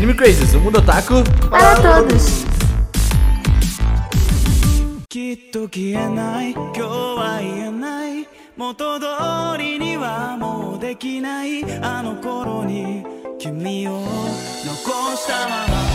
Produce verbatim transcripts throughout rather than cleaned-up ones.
Anime Crazes, o mundo otaku para todos. きっと消えない今日は言えない元通りにはもうできないあの頃に君を残したまま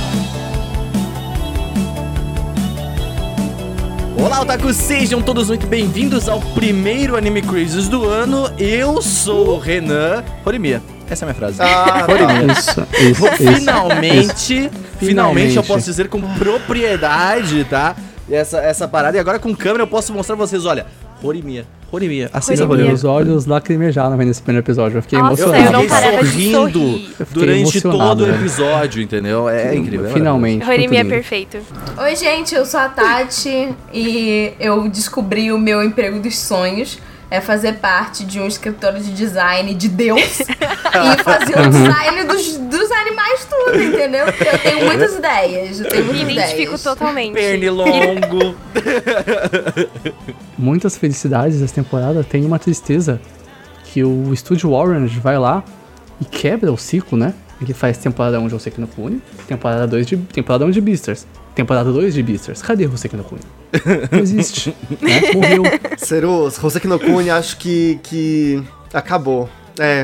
Olá, otakus, sejam todos muito bem-vindos ao primeiro Anime Crazes do ano. Eu sou o Renan Horimiya. Essa é a minha frase. Ah, Horimiya. Isso, isso, finalmente, isso. finalmente eu posso dizer com propriedade, tá? Essa, essa parada. E agora com câmera eu posso mostrar pra vocês, olha. Horimiya, Horimiya. Assim Horimiya. Os olhos lacrimejaram nesse primeiro episódio. Eu fiquei Nossa, emocionado. eu não parava de sorrindo sorrir. durante todo o né? episódio, entendeu? É, é incrível. É Finalmente. Horimiya é perfeito. Oi, gente, eu sou a Tati e eu descobri o meu emprego dos sonhos. É fazer parte de um escritório de design de Deus e fazer o design dos, dos animais tudo, entendeu? Porque eu tenho muitas ideias, eu tenho Me muitas identifico ideias. totalmente. Pernilongo. Muitas felicidades dessa temporada. Tem uma tristeza que o estúdio Orange vai lá e quebra o ciclo, né? Ele faz temporada um de Hoseki no Kune, temporada dois de temporada um de Beastars, temporada dois de Beastars. Cadê o Hoseki no Kune? Não existe, né? Morreu. Seru, Hoseki no Kune acho que, que acabou. É.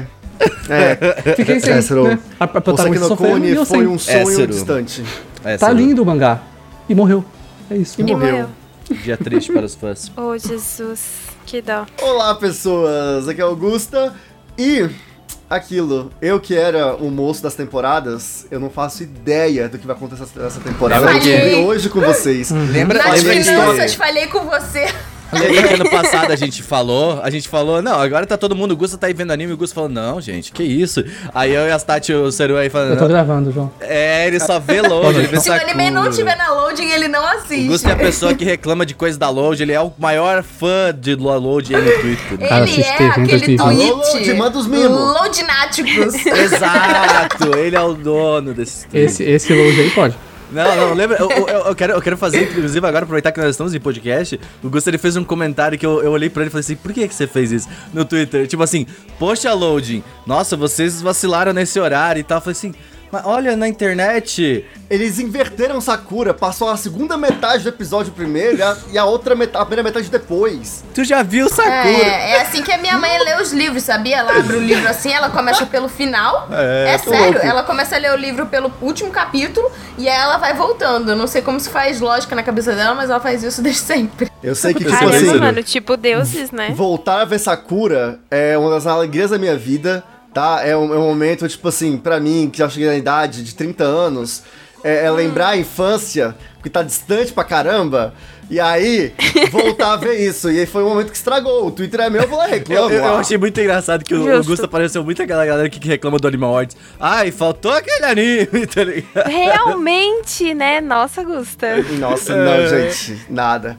É. Fiquei sem, É, Seru. né? A, a Hoseki protagonista no sofreu e Kune eu foi sem. um sonho Seru. distante. É, Tá sério. lindo o mangá. E morreu. É isso. E E morreu. morreu. Dia triste para os fãs. Oh, Jesus. Que dó. Olá, pessoas. Aqui é Augusta. E aquilo, eu que era o moço das temporadas, eu não faço ideia do que vai acontecer nessa temporada. Lembra Eu que- descobri hoje com vocês. Lembra, Nas lembra finanças, que... falei com você. Lembra que ano passado a gente falou, a gente falou, não, agora tá todo mundo, o Gusta tá aí vendo anime, e o Gusta falou, não, gente, que isso? Aí eu e a Tati e o Seru aí falando, Eu tô não. gravando, João. É, ele só vê load, ele vê Se o anime não Sakura. tiver na loading, ele não O assiste. Gusta é a pessoa que reclama de coisa da load, ele é o maior fã de load aí no Twitter. Ele Cara, assiste é T V, aquele T V. Alô, tweet. load, manda os mimos. Loadnáticos. Exato, ele é o dono desse tweet. Esse, esse load aí pode. Não, não, lembra? Eu, eu, eu quero, eu quero fazer, inclusive, agora, aproveitar que nós estamos em podcast. O Gusto ele fez um comentário que eu, eu olhei pra ele e falei assim: por que, que você fez isso no Twitter? Tipo assim, poxa, loading, nossa, vocês vacilaram nesse horário e tal. Eu falei assim, mas olha, na internet. Eles inverteram Sakura, passou a segunda metade do episódio primeiro e a, e a outra metade, a primeira metade depois. Tu já viu Sakura? É, é assim que a minha mãe lê os livros, sabia? Ela abre o livro assim, ela começa pelo final. É, É, tô sério, louco. ela começa a ler o livro pelo último capítulo e aí ela vai voltando. Eu não sei como se faz lógica na cabeça dela, mas ela faz isso desde sempre. Eu sei que, tipo Caramba, assim, mano, tipo deuses, né? voltar a ver Sakura é uma das alegrias da minha vida, tá? É um, é um momento, tipo assim, pra mim, que já cheguei na idade de trinta anos, é, é lembrar a infância, que tá distante pra caramba, e aí voltar a ver isso. E aí foi um momento que estragou. O Twitter é meu, eu vou lá e Eu, reclamo. eu, eu ó. achei muito engraçado que o, o Justo. Gusto apareceu muito aquela galera que, que reclama do Animal Awards. Ai, faltou aquele anime, tá ligado? Realmente, né? Nossa, Gusta. Nossa, não, gente, nada.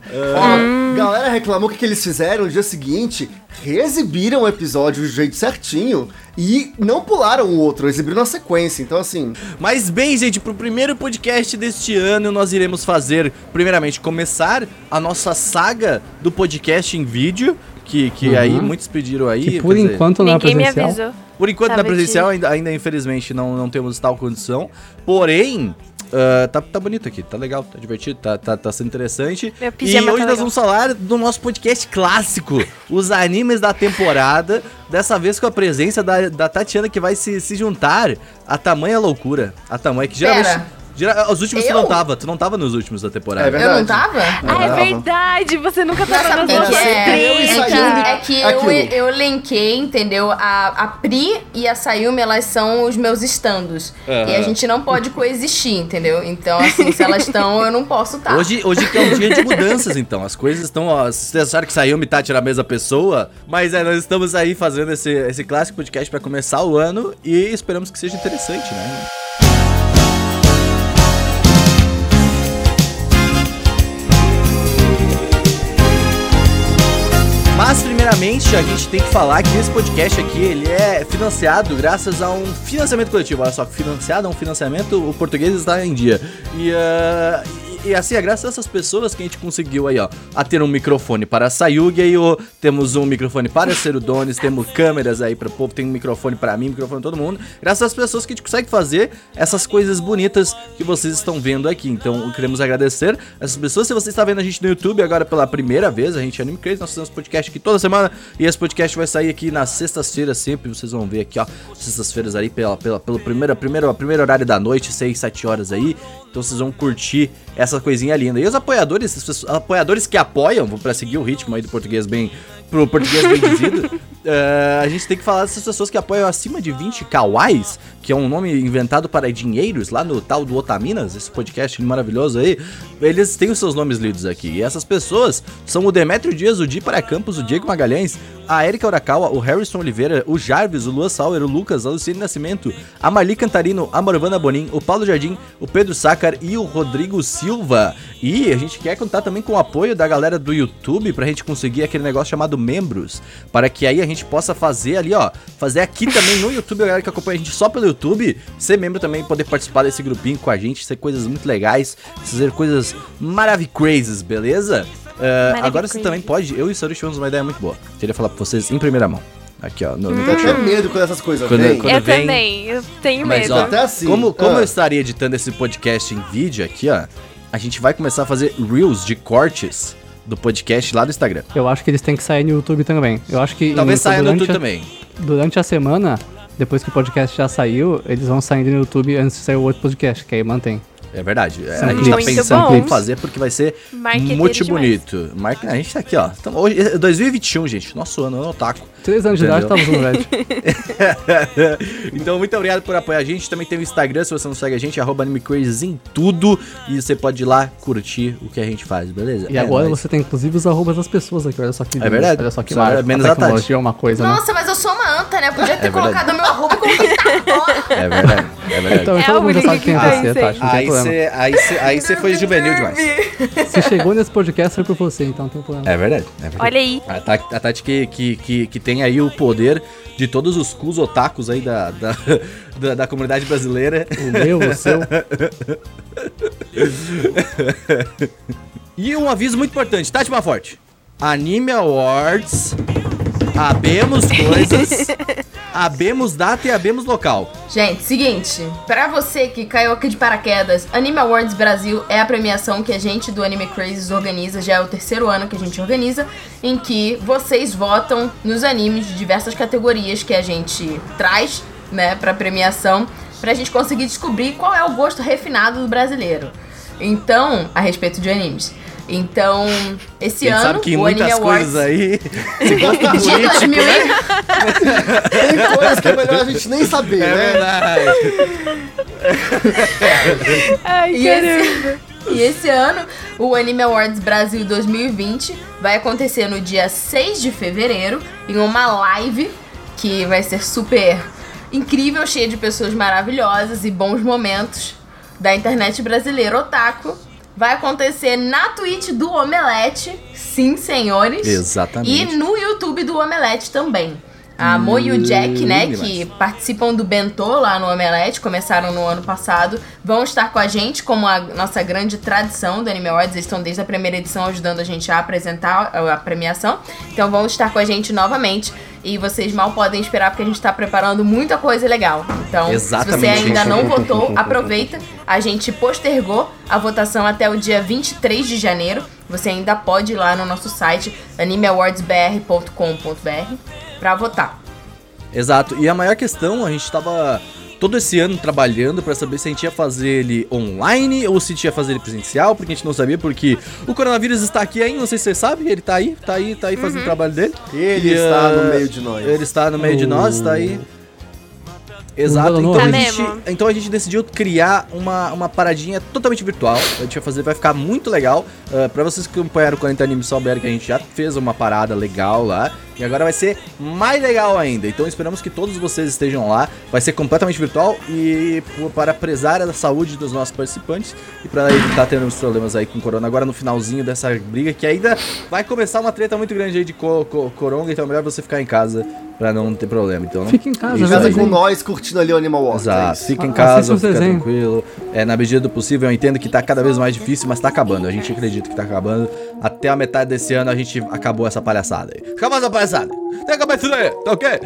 Ó, galera reclamou que, que eles fizeram no dia seguinte, reexibiram o episódio do jeito certinho e não pularam o outro, exibiram na sequência. Então, assim, Mas bem, gente, pro primeiro podcast deste ano, nós iremos fazer, primeiramente, começar a nossa saga do podcast em vídeo, que, que Uhum. aí muitos pediram aí. Que por quer dizer, enquanto não é Ninguém me presencial. avisou. por enquanto na Tava presencial de- ainda, ainda infelizmente não, não temos tal condição, porém... ah, tá, tá bonito aqui, tá legal, tá divertido, tá, tá, tá sendo interessante. Meu E pijama hoje tá nós legal. vamos falar do nosso podcast clássico, os animes da temporada. Dessa vez com a presença da, da Tatiana, que vai se, se juntar à tamanha loucura. A tamanha que geralmente. Pera. gera- os últimos tu Eu? não tava, tu não tava nos últimos da temporada. É verdade. Eu não tava? Ah, é verdade. Você nunca Não, tava sabe nas o que outras que é? eu e É três. Sayumi. que, é que eu, Aquilo. eu linkei, entendeu? A, a Pri e a Sayumi, elas são os meus estandos. Aham. E a gente não pode coexistir, entendeu? Então, assim, se elas estão, eu não posso estar. Hoje, hoje que é um dia de mudanças, então. As coisas estão. Ó, vocês acharam que saiu e Tati era a mesma pessoa, mas é, nós estamos aí fazendo esse, esse clássico podcast pra começar o ano e esperamos que seja interessante, né? Mas primeiramente a gente tem que falar que esse podcast aqui ele é financiado graças a um financiamento coletivo. Olha só, financiado é um financiamento, o português está em dia. E, uh, e assim, é graças a essas pessoas que a gente conseguiu aí, ó, a ter um microfone para a Sayugi aí, ó, temos um microfone para Serudones, temos câmeras aí para o povo, tem um microfone para mim, microfone para todo mundo. Graças às pessoas que a gente consegue fazer essas coisas bonitas que vocês estão vendo aqui. Então, queremos agradecer essas pessoas. Se você está vendo a gente no YouTube agora pela primeira vez, a gente é Anime Crazy, nós fazemos podcast aqui toda semana e esse podcast vai sair aqui nas sextas-feiras sempre, vocês vão ver aqui, ó, sextas-feiras aí pela, pela, pelo primeiro, primeiro, primeiro horário da noite, seis, sete horas aí. Então vocês vão curtir essa coisinha linda. E os apoiadores, os apoiadores que apoiam, vou pra seguir o ritmo aí do português bem, pro português bem dizido, uh, a gente tem que falar dessas pessoas que apoiam acima de vinte kawais, que é um nome inventado para dinheiros, lá no tal do Otaminas, esse podcast maravilhoso aí. Eles têm os seus nomes lidos aqui. E essas pessoas são o Demetrio Dias, o Di para Campos, o Diego Magalhães, a Erika Urakawa, o Harrison Oliveira, o Jarvis, o Lua Sauer, o Lucas, a Luciene Nascimento, a Marli Cantarino, a Morvana Bonin, o Paulo Jardim, o Pedro Sácar e o Rodrigo Silva. E a gente quer contar também com o apoio da galera do YouTube pra gente conseguir aquele negócio chamado membros, para que aí a gente possa fazer ali, ó, fazer aqui também no YouTube, a galera que acompanha a gente só pelo YouTube, ser membro também, poder participar desse grupinho com a gente, ser coisas muito legais, fazer coisas maravilhosas, beleza? Uh, agora você também pode, eu e o Saru tivemos uma ideia muito boa. Queria falar pra vocês em primeira mão. Aqui, ó. No, no Eu tenho medo quando essas coisas Quando- vêm. quando- Eu vem- também, eu tenho Mas, medo. ó, Até assim. Como, como Ah. eu estaria editando esse podcast em vídeo aqui, ó, a gente vai começar a fazer reels de cortes do podcast lá do Instagram. Eu acho que eles têm que sair no YouTube também. Eu acho que Talvez em- saia no durante YouTube a- também. Durante a semana, depois que o podcast já saiu, eles vão saindo no YouTube antes de sair o outro podcast, que aí mantém. É verdade. É, São a gente tá clipes. pensando Muito em bom. fazer porque vai ser Marqueteiro muito demais. bonito. Mar... A gente tá aqui, ó. Tamo... Hoje é dois mil e vinte e um, gente. Nosso ano, ano otaku. Três anos de idade, tava Entendeu? usando Red. Então, muito obrigado por apoiar a gente. Também tem o Instagram, se você não segue a gente, arroba AnimeCrazy em tudo. E você pode ir lá curtir o que a gente faz, beleza? E É agora nóis. você tem inclusive os arrobas das pessoas aqui, olha só que lindo. verdade. Olha só que Só é mágico. menos A a Tati. tecnologia é uma coisa, né? Nossa, mas eu sou uma anta, né? Podia ter É verdade. colocado meu arroba como que tá agora. É verdade, é verdade. Então, É todo a mundo já única sabe quem é que você, tem, Tati, não tem Aí problema. você aí cê, aí cê foi juvenil demais. Se chegou nesse podcast foi por você, então não tem problema. É verdade, é verdade. Olha aí. A Tati, a Tati que, que, que, que tem aí o poder de todos os cus otakus aí da, da, da, da comunidade brasileira. O meu, o seu. E um aviso muito importante, Tati Maforte. Anime Awards, abemos coisas, abemos data e abemos local. Gente, seguinte, pra você que caiu aqui de paraquedas, Anime Awards Brasil é a premiação que a gente do Anime Crazy organiza, já é o terceiro ano que a gente organiza, em que vocês votam nos animes de diversas categorias que a gente traz, né, pra premiação, pra gente conseguir descobrir qual é o gosto refinado do brasileiro. Então, a respeito de animes. Então, esse A gente ano, sabe que em o Anime muitas Awards coisas aí, de dois mil e... Tem coisas que é melhor a gente nem saber, é né? verdade. Ai, E esse, e esse ano, o Anime Awards Brasil dois mil e vinte vai acontecer no dia seis de fevereiro, em uma live que vai ser super incrível, cheia de pessoas maravilhosas e bons momentos da internet brasileira otaku. Vai acontecer na Twitch do Omelete, sim, senhores. Exatamente. E no YouTube do Omelete também. A Mo e o Jack, né, demais. que participam do Bentô lá no Omelete, começaram no ano passado, vão estar com a gente, como a nossa grande tradição do Anime Awards. Eles estão desde a primeira edição ajudando a gente a apresentar a a premiação. Então vão estar com a gente novamente. E vocês mal podem esperar, porque a gente tá preparando muita coisa legal. Então, Exatamente. se você ainda não votou, aproveita. A gente postergou a votação até o dia vinte e três de janeiro. Você ainda pode ir lá no nosso site, anime awards b r ponto com ponto b r, pra votar. Exato. E a maior questão, a gente tava todo esse ano trabalhando pra saber se a gente ia fazer ele online ou se a gente ia fazer ele presencial, porque a gente não sabia, porque o coronavírus está aqui ainda, não sei se você sabe, ele tá aí, tá aí, tá aí fazendo o trabalho dele. Ele E, está uh, no meio de nós. Ele está no meio de nós, tá aí. Exato, Tá então a, mesmo. gente, então a gente decidiu criar uma, uma paradinha totalmente virtual. A gente vai fazer, vai ficar muito legal. Uh, pra vocês que acompanharam o quarenta Animes, souberam que a gente já fez uma parada legal lá. E agora vai ser mais legal ainda. Então esperamos que todos vocês estejam lá. Vai ser completamente virtual e p- para prezar a saúde dos nossos participantes e para evitar tendo uns problemas aí com o corona. Agora no finalzinho dessa briga, que ainda vai começar uma treta muito grande aí de co co coronga. Então é melhor você ficar em casa pra não ter problema. Então, Fica em casa, Em Isso casa aí. com nós, curtindo ali o Animal Wars. Exato, é isso. fica em Ah, casa, assista o fica desenho. tranquilo. É, na medida do possível, eu entendo que tá cada vez mais difícil, mas tá acabando. A gente acredita que tá acabando. Até a metade desse ano a gente acabou essa palhaçada aí. Acabou essa palhaçada. Tem que acabar isso daí, tá ok?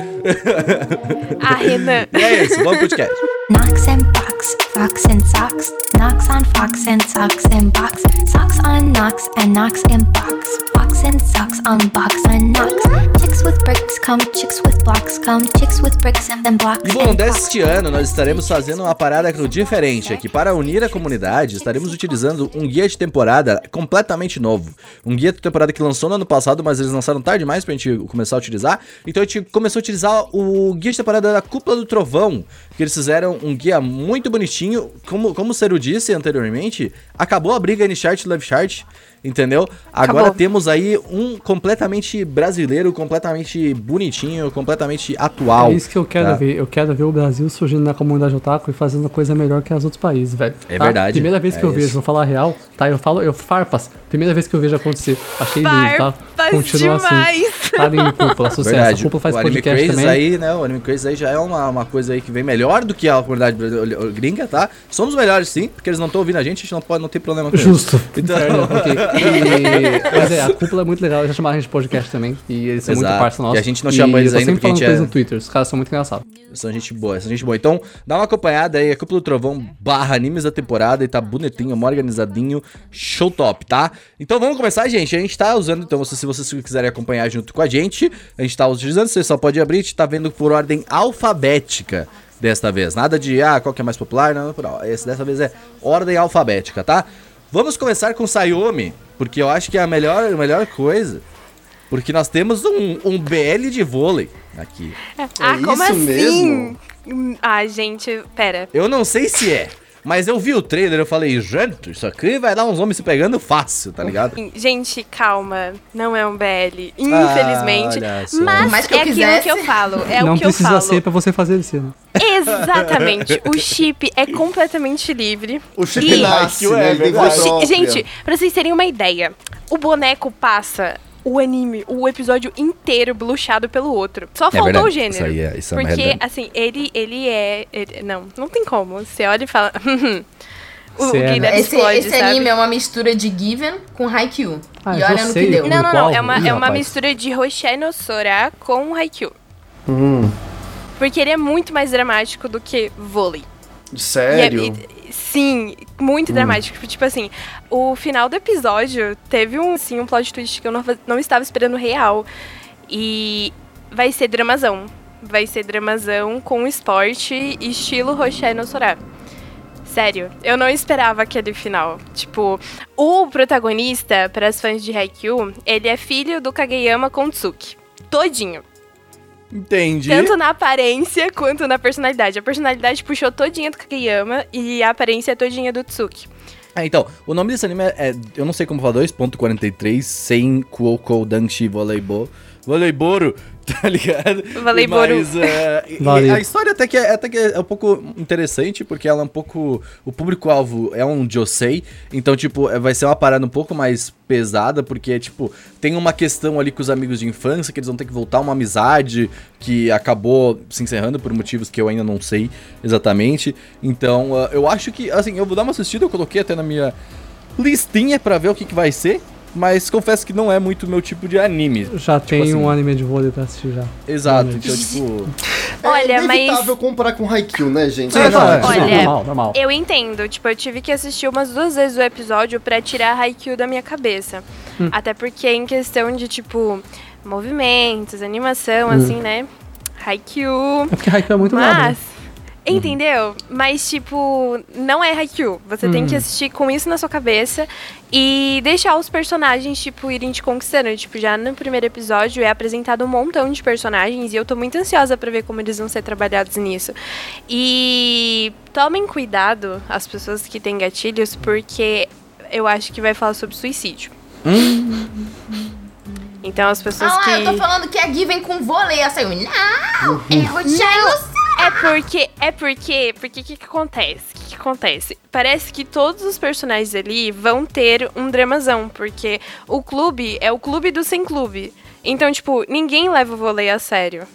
Ah, Renan. E é isso, vamos pro podcast. Knocks and box, fox and socks. Knocks on fox and socks and box. Socks on knocks and knocks and box. Box and socks on box and knocks. Chicks with bricks come, chicks with blocks come. Chicks with bricks and then blocks E bom, and blocks. deste ano nós estaremos fazendo uma parada diferente aqui. Para unir a comunidade, estaremos utilizando um guia de temporada completamente novo. Um guia de temporada que lançou no ano passado, mas eles lançaram tarde demais pra gente começar a utilizar. Então a gente começou a utilizar o guia de temporada da Cúpula do Trovão, que eles fizeram um guia muito bonitinho. Como, como o Seru disse anteriormente, acabou a briga N-Chart e Love Chart, entendeu? Agora Acabou. temos aí um completamente brasileiro, completamente bonitinho, completamente atual. É isso que eu quero tá? ver. Eu quero ver o Brasil surgindo na comunidade otaku e fazendo coisa melhor que os outros países, velho. É Tá? verdade. Primeira vez que É eu vejo, isso. vou falar a real, tá? Eu falo, eu farpas. Primeira vez que eu vejo acontecer. Achei lindo, tá? Farpas Continua demais. assim. Tá lindo, Cúpula. Sucesso. Verdade. A Cúpula faz o Anime podcast Craze também. aí, né? O Anime Craze aí já é uma, uma coisa aí que vem melhor do que a comunidade brasileira- gringa, tá? Somos melhores sim, porque eles não estão ouvindo a gente, a gente não pode, não tem problema com Justo. isso. Então, Inferno, ok. E- Mas é, a Cúpula é muito legal. Já chamaram a gente de podcast também. E eles são muito Exato. parça nossa. E a gente não chamou eles eu tô ainda sempre porque a gente falando é- coisa no Twitter. Os caras são muito engraçados. são gente boa, são gente boa. Então, dá uma acompanhada aí, a Cúpula do Trovão barra animes da temporada e tá bonitinho, mó organizadinho, show top, tá? Então vamos começar, gente. A gente tá usando, então, se vocês quiserem acompanhar junto com a gente, a gente tá utilizando, você só pode abrir, a gente tá vendo por ordem alfabética desta vez. Nada de, ah, qual que é mais popular, não, não. Esse dessa vez é ordem alfabética, tá? Vamos começar com Sayumi, porque eu acho que é a melhor, a melhor coisa, porque nós temos um, um B L de vôlei aqui. Ah, É como isso assim? mesmo? Hum, Ah, gente, pera. Eu não sei se é, mas eu vi o trailer, eu falei, gente, isso aqui vai dar uns homens se pegando fácil, tá ligado? Gente, calma. Não é um B L, infelizmente. olha só. mas Mas que é eu aquilo quisesse. que eu falo. É não o que eu precisa falo. ser pra você fazer isso, né? Exatamente. O chip é completamente livre. O chip E- nasce, Haikyuu é né? Ele tem verdade. voz Chi- própria. Gente, pra vocês terem uma ideia, o boneco passa o anime, o episódio inteiro blushado pelo outro. Só faltou verdade. o gênero. Isso aí é- isso é uma Porque, realidade. assim, ele, ele é... ele- não, não tem como. Você olha e fala... o Cê é, Gui né? deve Esse, explode, esse sabe? anime é uma mistura de Given com Haikyuu. Ah, e já olha no sei. que deu. Não, não, não. Qual? É uma, Ih, é uma rapaz. mistura de Hoshei no Sora com Haikyuu. Hum, Porque ele é muito mais dramático do que vôlei. E é- sério? e- sim, muito dramático. Tipo assim, o final do episódio teve um, assim, um plot twist que eu não, não estava esperando real. E vai ser dramazão. Vai ser dramazão com esporte estilo Hoshei no Sora. Sério, eu não esperava aquele final. Tipo, o protagonista, para as fãs de Haikyuu, ele é filho do Kageyama Kontsuki. Todinho. Entendi. Tanto na aparência quanto na personalidade. A personalidade puxou todinha do Kageyama e a aparência é todinha do Tsuki. Ah, então, o nome desse anime é, é- eu não sei como falar, dois ponto quarenta e três, sem Kuoko Danshi Voleibol. Voleiboro, tá ligado? Voleiboro. Mas é, e- e Valeu. a história até que, é, até que é um pouco interessante, porque ela é um pouco... O público-alvo é um josei, então, tipo, é- vai ser uma parada um pouco mais pesada, porque, tipo, tem uma questão ali com os amigos de infância, que eles vão ter que voltar a uma amizade que acabou se encerrando por motivos que eu ainda não sei exatamente. Então, ah, eu acho que, assim, eu vou dar uma assistida, eu coloquei até na minha listinha pra ver o que, que vai ser, mas confesso que não é muito meu tipo de anime. Já tem assim- um anime de vôlei pra assistir já. Exato, Realmente. então, tipo... Olha, é mas- inevitável comparar com Haikyuu, né, gente? É, não, é, Olha, normal, normal. Eu entendo, tipo, eu tive que assistir umas duas vezes o episódio pra tirar Haikyuu da minha cabeça. Até porque em questão de, tipo, movimentos, animação, assim, né? Haikyuu... É porque Haikyuu é muito brabo, né? Mas, entendeu? Mas, tipo, não é Haikyuu. Você tem que assistir com isso na sua cabeça e deixar os personagens, tipo, irem te conquistando. Tipo, já no primeiro episódio é apresentado um montão de personagens e eu tô muito ansiosa pra ver como eles vão ser trabalhados nisso. E tomem cuidado, as pessoas que têm gatilhos, porque eu acho que vai falar sobre suicídio. Então, as pessoas Ah, que... eu tô falando que a Given com vôlei. A Sayumi, não, é Hoshei no Sora. É porque, é porque, porque o que que acontece? O que que acontece? Parece que todos os personagens ali vão ter um dramazão, porque o clube é o clube do sem clube. Então, tipo, ninguém leva o vôlei a sério.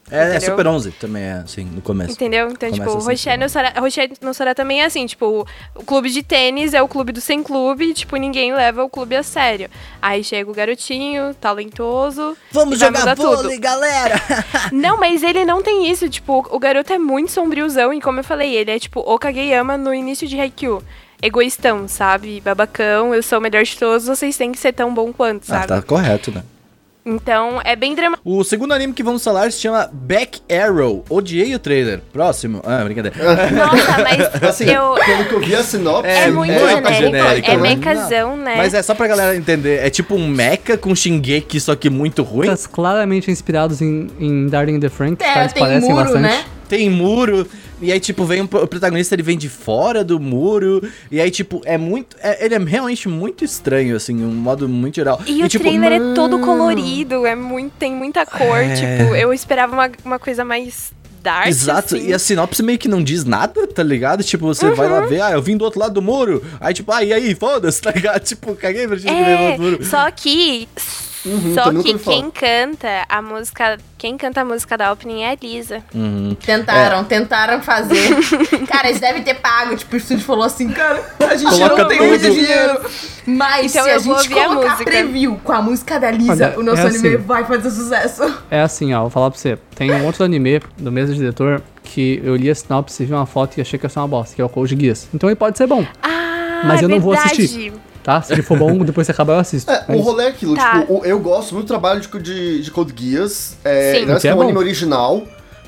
É, é entendeu? Super onze também, é assim, no começo. Entendeu? Então, Começa tipo, assim, Rocher sim. no Sorá, Rocher no Sorá também é assim, tipo, o clube de tênis é o clube do sem clube, e, tipo, ninguém leva o clube a sério. Aí chega o garotinho, talentoso, Vamos e vai jogar mudar vôlei, tudo. galera! Não, mas ele não tem isso, tipo, o garoto é muito sombriozão, e como eu falei, ele é, tipo, o Kageyama no início de Haikyuu. Egoístão, sabe? Babacão, eu sou o melhor de todos, vocês têm que ser tão bom quanto, sabe? Ah, tá correto, né? Então, é bem dramático. O segundo anime que vamos falar se chama Back Arrow. Odiei o trailer. Próximo. Ah, brincadeira. Nossa, mas Assim, eu... pelo que eu vi a sinopse... É, muito muito genérico, genérico, é né? mecazão, né? Mas é só pra galera entender. É tipo um mecha com Shingeki, só que muito ruim. Lutas claramente inspirados em, em Darling in the Franxx, É, tá? Eles tem parecem muro, bastante. né? Tem muro. E aí, tipo, vem um, o protagonista, ele vem de fora do muro. E aí, tipo, é muito... É, ele é realmente muito estranho, assim, um modo muito geral. E, o tipo, trailer é todo colorido, é muito, tem muita cor, É. tipo, eu esperava uma, uma coisa mais dark, Exato, assim. e a sinopse meio que não diz nada, tá ligado? Tipo, você vai lá ver, ah, eu vim do outro lado do muro. Aí, tipo, ah, e aí, foda-se, tá ligado? Tipo, caguei pra gente que veio do outro muro. É, só que... Uhum, só também que nunca ouvi quem canta a música... Quem canta a música da opening é a Lisa. Uhum. Tentaram, tentaram fazer. Cara, eles devem ter pago. Tipo, o estúdio falou assim, cara, a gente Coloca não tem tudo. muito dinheiro. Mas Então se a eu vou gente ouvir a colocar música. preview com a música da Lisa, Olha, o nosso é anime assim. vai fazer sucesso. É assim, ó, vou falar pra você. Tem um outro anime do mesmo diretor que eu li a sinopse, vi uma foto e achei que ia ser uma bosta, que é o Code Geass. Então ele pode ser bom, Ah, Mas eu não vou verdade. assistir. tá? Se ele for bom, depois que acabar eu assisto. É, É o isso. rolê é aquilo, Tá. tipo, o- eu gosto muito do trabalho de, de, de Code Geass. É, Sim. ainda mais Que que é é um bom. anime original.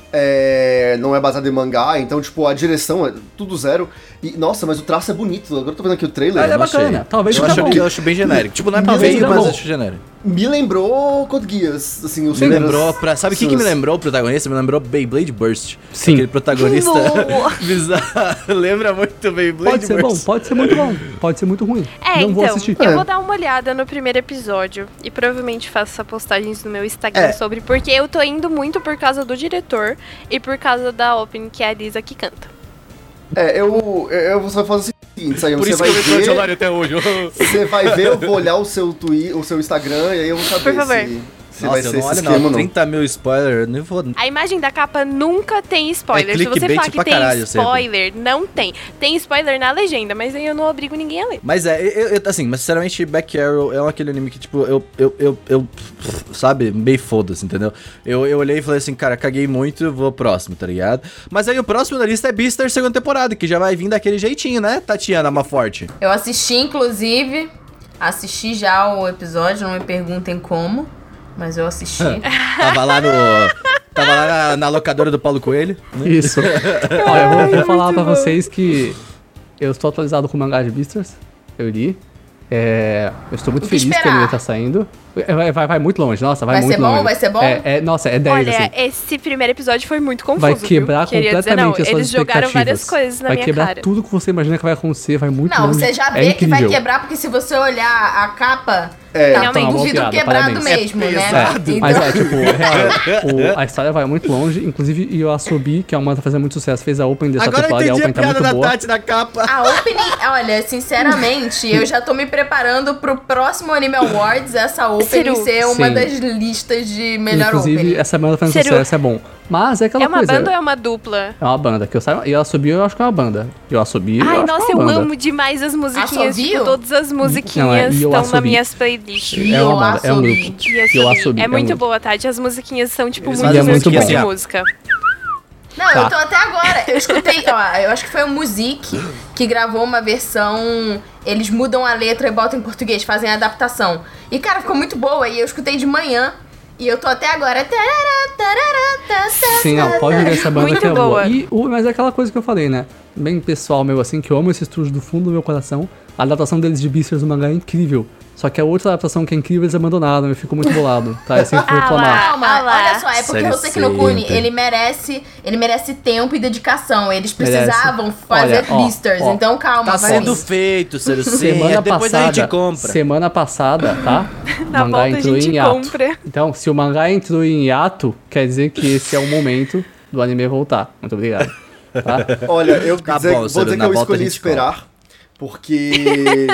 É, não é baseado em mangá, então, tipo, a direção é tudo zero. E, nossa, mas o traço é bonito. Agora eu tô vendo aqui o trailer. Ah, ele é não achei. bacana. Talvez eu seja acho, bom. que eu acho bem genérico. Tipo, não é Talvez feio, seja mas bom. acho genérico. Me lembrou Code Geass, assim, os Me primeiros- lembrou, pra, sabe o que, que me lembrou o protagonista? Me lembrou Beyblade Burst. Sim. Aquele protagonista Boa. bizarro. Lembra muito Beyblade Pode ser bom, Burst. pode ser muito bom, pode ser muito ruim. É, Não vou então, assistir. eu É. vou dar uma olhada no primeiro episódio e provavelmente faço essa postagens no meu Instagram É. sobre, porque eu tô indo muito por causa do diretor e por causa da Open, que é a Lisa que canta. É, eu, eu vou só fazer o seguinte, aí Por você isso vai que eu me ver, online até hoje. você vai ver, eu vou olhar o seu Twitter, o seu Instagram, e aí eu vou saber Por favor. se, se Nossa, vai eu ser não esse olho esquema não. ou não. trinta mil spoiler, eu nem vou... A imagem da capa nunca tem spoiler. É Se você clickbait falar que pra tem caralho, sempre. spoiler, não tem. Tem spoiler na legenda, mas aí eu não obrigo ninguém a ler. Mas é, eu, eu- assim, mas sinceramente, Back Arrow é aquele anime que, tipo, eu, eu, eu, eu sabe, meio foda-se, entendeu? Eu, eu olhei e falei assim, cara, caguei muito, eu vou próximo, tá ligado? Mas aí o próximo da lista é Beastars segunda temporada, que já vai vir daquele jeitinho, né, Tatiana Maforte? Eu assisti, inclusive, assisti já o episódio, não me perguntem como, mas eu assisti. Tava lá no... Tava lá na, na locadora do Paulo Coelho, né? Isso. Olha, eu vou, vou falar pra vocês que eu estou atualizado com o mangá de Beastars. Eu li. É, eu estou muito O que feliz que esperar? o anime tá saindo. É, Vai, vai, vai muito longe, nossa, vai, Vai muito ser bom? longe. Vai ser bom? É, é- nossa, é dez, Olha, assim. esse primeiro episódio foi muito confuso, Vai quebrar viu? Queria dizer, completamente não, as suas eles jogaram várias expectativas. coisas na Vai minha quebrar cara. tudo que você imagina que vai acontecer, vai muito Não, longe. você já é vê que vai incrível. quebrar, porque se você olhar a capa, É, tá Realmente. tudo Boa vidro piada, quebrado parabéns. mesmo, É né? pesado. Então- Mas é, tipo, real, o- a história vai muito longe. Inclusive, e o Asobi, que é uma que tá fazendo muito sucesso, fez a Open dessa Agora eu temporada e a entendi a Open tá piada muito da boa. Tati da capa. A opening, olha, sinceramente, eu já tô me preparando pro próximo Anime Awards, essa opening Ciro. ser uma Sim. das listas de melhor Inclusive, opening. essa banda fazendo Ciro. sucesso é bom. Mas é aquela É uma coisa. banda ou é uma dupla? É uma banda, que eu saiba. E a Asobi eu acho que é uma banda. E o Asobi eu Ai, acho nossa, que é eu uma banda. amo demais as musiquinhas. Assobio? Tipo, todas as Não, é musiquinhas Yo estão nas Assobi. minhas playlists. É uma banda, é um Yoasobi. grupo. E assim, Yoasobi, é é um muito grupo. boa, Tati. As musiquinhas são, tipo, Eles muito fazem meu muito tipo bom. de música. Não, Tá. eu tô até agora. Eu escutei, ó, eu acho que foi o Music que gravou uma versão. Eles mudam a letra e botam em português, fazem a adaptação. E, cara, ficou muito boa. E eu escutei de manhã. E eu tô até agora. Tarará, tarará, tá, tá, Sim, ó, pode ver essa banda Muito que é boa. boa. E, o- mas é aquela coisa que eu falei, né? Bem pessoal meu, assim, que eu amo esse estúdio do fundo do meu coração. A adaptação deles de Beastars no mangá é incrível. Só que a outra adaptação que é incrível, eles abandonaram. Eu fico muito bolado, tá? Eu sempre vou Ah, reclamar. lá. Calma, Ah lá. olha só, é porque Série o Hoseki no Kuni, sempre. ele merece, ele merece tempo e dedicação. Eles Merece. precisavam fazer Olha, ó, Beastars, ó. então calma, Tá vai sendo vir. feito, Ciro, sim. Semana é, depois passada, a gente compra. semana passada, tá? O Na mangá volta a entrou gente em hiato. compra. Então, se o mangá entrou em hiato, quer dizer que esse é o momento do anime voltar. Muito obrigado. Tá? Olha, eu Tá dizer- bom, vou Ciro, dizer que na eu volta a escolhi gente esperar, porque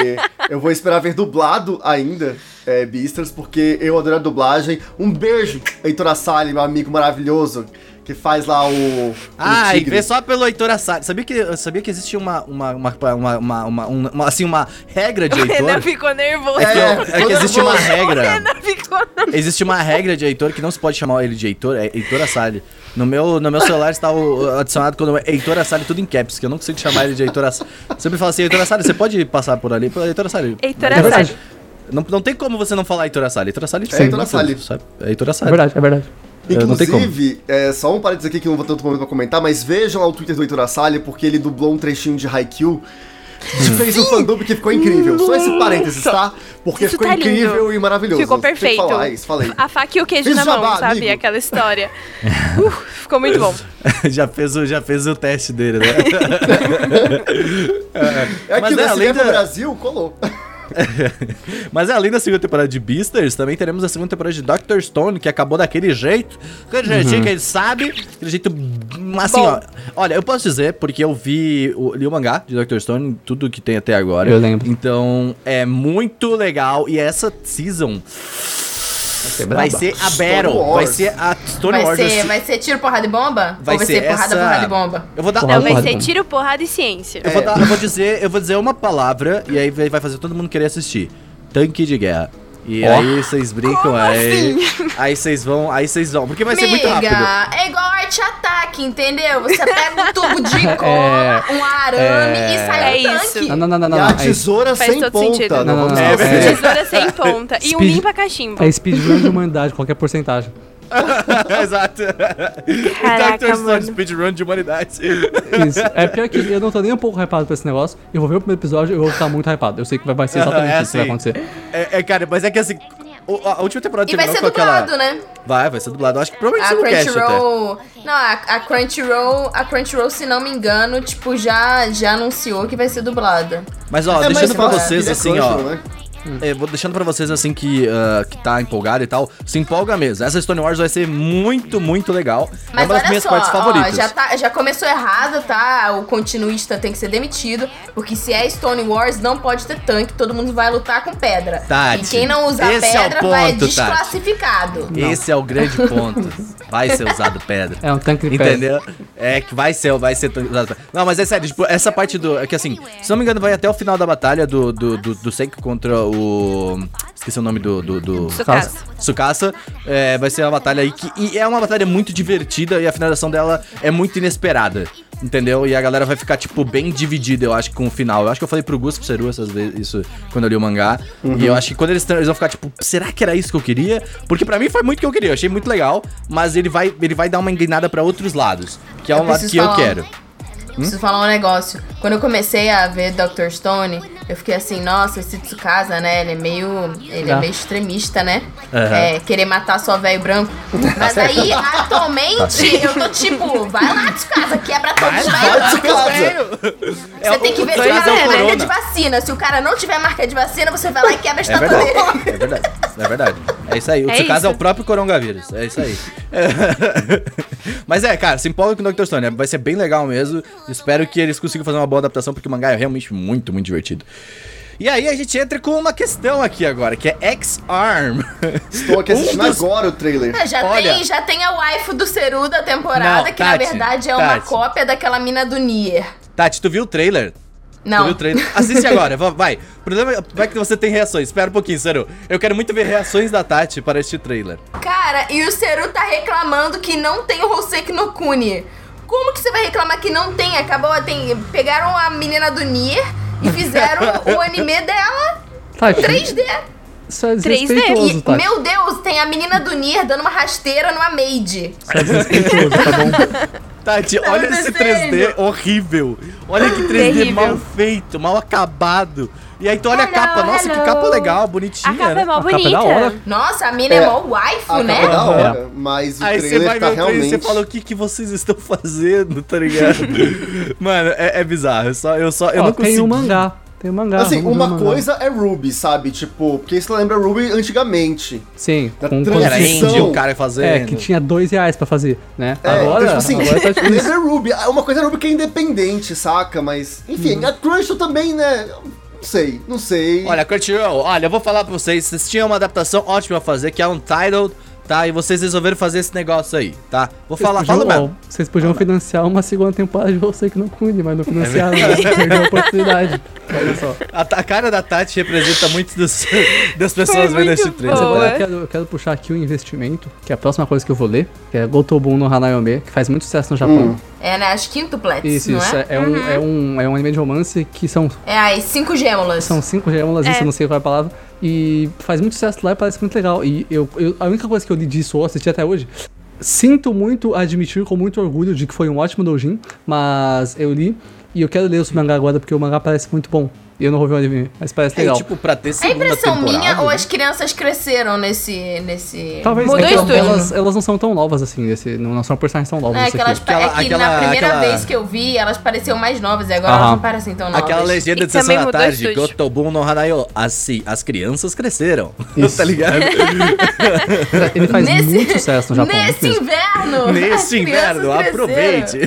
Eu vou esperar ver dublado ainda, é, Beastars, porque eu adoro a dublagem. Um beijo, Heitor Assali, meu amigo maravilhoso, que faz lá o, o Ah, e tigre. vê só pelo Heitor Assali. Sabia que, sabia que existe uma, uma, uma, uma, uma, uma, uma- assim, uma regra de O Renan Heitor? ficou nervoso. É que, É, é que existe uma O regra. Renan ficou nervoso. Existe uma regra de Heitor que não se pode chamar ele de Heitor, é Heitor Assali. No meu, no meu celular está o, adicionado quando é Heitor Assali tudo em caps, que eu não consigo chamar ele de Heitor Assali. Sempre fala assim, Heitor Assali, você pode passar por ali? Heitor Assali. Heitor Mas- Assali. Não, não tem como você não falar Heitor Assali. Heitor Assali É Heitor Assali. sabe? É Heitor É Assali. verdade, é verdade. não tem como. Inclusive, é, só um parênteses aqui que eu não vou ter outro momento pra comentar, mas vejam lá o Twitter do Heitor Assali, porque ele dublou um trechinho de Haikyuu e fez um fandub que ficou incrível. Só esse parênteses, tá? Porque Isso ficou tá lindo. incrível e maravilhoso. Ficou Tem que perfeito. falar isso, falei. A faca e o queijo Fiz na mão, jabá, sabe? amigo. Aquela história. Uh, ficou muito bom. já, fez o, já fez o teste dele, né? É Mas que é, se além vier pro da- Brasil, colou. Mas além da segunda temporada de Beastars, também teremos a segunda temporada de doutor Stone, que acabou daquele jeito, aquele jeitinho que ele sabe, aquele jeito, assim, Bom. ó. Olha, eu posso dizer, porque eu vi, o, li o mangá de doutor Stone, tudo que tem até agora. Eu lembro. Então, é muito legal, e essa season vai ser a Battle, Wars. vai ser a Stone Vai Wars. ser, assim, vai ser tiro, porrada e bomba? vai Ou vai ser ser, porrada, essa- porrada e bomba? Eu vou dar... Porrada, Não, vai porrada, ser bom. tiro, porrada e ciência. Eu vou, dar, eu vou dizer, eu vou dizer uma palavra e aí vai vai fazer todo mundo querer assistir. Tanque de guerra. E Ó. aí vocês brincam, Como aí. assim? Aí vocês vão, aí vocês vão. Porque vai ser muito rápido. Amiga, é igual arte ataque, entendeu? Você pega um tubo de cola, É, um arame é, e sai é um isso. tanque. Não, não, não, não, E não. a não. É, tesoura Faz sem todo ponta. sentido. Não, Não, não, vamos não, lá. é- Tesoura sem ponta. E um Speed- limpa-cachimbo. é speedrun de humanidade, qualquer porcentagem. Exato. Caraca, doutor Stone, mano. speedrun de humanidade. Isso. É pior que eu não tô nem um pouco hypado pra esse negócio. Eu vou ver o primeiro episódio e eu vou estar muito hypado. Eu sei que vai- vai ser exatamente É isso que vai assim. acontecer. É, é, cara, mas é que assim. o- A última temporada E vai terminou ser com aquela. dublado, né? Vai, vai ser dublado. Acho que provavelmente A no cast até. Crunchyroll. Não, a, a Crunchyroll, a Crunchyroll, se não me engano, tipo, já, já anunciou que vai ser dublada. Mas ó, É, deixando mas pra fala, vocês ele é assim, ó. Crunchyroll, né? É, vou deixando pra vocês assim que, ah, que tá empolgado e tal. Se empolga mesmo. Essa Stone Wars vai ser muito, muito legal. é Mas uma das olha minhas só, partes ó, favoritas. já, tá, já começou errado, tá? O continuista tem que ser demitido, porque se é Stone Wars, não pode ter tanque, todo mundo vai lutar com pedra. Tati, e quem não usar esse é o pedra vai ponto, Tati. desclassificado. Esse é o grande ponto. Vai ser usado pedra. É um tanque de pedra. Entendeu? É que vai ser, vai ser usado pedra. Não, mas é sério, tipo, essa parte do. É que assim, se não me engano, vai até o final da batalha do, do, do, do Senki contra o. Esqueci o nome do. do, do... Tsukasa. Tsukasa. É, vai ser uma batalha aí que. E é uma batalha muito divertida e a finalização dela é muito inesperada. Entendeu? E a galera vai ficar, tipo, bem dividida, eu acho, com o final. Eu acho que eu falei pro Gus, pro Seru, essas vezes, isso quando eu li o mangá. Uhum. E eu acho que quando eles, tão- eles vão ficar, tipo, será que era isso que eu queria? Porque pra mim foi muito o que eu queria, eu achei muito legal. Mas ele vai, ele vai dar uma engrenada pra outros lados. Que é Eu um lado preciso que eu falar. quero. Preciso falar um negócio. Quando eu comecei a ver doutor Stone, eu fiquei assim, nossa, esse Tsukasa, né? Ele é meio. Ele é Ah. meio extremista, né? Aham. É, querer matar só velho branco. Mas aí, atualmente, eu tô tipo, vai lá, Tsukasa, quebra todos os Vai, velhos. Tsukasa. Você tem que ver se o Tsukasa cara é o tem marca Corona. de vacina. Se o cara não tiver marca de vacina, você vai lá e quebra a É estátua verdade, dele. é verdade, é verdade. É isso aí. O É Tsukasa é, isso. o próprio coronavírus. É isso aí. Mas é, cara, se empolga com o doutor Stone. Vai ser bem legal mesmo. Espero que eles consigam fazer uma boa adaptação, porque o mangá é realmente muito, muito divertido. E aí a gente entra com uma questão aqui agora, que é X-Arm. Estou aqui assistindo Um dos- agora o trailer. É, Já, Olha- tem, já tem a waifu do Seru da temporada, Não, que na Tati, verdade é uma Tati. cópia daquela mina do Nier. Tati, tu viu o trailer? Tu Não. viu o trailer? Assiste agora, va- vai. O problema é vai que você tem reações. Espera um pouquinho, Seru. Eu quero muito ver reações da Tati para este trailer. Cara, e o Seru tá reclamando que não tem o Hoseki no Kuni. Como que você vai reclamar que não tem? Acabou, tem, pegaram a menina do Nier e fizeram o anime dela Tati, três D. isso é três D. desrespeitoso, E, Tati. meu Deus, tem a menina do Nier dando uma rasteira numa maid. Isso é desrespeitoso, tá bom? Tati, olha esse três D horrível. Olha que três D Terrível. mal feito, mal acabado. E aí tu olha a Hello, capa. Nossa, que hello. capa legal, bonitinha, A capa né? é mó A capa é bonita. da hora. Nossa, a mina é, É, mó waifu, A né? capa é da hora, mas o Aí você trailer vai tá ver o trailer e realmente... você fala o que, que vocês estão fazendo, tá ligado? Mano, é, é bizarro. Eu só, eu só, eu Ó, não tem consigo. um mangá. Tem um mangá. Assim, vamos ver o uma mangá. coisa é Ruby, sabe? Tipo, porque isso lembra Ruby antigamente. Sim, Da com transição. Era condição. indie o cara fazendo. É, que tinha dois reais pra fazer, né? É, agora, então, tipo assim, agora tá difícil. lembra Ruby. Uma coisa é Ruby que é independente, saca? Mas, enfim, Uhum. a Crunchyroll também, né? Não sei, não sei. Olha, Crunchyroll, olha, eu vou falar pra vocês, vocês tinham uma adaptação ótima a fazer, que é Untitled, tá? E vocês resolveram fazer esse negócio aí, tá? Vou falar, Vocês podiam, fala ó, mesmo. Vocês podiam financiar uma segunda temporada de Você Que Não Cune, mas não financiaram, né? Perdeu a oportunidade. Olha só. A, a cara da Tati representa muito dos, das pessoas Foi vendo esse muito trailer. boa. Agora eu quero, eu quero puxar aqui o investimento, que é a próxima coisa que eu vou ler, que é Gotobun no Hanayome, que faz muito sucesso no Japão. Hum. É, né? As quintuplets, Isso, não isso. é? É, é um, é, um, é um anime de romance que são, É as cinco gêmeas. são cinco gêmeas, isso É. eu não sei qual é a palavra, e faz muito sucesso lá e parece muito legal. E eu, eu, a única coisa que eu li disso, ou assisti até hoje, sinto muito admitir com muito orgulho de que foi um ótimo doujin, mas eu li e eu quero ler os mangá agora porque o mangá parece muito bom. E eu não vou ver o anime, mas parece É, legal. tipo, pra ter É segunda impressão temporada... minha ou as crianças cresceram nesse. nesse... Talvez Mudou é que isso tudo. elas, elas não são tão novas assim, esse, não, não são personagens tão novos. É, esse que, elas, aqui. pa- é Aquela- que aquela- na primeira aquela- vez que eu vi, elas pareciam mais novas e agora Aham. elas não parecem tão novas. Aquela legenda E de sessão também da mudou tarde, o estúdio. Gotobun no Hanayo, as, as crianças cresceram, Isso. tá ligado? Ele faz Nesse- muito sucesso no Japão. muito Nesse mesmo. inverno! as Nesse inverno, crianças aproveite!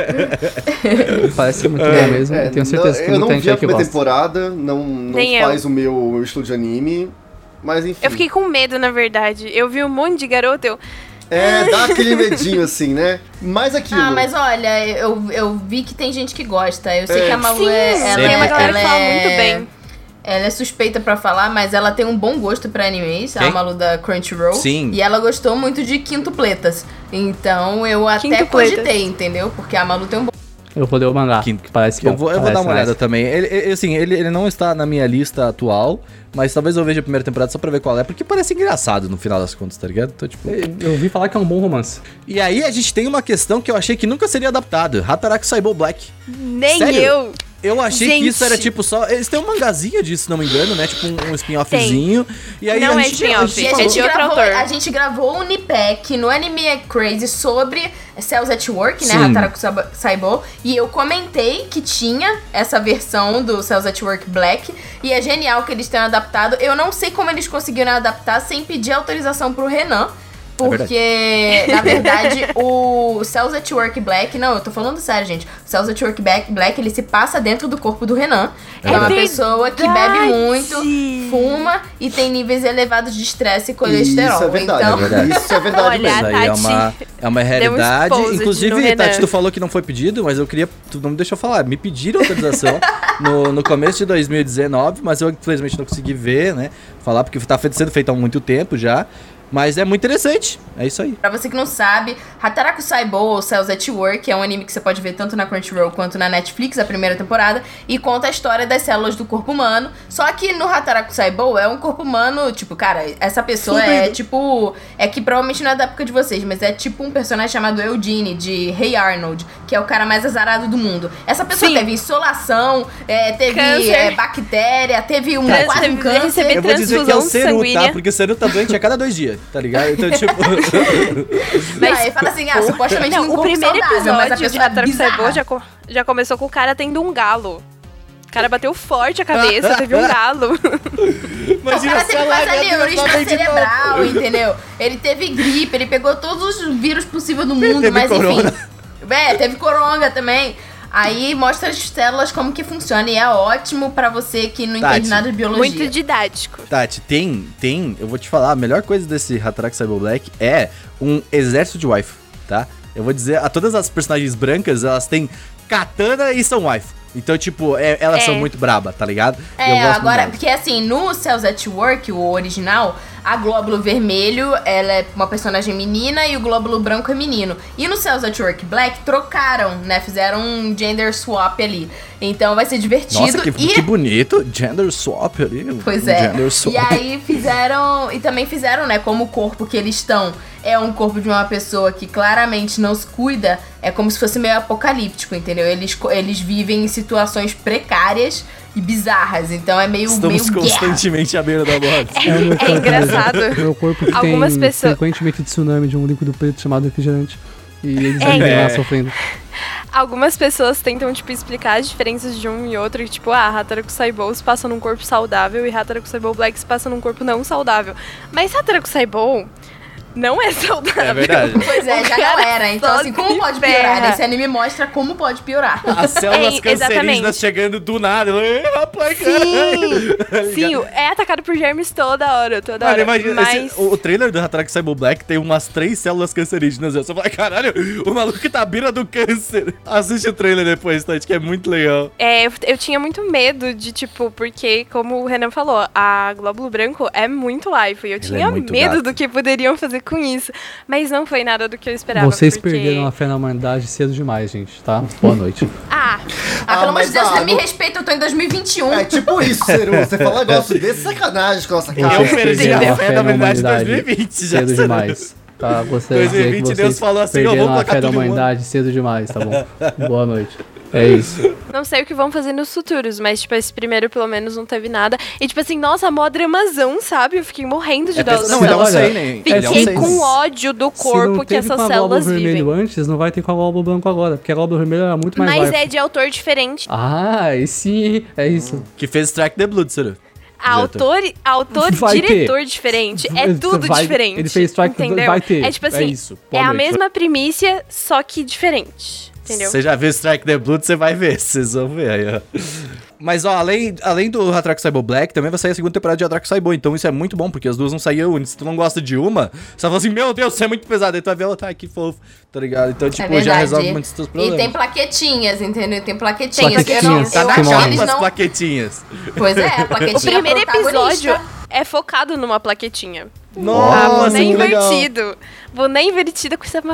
Parece muito bom mesmo. É, eu tenho certeza não- que eu muita não gente vi a aí que primeira gosta. temporada, não, não Nem eu. faz o meu, o meu estilo de anime, mas enfim. Eu fiquei com medo, na verdade. Eu vi um monte de garoto, eu... É, dá aquele medinho assim, né? Mas aquilo... Ah, mas olha, eu, eu vi que tem gente que gosta. Eu sei É. que a Malu Sim, é. Ela, tem uma é- galera ela que fala é- muito bem. Ela é suspeita pra falar, mas ela tem um bom gosto pra animes, a Quem? Malu da Crunchyroll. Sim. E ela gostou muito de quintupletas. Então eu até Quintupletas. cogitei, entendeu? Porque a Malu tem um bom. Eu vou ler o mangá, Quinto. que parece bom. Eu vou, eu vou parece dar uma olhada nice. também. Ele, ele- assim, ele, ele não está na minha lista atual, mas talvez eu veja a primeira temporada só pra ver qual é, porque parece engraçado no final das contas, tá ligado? Então, tipo... Eu ouvi falar que é um bom romance. E aí a gente tem uma questão que eu achei que nunca seria adaptado. Hataraku Saibou Black. Nem Sério? eu. Eu achei Gente. que isso era tipo só... Eles têm um mangazinho disso, se não me engano, né? Tipo um, um spin-offzinho. E aí Não a é gente, spin-off, a gente E a é falou- gente, de outro gravou, autor. a gente gravou um Unipec no Anime é Crazy sobre Cells at Work, né? Sim. Hataraku Sab- Saibou. E eu comentei que tinha essa versão do Cells at Work Black. E é genial que eles tenham adaptado. Eu não sei como eles conseguiram adaptar sem pedir autorização pro Renan. Porque, na verdade, o Cells at Work Black... Não, eu tô falando sério, gente. O Cells at Work Black, Black ele se passa dentro do corpo do Renan. É, É uma verdade. pessoa que bebe muito, fuma e tem níveis elevados de estresse e colesterol. Isso é verdade, Então, é verdade. Isso é verdade Olha, mesmo. Isso aí é Tati uma, é uma deu um realidade. exposed no Inclusive, Renan. Tati, tu falou que não foi pedido, mas eu queria. Tu não me deixou falar. Me pediram autorização no, no começo de dois mil e dezenove, mas eu infelizmente não consegui ver, né? Falar, porque tá sendo feito há muito tempo já. Mas é muito interessante. É isso aí. pra você que não sabe, Hataraku Saibou ou Cells at Work é um anime que você pode ver tanto na Crunchyroll quanto na Netflix, a primeira temporada, e conta a história das células do corpo humano. Só que no Hataraku Saibou é um corpo humano, tipo, cara, essa pessoa é tipo... É que provavelmente não é da época de vocês, mas é tipo um personagem chamado Eugene, de Hey Arnold, que é o cara mais azarado do mundo. Essa pessoa Sim. teve insolação, é, teve Câncer. é, bactéria, teve um, Trans- quase um teve- câncer. receber Eu vou dizer que é o transfusão Seru, tá? sanguínea. Porque o Seru tá doente a cada dois dias, tá ligado? Então, tipo. Mas, aí fala assim, ah, supostamente Não, num o corpo primeiro saudável, mas a episódio de pessoa é Hataraku Saibou bizarra. já, co- já começou com o cara tendo um galo. O cara bateu forte a cabeça, teve um galo. O Imagina cara só teve lá quase aneurisma de novo. cerebral, entendeu? Ele teve gripe, ele pegou todos os vírus possíveis do mundo, teve mas corona. enfim. É, teve coronga também. Aí mostra as células como que funciona e é ótimo pra você que não Tati, entende nada de biologia. Muito didático. Tati, tem, tem, eu vou te falar, a melhor coisa desse Hataraku Saibou Black é um exército de waifu, tá? Eu vou dizer, a todas as personagens brancas, elas têm katana e são waifu. Então, tipo, é- elas É. são muito braba, tá ligado? E eu É, gosto muito agora, delas. porque assim, no Cells at Work, o original, a glóbulo vermelho, ela é uma personagem menina e o glóbulo branco é menino. E no Cells at Work Black, trocaram, né? Fizeram um gender swap ali. Então vai ser divertido. Nossa, que, e... que bonito. Gender swap ali. Pois um é. Gender swap. E aí fizeram. E também fizeram, né? Como o corpo que eles estão é um corpo de uma pessoa que claramente não se cuida, é como se fosse meio apocalíptico, entendeu? Eles, co- eles vivem em situações precárias e bizarras. Então é meio, Estamos meio guerra. constantemente à beira da morte. É, o meu É corpo engraçado. mesmo. Meu corpo que Algumas tem pessoas- frequentemente tsunami de um líquido preto chamado refrigerante. E eles É. vivem lá É. sofrendo. Algumas pessoas tentam, tipo, explicar as diferenças de um e outro. Tipo, ah, Hataraku Saibou se passa num corpo saudável e Hataraku Saibou Black se passa num corpo não saudável. Mas Hataraku Saibou não é saudável. É verdade. Pois é, O já cara não era. Então, só assim, como se pode ferra. piorar? Esse anime mostra como pode piorar. As células É, cancerígenas exatamente. chegando do nada. Ei, rapaz, Sim, caralho. sim, é atacado por germes toda hora, toda Mano, hora. imagina, mas... esse- o, o trailer do Hataraku Saibou Black tem umas três células cancerígenas. Eu só falei, caralho, o maluco que tá à beira do câncer. Assiste o trailer depois, tá? Acho que é muito legal. É, eu, eu tinha muito medo de, tipo, porque, como o Renan falou, a Glóbulo Branco é muito life. E eu é tinha muito medo gato. do que poderiam fazer com isso. Mas não foi nada do que eu esperava. Vocês porque... perderam a fé na humanidade cedo demais, gente, tá? Boa noite. Ah, Ah, pelo amor mas de Deus, ah, você me não- respeita, eu tô em dois mil e vinte e um. É tipo isso, Seru. Você fala um negócio desse sacanagem com a nossa cara. Eu Vocês perdi perderam a fé na humanidade em dois mil e humanidade vinte já, cedo sabe? demais. Tá, você dois mil e vinte que Deus vocês falou assim, eu vou perderam a colocar fé da todo mundo. humanidade cedo demais, tá bom? Boa noite. É isso. não sei o que vão fazer nos futuros, mas, tipo, esse primeiro pelo menos não teve nada. E, tipo assim, nossa, mó dramazão, sabe? Eu fiquei morrendo de É dó. pesado. Não, ele é um Olha, seinen. Ele é um Fiquei seinen. com ódio do Se não corpo que teve essas com a células glóbulo vermelho vivem. antes, não vai ter com a glóbulo branco agora, porque a glóbulo vermelho era muito mais Mas life. é de autor diferente. Ah, e sim, é isso. Que fez Strike the Blood, Seru. Autor, autor Vai e diretor diferente. É Ele tudo vai- diferente. ele fez Strike the Blood, entendeu? vai ter. É tipo É assim, isso. é, Boa a noite. mesma primícia, só que diferente. Entendeu? Você já viu Strike the Blood, você vai ver. Vocês vão ver aí, ó. Mas, ó, além, além do Hataraku Saibou Black, também vai sair a segunda temporada de Hataraku Saibou. Então isso é muito bom, porque as duas vão sair antes. Se tu não gosta de uma, você fala assim, meu Deus, isso é muito pesado. Aí tu vai ver, ela tá aqui fofo, tá ligado? Então, tipo, é já verdade. resolve muitos dos teus E problemas. tem plaquetinhas, entendeu? Tem plaquetinhas. Plaquetinhas, Eu não, Tá eu na que acho capa que eles as não... plaquetinhas. Pois é, a O plaquetinha primeiro protagonista. episódio é focado numa plaquetinha. Nossa, Ah, boné que legal. invertido. Boné invertido com essa uma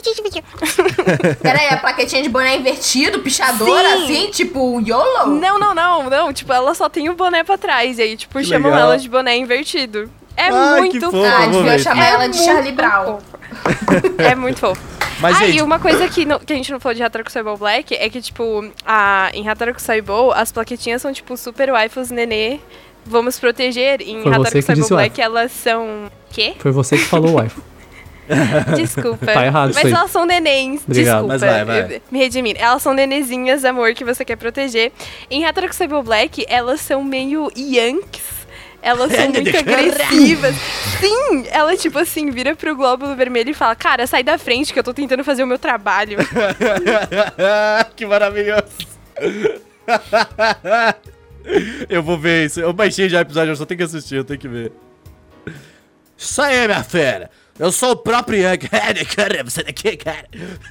Peraí, a plaquetinha de boné invertido, pichadora, Sim. assim, tipo YOLO? Não, não, não, não. Tipo, ela só tem o boné pra trás. E aí, tipo, Que chamam legal. ela de boné invertido. É Ai, que muito fofo, fofo. Ah, vou devia ver. chamar É ela de muito Charlie Brown. fofo. É muito fofo. Mas, ah, gente, e uma coisa que, não- que a gente não falou de Hataraku Saibou Black é que, tipo, a, em Hataraku Saibou, as plaquetinhas são, tipo, super waifus nenê. Vamos proteger. Em Foi você Hataraku que Saibou disse Black, elas são... Quê? Foi você que falou, wife. Desculpa. Tá errado Mas isso aí. elas são nenéns. Obrigado. Desculpa. Mas vai, vai. eu- Me redimir. Elas são nenezinhas, amor, que você quer proteger. Em Hataraku Saibou Black, elas são meio yanks. Elas são muito agressivas. Sim! Ela, tipo assim, vira pro glóbulo vermelho e fala: cara, sai da frente que eu tô tentando fazer o meu trabalho. que maravilhoso. Eu vou ver isso. Eu baixei já o episódio, eu só tenho que assistir, eu tenho que ver. Isso aí, minha fera. Eu sou o próprio Yankee. Cara, você daqui, cara.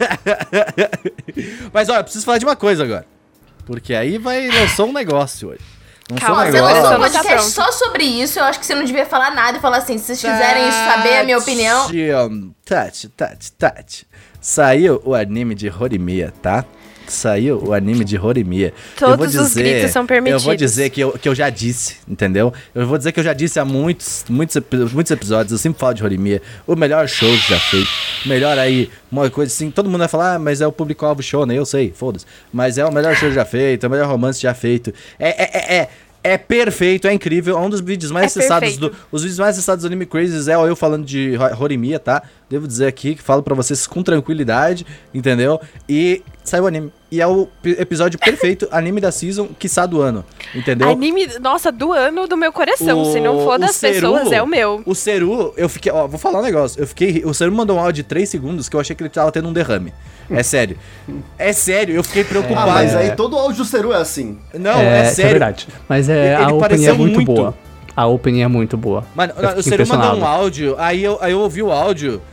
Mas, olha, eu preciso falar de uma coisa agora. Porque aí vai lançou um negócio hoje. Lançou Calma, um Você negócio. lançou um Não tá podcast pronto. só sobre isso, eu acho que você não devia falar nada e falar assim, se vocês quiserem saber a minha opinião... Tati, Tati, Tati. Saiu o anime de Horimiya, tá? Saiu o anime de Horimiya. Todos Eu vou os dizer, gritos são Eu vou permitidos. dizer que eu, que eu já disse, entendeu? Eu vou dizer que eu já disse há muitos, muitos, epi- muitos episódios, eu sempre falo de Horimiya. O melhor show que já feito. Melhor aí, uma coisa assim, todo mundo vai falar, ah, mas é o público-alvo show, né? Eu sei, foda-se. Mas é o melhor show já feito, é o melhor romance já feito. É, é, é, é. É perfeito, é incrível, é um dos vídeos mais É acessados do, perfeito. os vídeos mais acessados do Anime Crazes é eu falando de Ho- Horimiya, tá? Devo dizer aqui que falo pra vocês com tranquilidade, entendeu? E saiu o anime. E é o p- episódio perfeito, anime da season, quiçá do ano, entendeu? Anime, nossa, do ano do meu coração. O- Se não for o das Seru- pessoas, é o meu. O Seru, eu fiquei, ó, vou falar um negócio. Eu fiquei, o Seru mandou um áudio de três segundos que eu achei que ele tava tendo um derrame. É sério. É sério, eu fiquei Ah, preocupado. mas aí todo áudio do Seru é assim. Não, é, isso sério. é verdade. Mas é, Ele a opening pareceu é muito, muito. boa. A opening é muito boa. Mano, Eu o fiquei Seru mandou um impressionado. áudio, aí eu, aí eu ouvi o áudio.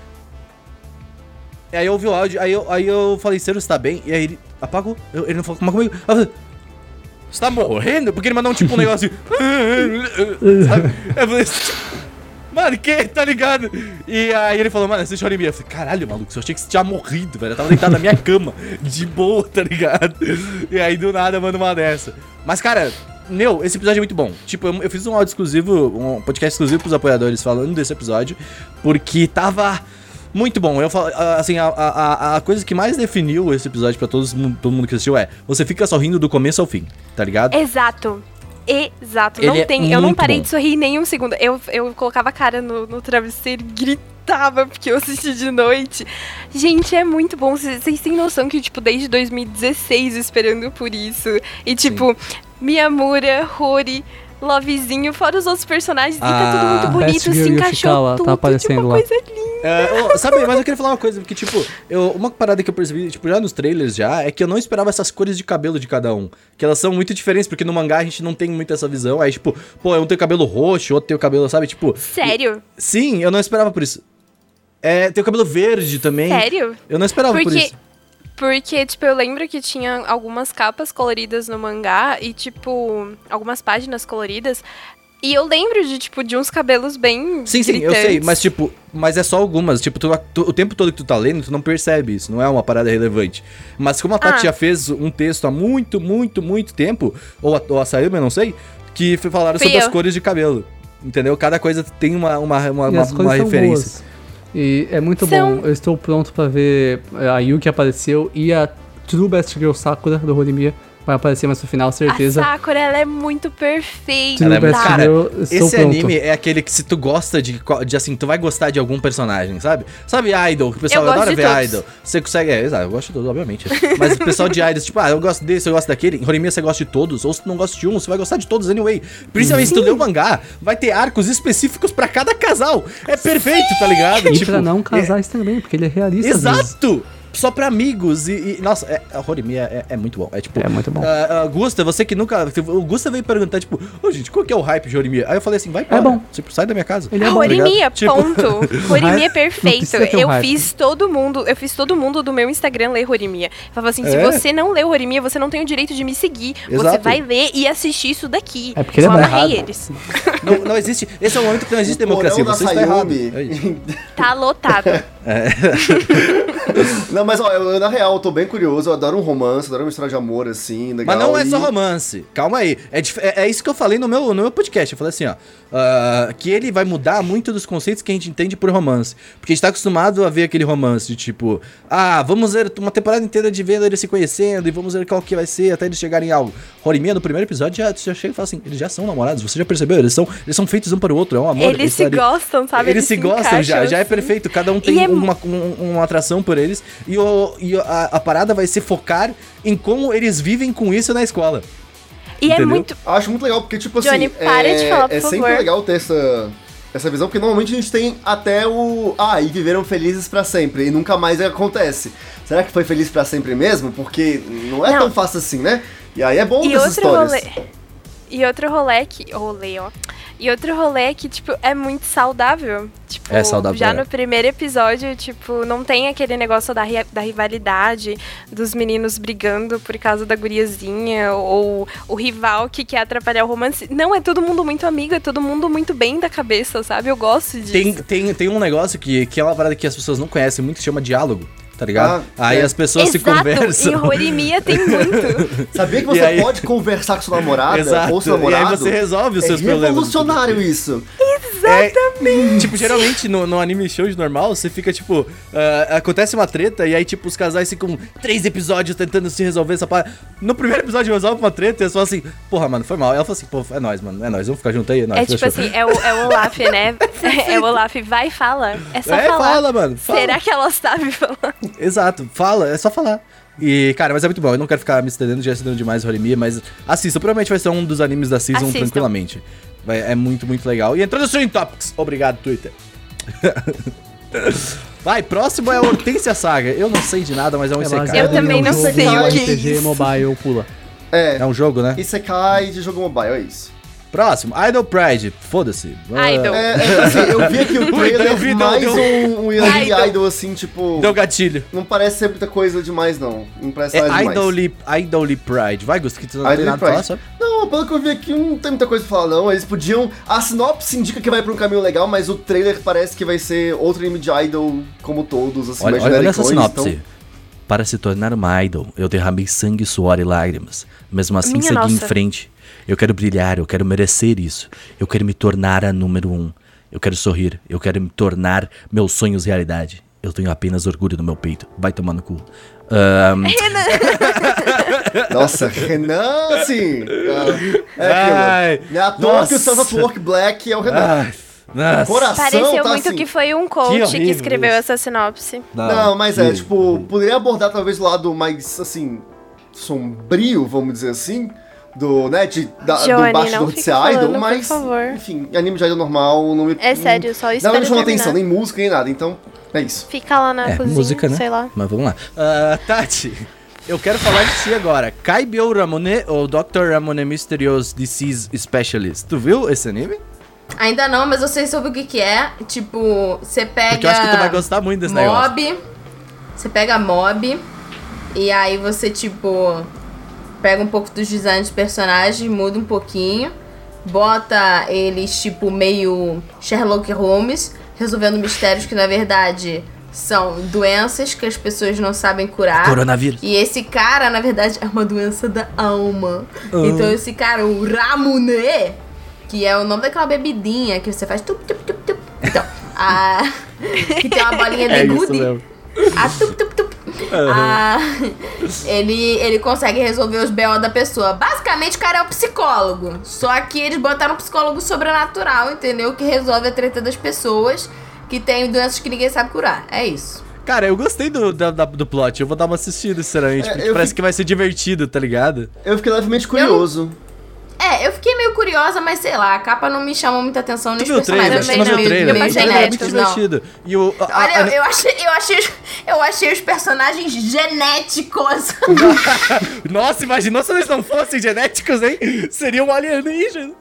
Aí eu ouvi o áudio, aí eu, aí eu falei, Seru, você tá bem? E aí ele apagou. Eu- ele não falou como comigo. Eu falei, você tá morrendo? Porque ele mandou um tipo um negócio assim. Sabe? Eu falei, mano, que? Tá ligado? E aí ele falou, mano, assiste Horimiya. Eu falei, caralho, maluco, eu achei que você tinha morrido, velho. Eu tava deitado na minha cama, de boa, tá ligado? E aí do nada manda uma dessa. Mas, cara, meu, esse episódio é muito bom. Tipo, eu, eu fiz um áudio exclusivo, um podcast exclusivo pros apoiadores falando desse episódio, porque tava muito bom. Eu falo, assim, a, a, a coisa que mais definiu esse episódio pra todos, todo mundo que assistiu é: você fica sorrindo do começo ao fim, tá ligado? Exato. Exato. Ele Não é tem, eu não muito parei bom. de sorrir nem um segundo. Eu, eu colocava a cara no, no travesseiro e gritava porque eu assisti de noite. Gente, é muito bom. Vocês vocês têm noção que, tipo, desde dois mil e dezesseis esperando por isso. E, tipo, Miyamura, Hori, lovezinho, fora os outros personagens, e tá Ah, tudo muito bonito, Best se Girl encaixou Yoshikawa, tá tudo, aparecendo tipo, uma lá. coisa linda. É, ô, sabe, mas eu queria falar uma coisa, porque, tipo, eu, uma parada que eu percebi, tipo, já nos trailers já, é que eu não esperava essas cores de cabelo de cada um. Que elas são muito diferentes, porque no mangá a gente não tem muito essa visão. Aí, tipo, pô, um tem o cabelo roxo, outro tem o cabelo, sabe, tipo... Sério? Sim, eu não esperava por isso. É, tem o cabelo verde também. Sério? Eu não esperava por Porque, isso. porque, tipo, eu lembro que tinha algumas capas coloridas no mangá e, tipo, algumas páginas coloridas. E eu lembro de, tipo, de uns cabelos bem Sim, sim, eu gritantes. sei, mas tipo, mas é só algumas. Tipo, tu, tu- o tempo todo que tu tá lendo, tu não percebe isso, não é uma parada relevante. Mas como a Tati Ah. já fez um texto há muito, muito, muito tempo, ou a, ou a Sayumi, eu não sei, que f- falaram Fui sobre as eu. cores de cabelo. Entendeu? Cada coisa tem uma, uma, uma, E uma, as uma coisas são referência. boas. E é muito São- bom. Eu estou pronto pra ver a Yuki apareceu e a True Best Girl Sakura do Horimiya vai aparecer mais no final, certeza. A Sakura, ela é muito perfeita. True Ela é muito- Best Cara, Girl, estou Esse pronto. anime é aquele que se tu gosta de, co- de assim, tu vai gostar de algum personagem, sabe? Sabe Idol, que o pessoal Eu gosto adora de ver todos. Idol. Você consegue, é, exato, eu gosto de todos, obviamente. Mas o pessoal de Idols, tipo, ah, eu gosto desse, eu gosto daquele. Em Horimiya você gosta de todos, ou se tu não gosta de um, você vai gostar de todos anyway. Principalmente se tu lê o mangá, vai ter arcos específicos pra cada casal. É perfeito, tá ligado? E Tipo, pra não é- casais também, porque ele é realista. às vezes. Exato! Só pra amigos e, e- nossa, é, a Horimiya é, é muito bom. É tipo, É muito bom. ah, ah, Gusta, você que nunca, o Gusta veio perguntar tipo, ô gente, qual que é o hype de Horimiya? Aí eu falei assim, vai embora, bom. tipo, sai da minha casa. Ele é bom, Horimiya, Tipo- ponto. Horimiya é perfeito. precisa ter um Eu hype. fiz todo mundo, eu fiz todo mundo do meu Instagram ler Horimiya. Eu falava assim, se É? você não leu Horimiya, você não tem o direito de me seguir. Você Exato. vai ler e assistir isso daqui. É porque ele é eu bom. amarrei Errado. eles. Não, não existe, esse é o momento que não existe democracia, Porão você da está errado. Sayumi. É isso. Tá lotado. Não, mas ó, eu, na real, eu tô bem curioso, eu adoro um romance, adoro uma história de amor, assim, legal. Mas não é e- só romance. Calma aí. É, dif- é- é isso que eu falei no meu, no meu podcast. Eu falei assim, ó. ah, que ele vai mudar muito dos conceitos que a gente entende por romance. Porque a gente tá acostumado a ver aquele romance de tipo, ah, vamos ver uma temporada inteira de vendo eles se conhecendo e vamos ver qual que vai ser até eles chegarem em algo. Horimiya, no primeiro episódio, já, já chega e fala assim, eles já são namorados, você já percebeu? Eles são, eles são feitos um para o outro, é um amor. Eles se ali- gostam, sabe? Eles, se gostam já, encaixam já é assim. perfeito. Cada um E tem é- uma, um- uma atração por eles. E, o, e a, a parada vai se focar em como eles vivem com isso na escola. E é Entendeu? muito. Acho muito legal, porque, tipo assim. Johnny, para é, de falar, por É sempre favor. legal ter essa, essa visão, porque normalmente a gente tem até o. Ah, e viveram felizes pra sempre, e nunca mais acontece. Será que foi feliz pra sempre mesmo? Porque não é Não. tão fácil assim, né? E aí é bom E ter essas outro histórias. rolê. E outro rolê que. Rolê, ó. E outro rolê que, tipo, é muito saudável. Tipo, É saudável, já é. no primeiro episódio, tipo, não tem aquele negócio da, ri- da rivalidade, dos meninos brigando por causa da guriazinha, ou o rival que quer atrapalhar o romance. Não, é todo mundo muito amigo, é todo mundo muito bem da cabeça, sabe? Eu gosto disso. Tem, tem, tem um negócio que, que é uma parada que as pessoas não conhecem muito, que chama diálogo, tá ligado? Ah, aí é. as pessoas se Exato, conversam. em Horimiya tem muito. Sabia que E você aí- pode conversar com sua namorada Exato. ou seu E aí namorado? você resolve os é seus problemas. revolucionário isso. Exatamente. É, tipo, geralmente no, no anime show de normal, você fica tipo. ah, acontece uma treta e aí, tipo, os casais ficam três episódios tentando se resolver essa parada. No primeiro episódio resolve uma treta e eles falam assim: porra, mano, foi mal. Ela fala assim: pô, é nóis, mano, é nóis, vamos ficar junto aí, é nóis. É tipo fechou." assim, é o, é o Olaf, né? É o Olaf, vai e fala. É só É, falar. fala, mano, fala. Será que ela sabe falar? Exato, fala, é só falar. E, cara, mas é muito bom. Eu não quero ficar me estendendo, já estendendo demais o Horimiya, mas assista. Provavelmente vai ser um dos animes da season Assistam. tranquilamente. Vai, é muito, muito legal. E entrando no Trending Topics. Obrigado, Twitter. Vai, próximo é a Hortência Saga. Eu não sei de nada, mas é um É Isekai. baseado Eu também em um não jogo sei de o que é R P G isso. mobile pula. É, É um jogo, né? Isekai de jogo mobile, é isso. Próximo, Idol Pride. Foda-se. Idol. É, é assim, eu vi aqui o Ui, trailer, eu vi, mais deu- um, um Young Idol. Idol, assim, tipo... Deu gatilho. Não parece ser muita coisa demais, não. Não parece nada É demais. Idol Idol Pride. Vai, Gusto, que tu não Idol tem nada pra Pride. falar, sabe? Não, pelo que eu vi aqui, não tem muita coisa pra falar, não. Eles podiam... A sinopse indica que vai pra um caminho legal, mas o trailer parece que vai ser outro anime de Idol, como todos, assim, Olha, mais olha, olha essa genericões, sinopse. então- Para se tornar uma idol, eu derramei sangue, suor e lágrimas. Mesmo assim, Minha segui em nossa. frente. Eu quero brilhar, eu quero merecer isso. Eu quero me tornar a número um. Eu quero sorrir, eu quero me tornar meus sonhos realidade. Eu tenho apenas orgulho no meu peito. Vai tomar no cu. Ahn, Nossa, Renan, assim... É Ai, aquilo. Não é à toa que o nossa. Sons of Work Black é o Renan. ai, nossa. Coração Pareceu tá muito assim... que foi um coach que, horrível escreveu isso. essa sinopse. Não, mas é, que- tipo, poderia abordar talvez o lado mais, assim, sombrio, vamos dizer assim, do, né, de, da, Johnny, do baixo não do fica ser falando, idol, por mas, favor. enfim, anime de idol normal não me... É sério, só não, espero não me chama terminar. atenção, nem música, nem nada, então é isso. Fica lá na É, cozinha, música, né? sei lá. Mas vamos lá. Ah, Tati, eu quero falar de ti agora. Kaibyo Ramone ou doutor Ramone Mysterious Disease Specialist. Tu viu esse anime? Ainda não, mas eu sei sobre o que que é. Tipo, você pega... Porque eu acho que tu vai gostar muito desse negócio. mob, você pega mob, e aí você, tipo, pega um pouco dos designs dos personagens, muda um pouquinho, bota eles, tipo, meio Sherlock Holmes, resolvendo mistérios que, na verdade, são doenças que as pessoas não sabem curar. Coronavírus. E esse cara, na verdade, é uma doença da alma. Ah. Então esse cara, o Ramune, que é o nome daquela bebidinha que você faz tup, tup, tup, tup. Então, a... que tem uma bolinha de É isso gude. mesmo. A tup, tup, tup. A... ele, ele consegue resolver os B O da pessoa. Basicamente, o cara é um psicólogo. Só que eles botaram um psicólogo sobrenatural, entendeu? Que resolve a treta das pessoas que tem doenças que ninguém sabe curar. É isso. Cara, eu gostei do, da- da- do plot. Eu vou dar uma assistida, sinceramente. É, porque eu parece fico- que vai ser divertido, tá ligado? Eu fiquei levemente curioso. É, eu fiquei meio curiosa, mas sei lá, a capa não me chamou muita atenção Tu nos viu o trailer? personagens. Tu não viu o meio- trailer? meio O trailer é muito genéticos, não. divertido. E o, a- a- Olha, a- eu, eu achei, eu, achei, os- eu achei os personagens genéticos. Nossa, imaginou se eles não fossem genéticos, hein? Seria um alienígena.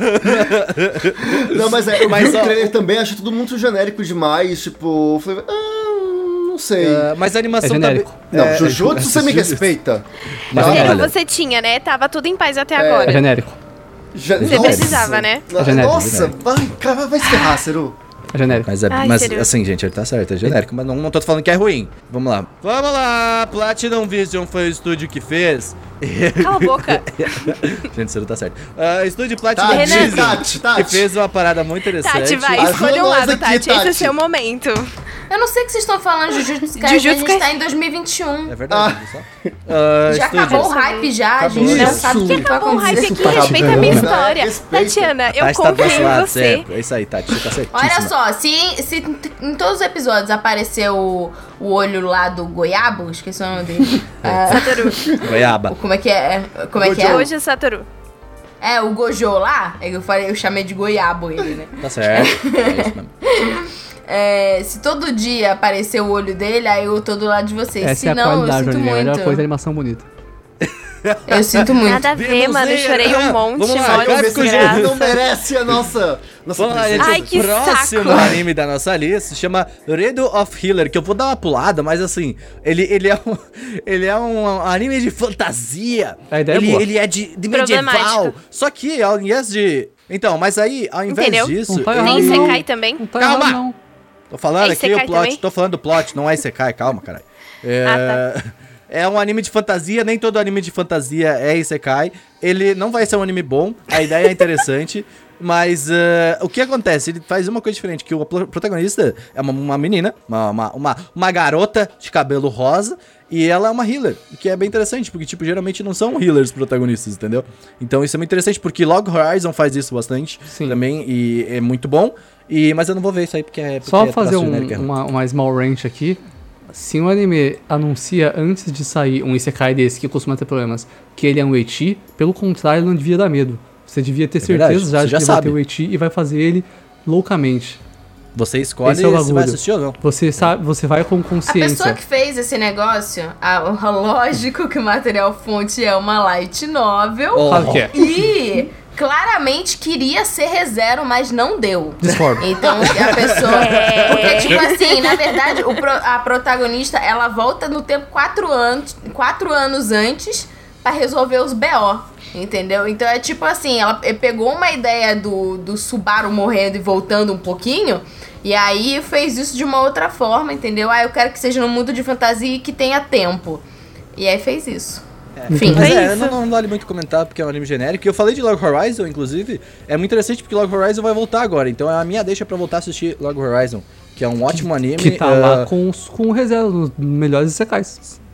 Não, mas é, eu Mas, vi ó, o trailer também, achei tudo muito genérico demais, tipo, eu falei, ah, não sei. Ah, mas a animação É genérico. tá... não, é, Jujutsu você me Jujutsu. respeita. Mas Não, é Diego, genérico. você tinha, né? Tava tudo em paz até É. É agora. genérico. Já- Você precisava, né? No- É genérico, Nossa, genérico. vai, cara, vai se ferrar, Ceru. É genérico. Mas, é, Ai, mas sério. assim, gente, ele tá certo, é genérico. Mas não, não tô falando que é ruim. Vamos lá. Vamos lá! Platinum Vision foi o estúdio que fez. Cala a boca. Gente, você não tá certo. Uh, estúdio Platinum Tati, Vision. Tati, Tati. Que fez uma parada muito interessante. Tati, vai, Ajuda escolha um nós lado, aqui, Tati. Esse é Tati. o seu momento. Eu não sei o que vocês estão falando de Jujutsu Kaisen, Jujutsu a gente tá Kaisen. em dois mil e vinte e um. É verdade, Ah. só. Uh, Já estúdio. acabou o hype já, a Acabou. gente não Isso. sabe o que, que vai Acabou o hype acontecer. aqui, Tati, respeita a minha respeita. história. Respeita. Tatiana, eu Tati tá do nosso confio em lado, você. certo. É isso aí, Tati, você tá certíssima. Olha só, se, se em todos os episódios apareceu o, o olho lá do Goiabo, esqueci o nome dele. Ah, Satoru. Goiaba. como é que é? Como é que é? Hoje é Satoru. É, o Gojo lá, é que eu, falei, eu chamei de Goiabo ele, né? Tá certo. É isso mesmo. É, se todo dia aparecer o olho dele, aí eu tô do lado de vocês. Essa se é a não, eu qualidade, sinto Johnny. A melhor muito. coisa é a animação bonita. Eu sinto muito. Nada a ver, Vemos mano. Eu ele. chorei um monte, Vamos lá, olha quase que que o Esse Júlio jogo não desgraça. merece a nossa, nossa Vamos lá, presença. gente. Ai, que o próximo saco. anime da nossa lista se chama Redo of Healer, que eu vou dar uma pulada, mas assim, ele, ele, é, um, ele é um anime de fantasia. A ideia é ele, boa. ele é de, de medieval. Problemático. Só que, ao invés de. Então, mas aí, ao invés Entendeu? disso. Não tá ele- errado, Nem não. Isekai também. Não tá Calma! errado, não. Tô falando É aqui o Isekai plot, também? tô falando do plot, não é Isekai, calma, caralho. É, é um anime de fantasia, nem todo anime de fantasia é Isekai. Ele não vai ser um anime bom, a ideia é interessante, mas eh, o que acontece? Ele faz uma coisa diferente, que o pro- protagonista é uma, uma menina, uma, uma, uma, uma garota de cabelo rosa, e ela é uma healer, o que é bem interessante, porque, tipo, geralmente não são healers protagonistas, entendeu? Então isso é muito interessante, porque Log Horizon faz isso bastante Sim. também, e é muito bom. E, mas eu não vou ver isso aí porque é. Porque Só é fazer traço um- genérico, é ruim. uma, uma small ranch aqui. Se um anime anuncia antes de sair um Isekai desse, que costuma ter problemas, que ele é um ecchi, pelo contrário, não devia dar medo. Você devia ter É certeza verdade, já você de já que sabe. vai ter o ecchi e vai fazer ele loucamente. Você escolhe Esse é o se vai bagulho. assistir ou não. Você sabe, você vai com A pessoa consciência. que fez esse negócio, a, a- lógico que o material fonte é uma light novel. Claro que é. E claramente queria ser ReZero, mas não deu. Discordo. Então a pessoa. É. Porque, tipo assim, na verdade, o pro- a protagonista ela volta no tempo quatro anos, quatro anos antes pra resolver os B O. Entendeu? Então é tipo assim, ela pegou uma ideia do, do Subaru morrendo e voltando um pouquinho. E aí fez isso de uma outra forma, entendeu? Ah, eu quero que seja num mundo de fantasia e que tenha tempo. E aí fez isso. Enfim. Mas É é, isso. não, não vale muito comentar porque é um anime genérico. E eu falei de Log Horizon, inclusive, é muito interessante porque Log Horizon vai voltar agora. Então é a minha deixa pra voltar a assistir Log Horizon, que é um ótimo anime. Que tá ah, lá com, os- com o ReZero, nos melhores Isekais.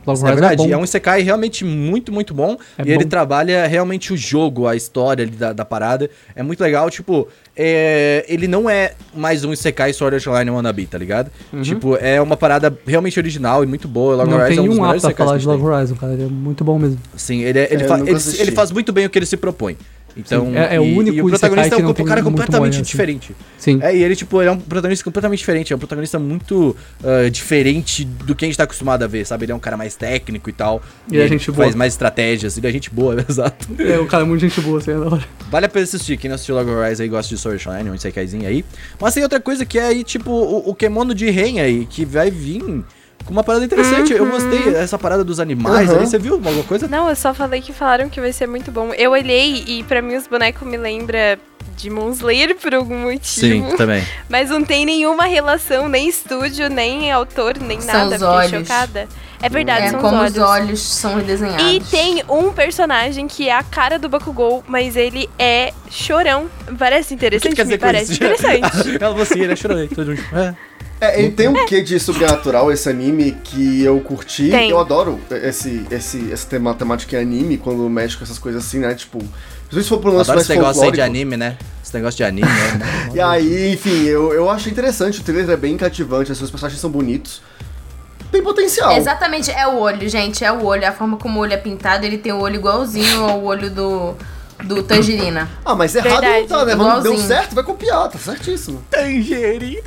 Log Isso é Horizon verdade, é é, bom. um Isekai realmente muito, muito bom. É e ele bom. trabalha realmente o jogo, a história ali da, da parada. É muito legal, tipo, é, ele não é mais um Isekai Sword Art Online Wannabe, tá ligado? Tipo, é uma parada realmente original e muito boa. Log Não Horizon tem é um dos um A melhores pra Isekais falar que de a gente Log Horizon, cara. Ele é muito bom mesmo. tem. Sim, ele, é- ele, É, fa- eu nunca ele, assisti. ele faz muito bem o que ele se propõe. Então, Sim, é- é o e- único e o protagonista Isekai que é um, não um tem cara muito completamente moe, assim. diferente. Sim. É, e ele, tipo, ele é um protagonista completamente diferente. É um protagonista muito ah, diferente do que a gente tá acostumado a ver, sabe? Ele é um cara mais técnico e tal. E é gente faz boa. mais estratégias. Ele é gente boa, exato. É, o cara é muito gente boa, assim, é da hora. Vale a pena assistir. Quem não assistiu Log Horizon aí gosta de Sword Art Online, um Isekaizinho aí. Mas tem outra coisa que é aí, tipo, o, o Kemono de Ren aí, que vai vir com uma parada interessante. Eu gostei dessa parada dos animais Uhum. aí. Você viu alguma coisa? Não, eu só falei que falaram que vai ser muito bom. Eu olhei e pra mim os bonecos me lembram Demon Slayer por algum motivo. também. Mas não tem nenhuma relação, nem estúdio, nem autor, nem São nada. os Fiquei olhos. chocada. É verdade, É são como os os olhos. olhos são desenhados. E tem um personagem que é a cara do Bakugou, mas ele é chorão. Parece O que interessante? que quer dizer Me com parece isso? interessante. Ela você, ele é chorando. Todo junto. É. É, ele tem um quê de sobrenatural, esse anime, que eu curti. Tem. Eu adoro esse, esse, essa tema- temática em anime, quando mexe com essas coisas assim, né? Tipo, principalmente se for pro Eu lance adoro mais esse negócio aí de folclórico. anime, né? Esse negócio de anime, né? E aí, enfim, eu, eu achei interessante. O trailer é bem cativante, os seus personagens são bonitos. Tem potencial. Exatamente, é o olho, gente, é o olho. A forma como o olho é pintado, ele tem o olho igualzinho ao olho do, do Tangerina. Ah, mas errado Verdade, não tá, né? Vamos- Deu igualzinho. certo, vai copiar, tá certíssimo. Tangerina.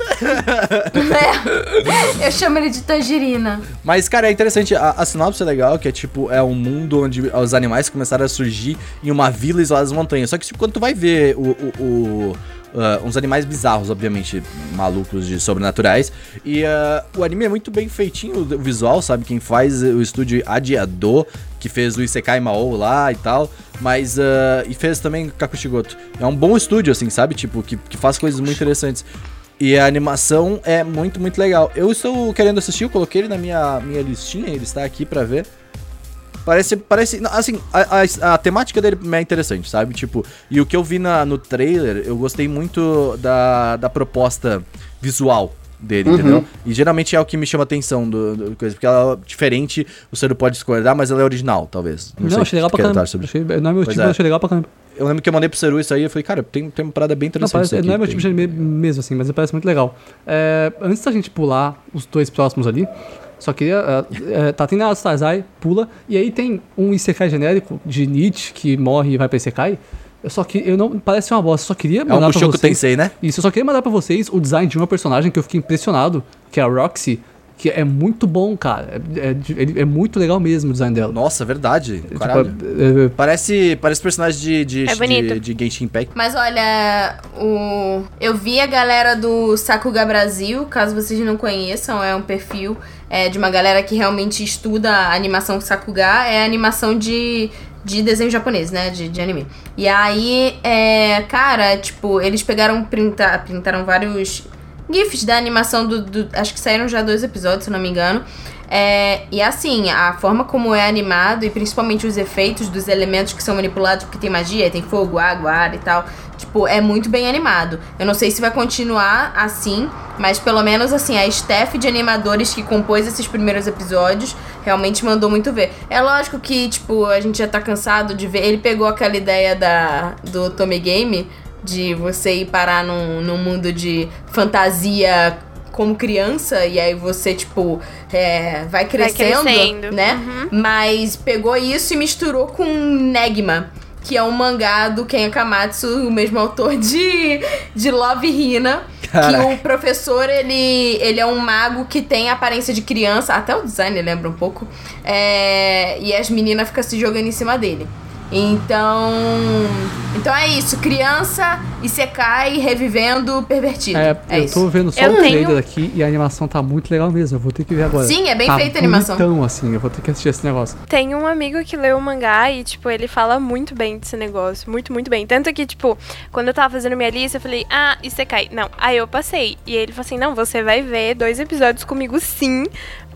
É, eu chamo ele de Tangerina. Mas, cara, é interessante. A, a sinopse é legal, que é tipo, é um mundo onde os animais começaram a surgir em uma vila isolada das montanhas. Só que tipo, quando tu vai ver o... o, o Uh, uns animais bizarros, obviamente, malucos de sobrenaturais. E uh, o anime é muito bem feitinho, o visual, sabe? Quem faz o estúdio Adiado, que fez o Isekai Mao lá e tal. Mas, uh, e fez também Kakushigoto. É um bom estúdio, assim, sabe? Tipo, que, que faz coisas muito interessantes. E a animação é muito, muito legal. Eu estou querendo assistir, eu coloquei ele na minha, minha listinha, ele está aqui pra ver. Parece, parece, não, assim, a, a, a temática dele é interessante, sabe? Tipo, e o que eu vi na, no trailer, eu gostei muito da, da proposta visual dele, Uhum. entendeu? E geralmente é o que me chama a atenção do, do coisa, porque ela é diferente, o Ciro pode discordar, mas ela é original, talvez. Não, sei achei legal o que pra tu quer caramba. falar sobre isso. Achei, não é meu Pois tipo, é. mas achei legal pra caramba. Eu lembro que eu mandei pro Ciro isso aí, eu falei, cara, tem, tem uma parada bem Não, interessante parece, isso aqui. não é meu tem- tipo de anime mesmo, assim, mas parece muito legal. É, antes da gente pular os dois próximos ali, só queria. É, tá tendo a Starzai, pula, e aí tem um Isekai genérico de Nietzsche que morre e vai pra Isekai. Eu só que eu não. Parece uma bosta, eu só queria É um mandar pra Mushoku vocês. Tensei, né? Isso, eu só queria mandar pra vocês o design de uma personagem que eu fiquei impressionado, que é a Roxy, que é muito bom, cara. É, é, ele- é muito legal mesmo o design dela. Nossa, verdade. Tipo, Caralho. é- é- Parece, paresse personagem de, de, É bonito. de, de Genshin Impact. Mas olha, o... eu vi a galera do Sakuga Brasil, caso vocês não conheçam, é um perfil é, de uma galera que realmente estuda a animação Sakuga, é animação de, de desenho japonês, né, de, de anime. E aí, é, cara, tipo, eles pegaram, printa, printaram vários GIFs da animação do, do... Acho que saíram já dois episódios, se eu não me engano. É, e assim, a forma como é animado e principalmente os efeitos dos elementos que são manipulados, porque tem magia, tem fogo, água, ar e tal, tipo, é muito bem animado. Eu não sei se vai continuar assim, mas pelo menos assim, a staff de animadores que compôs esses primeiros episódios realmente mandou muito ver. É lógico que, tipo, a gente já tá cansado de ver. Ele pegou aquela ideia da, do Tommy Game, de você ir parar num, num mundo de fantasia como criança, e aí você, tipo, é, vai, crescendo, crescendo. né? Uhum. Mas pegou isso e misturou com Negma, que é um mangá do Ken Akamatsu, o mesmo autor de, de Love Hina. Caraca. Que o professor, ele, ele é um mago que tem a aparência de criança, até o design lembra um pouco, é, e as meninas ficam se jogando em cima dele. Então, então é isso, criança, Isekai, revivendo, pervertido. É, É, eu isso. tô vendo só Eu o tenho- trailer aqui e a animação tá muito legal mesmo. Eu vou ter que ver agora. Sim, é bem tá feita a animação. bonitão, assim, eu vou ter que assistir esse negócio. Tem um amigo que leu o mangá e, tipo, ele fala muito bem desse negócio. Muito, muito bem. Tanto que, tipo, quando eu tava fazendo minha lista, eu falei, ah, Isekai. Não. Aí eu passei. E ele falou assim, não, você vai ver dois episódios comigo sim,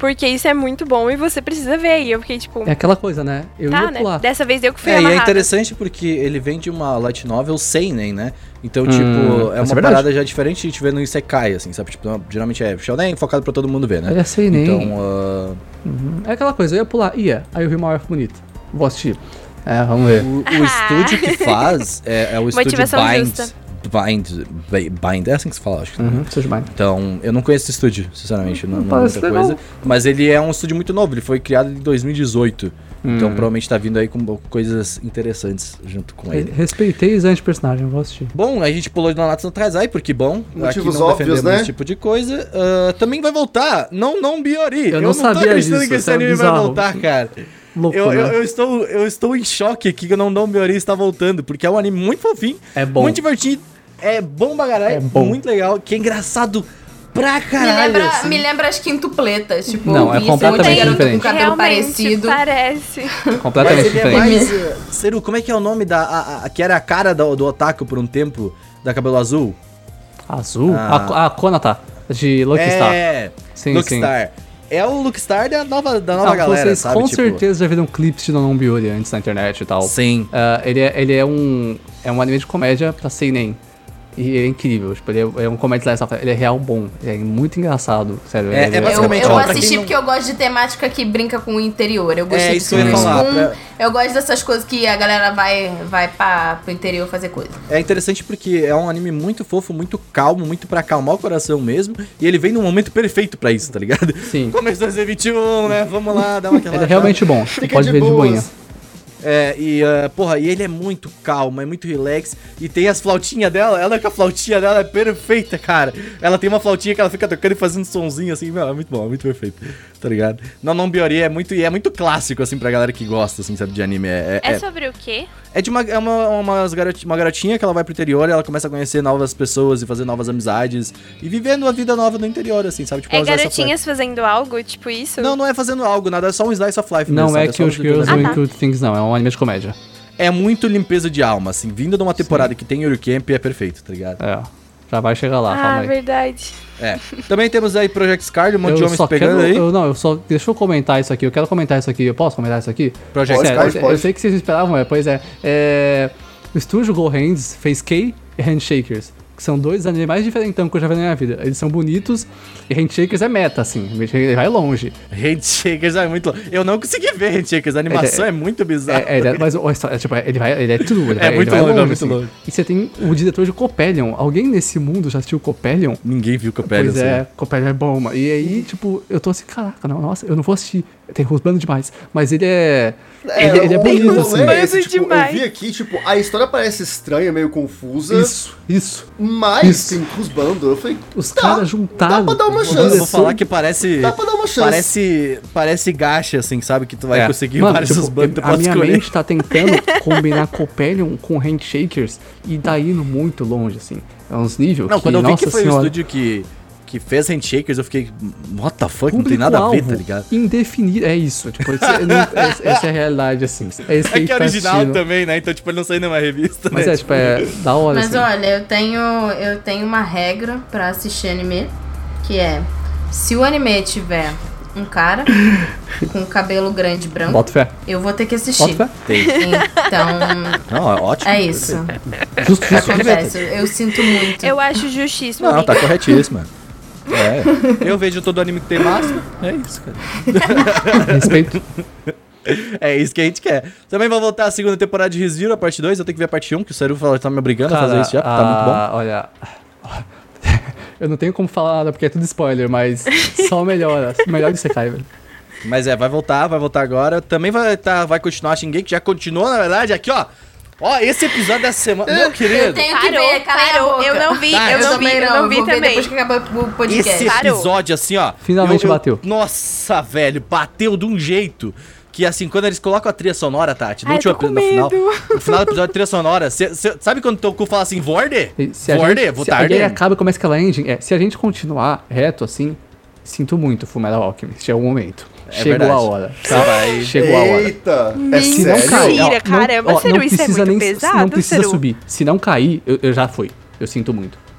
porque isso é muito bom e você precisa ver. E eu fiquei tipo, É aquela coisa, né? Eu tá, ia né? pular. Dessa vez eu que fui É, e é amarrada. interessante porque ele vem de uma light novel seinen, né? Então, Hum, tipo, isso é é uma verdade. parada já diferente de a gente ver no Isekai, assim, sabe? Tipo, geralmente é shonen focado pra todo mundo ver, né? Ele é seinen. Então, ah, É aquela coisa, eu ia pular, ia. Aí eu vi uma orfa bonita. Vou assistir. É, vamos ver. o, o estúdio que faz é, é o estúdio Motivação Bind, justa. Bind. Bind, é assim que se fala, acho que. Uhum, seja mais. Então, eu não conheço esse estúdio, sinceramente, não, não é Parece muita legal. coisa. Mas ele é um estúdio muito novo, ele foi criado em dois mil e dezoito. Então, provavelmente tá vindo aí com coisas interessantes junto com ele. Respeitei os anti-personagem, vou assistir. Bom, a gente pulou de Nanatsu no Taizai, porque bom, Motivos aqui não óbvios, defendemos né? esse tipo de coisa. Ah, também vai voltar, não não Biori. Eu não tô sabia acreditando disso, que esse isso é anime vai bizarro. voltar, cara. Louco, Eu, eu, né? eu estou, eu estou em choque aqui que o Não Não Biori está voltando, porque é um anime muito fofinho, É bom. muito divertido, é bom bagarai, É bom. muito legal, que é engraçado pra Me caralho. lembra, assim. me lembra as quintupletas. Tipo, Não, eu é vi completamente esse garoto diferente. com cabelo Realmente, parecido. parece. Mas Completamente ele é diferente. mais. uh, Seru, como é que é o nome da. A, a- que era a cara do, do Otaku por um tempo, da cabelo azul? Azul? Ah. A, a Konata, de Lucky Star. É, Sim, Lookstar. É o Lookstar da nova, da nova Ah, galera, vocês sabe? com Tipo, certeza já viram clipes de Nonon Biori antes na internet e tal. Sim. Ah, ele, é, ele é um é um anime de comédia pra seinen. E é incrível, tipo, ele é, é um comédia slice of life, ele é real bom, ele é muito engraçado, sério. É- ele é Eu, basicamente, eu ó, pra quem assisti não- porque eu gosto de temática que brinca com o interior. Eu gostei É, de isso que eu ia Silver falar, Spoon. pra- Eu gosto dessas coisas que a galera vai, vai pra, pro interior fazer coisa. É interessante porque é um anime muito fofo, muito calmo, muito pra acalmar o coração mesmo. E ele vem num momento perfeito pra isso, tá ligado? Sim. Começou dois mil e vinte e um, né? Vamos lá, dá uma aquela. Ele é realmente bom, você Fica pode de ver de boas. manhã. É, e, uh, porra, e ele é muito calmo, é muito relax. E tem as flautinhas dela, ela com a flautinha dela é perfeita, cara. Ela tem uma flautinha que ela fica tocando e fazendo sonzinho assim, meu, é muito bom, é muito perfeito, tá ligado? Não, não, Biori é muito, e é muito clássico, assim, pra galera que gosta, assim, sabe, de anime. É, é, É é, sobre o quê? é de uma, é uma, uma, garot- uma garotinha que ela vai pro interior e ela começa a conhecer novas pessoas e fazer novas amizades. E vivendo a vida nova no interior, assim, sabe? Tipo, É uma slice of garotinhas fazendo algo, tipo isso? life. Não, não é fazendo algo, nada, é só um slice of life. Não mesmo, é sabe? que só os um- Girls Ah, Doing tá. Good Things, não, é um anime de comédia. É muito limpeza de alma, assim, vindo de uma temporada que tem Eurocamp é perfeito, tá ligado? É, já vai chegar lá, calma Ah, aí. verdade. É. Também temos aí Project Scar, um monte de Eu homens só pegando quero, aí. eu, não, eu só, deixa eu comentar isso aqui, eu quero comentar isso aqui, eu posso comentar isso aqui? Project Pode, Scar. pode, eu, pode. eu sei que vocês esperavam, é, pois é, é o estúdio Go Hands fez Kay e Handshakers, que são dois animes mais diferentão que eu já vi na minha vida. Eles são bonitos e Handshakers é meta, assim, ele vai longe. Handshakers é muito louco. Eu não consegui ver Handshakers, a animação é, É- muito bizarra. É, é, ele é- mas o- a história, tipo, ele vai, ele é true, ele É vai, ele muito vai longe, longe, é muito assim. longe. E você tem o diretor de Coppelion. Alguém nesse mundo já assistiu Coppelion? Ninguém viu Coppelion, Pois é, Coppelion é bom, mano. E aí, tipo, eu tô assim, caraca, não, nossa, eu não vou assistir. Tem rusbando demais. Mas ele é. ele, ele é o bonito, rolê assim. é esse, Mas é tipo, eu demais. vi aqui, tipo, a história parece estranha, meio confusa, Isso, isso. mas Isso. tem cruzbando. Eu falei, Os tá, caras juntaram. dá pra dar uma a chance. Eu vou direção- falar que parece. dá pra dar uma chance. Parece. Parece gacha, assim, sabe? Que tu vai É. conseguir Mano, vários tipo, rusbandos, tu a pode minha escolher. mente tá tentando combinar Coppelion com Handshakers e tá indo muito longe, assim. É uns níveis Não, que, quando eu vi nossa que foi senhora, o estúdio que, que fez Handshakers, eu fiquei. What the fuck? Não tem nada a ver, tá público-alvo ligado? indefinido. É isso. Tipo, esse- não- essa essa é a realidade, assim. É, isso É que é a gente tá original assistindo. também, né? Então, tipo, ele não saiu numa revista, Mas né? é, tipo, é da hora, Mas assim. olha, eu tenho, eu tenho uma regra pra assistir anime, que é, se o anime tiver um cara com cabelo grande branco, Bota fé. eu vou ter que Bota assistir. fé. Então, Não, é ótimo. é isso. Justo, justo. Acontece, eu sinto muito. Eu acho justíssimo. Não, tá amiga. corretíssimo. É. Eu vejo todo anime que tem massa. É isso, cara. Respeito. É isso que a gente quer. Também vai voltar a segunda temporada de ReZero, a parte dois. Eu tenho que ver a parte um, que o Seru falou que tá me obrigando a fazer isso já, porque tá muito bom. ah, Olha. Eu não tenho como falar nada porque é tudo spoiler, mas só melhora. Melhor de Sekai, velho. Mas é, vai voltar, vai voltar agora. Também vai, tá, vai continuar Shingeki, já continuou, na verdade, aqui, ó. Ó, esse episódio dessa semana. Meu querido. Eu tenho que Parou, ver, cala a parou. boca. Eu não vi, Tá, eu eu não vi, também eu não vi vou ver também. depois que acabar o podcast. Esse Parou. episódio, assim, ó. Finalmente bateu. Nossa, velho, bateu de um jeito. Que assim, quando eles colocam a trilha sonora, Tati, no Ai, último tô com no final, medo. no final do episódio, trilha sonora, cê, cê- sabe quando teu cu fala assim, Vorde? E Se a Vorde, gente, vou se, aí tarde. acaba e começa aquela engine. É, se a gente continuar reto assim, sinto muito, Fullmetal Alchemist. É o momento. É Chegou verdade. a hora. Você vai- Chegou a hora. Eita, é Se não sério? cair, ó, Mentira, caramba, não, ó, Seru, não isso é precisa muito nem, pesado, não precisa Seru. subir. Se não cair, eu, eu já fui. Eu sinto muito.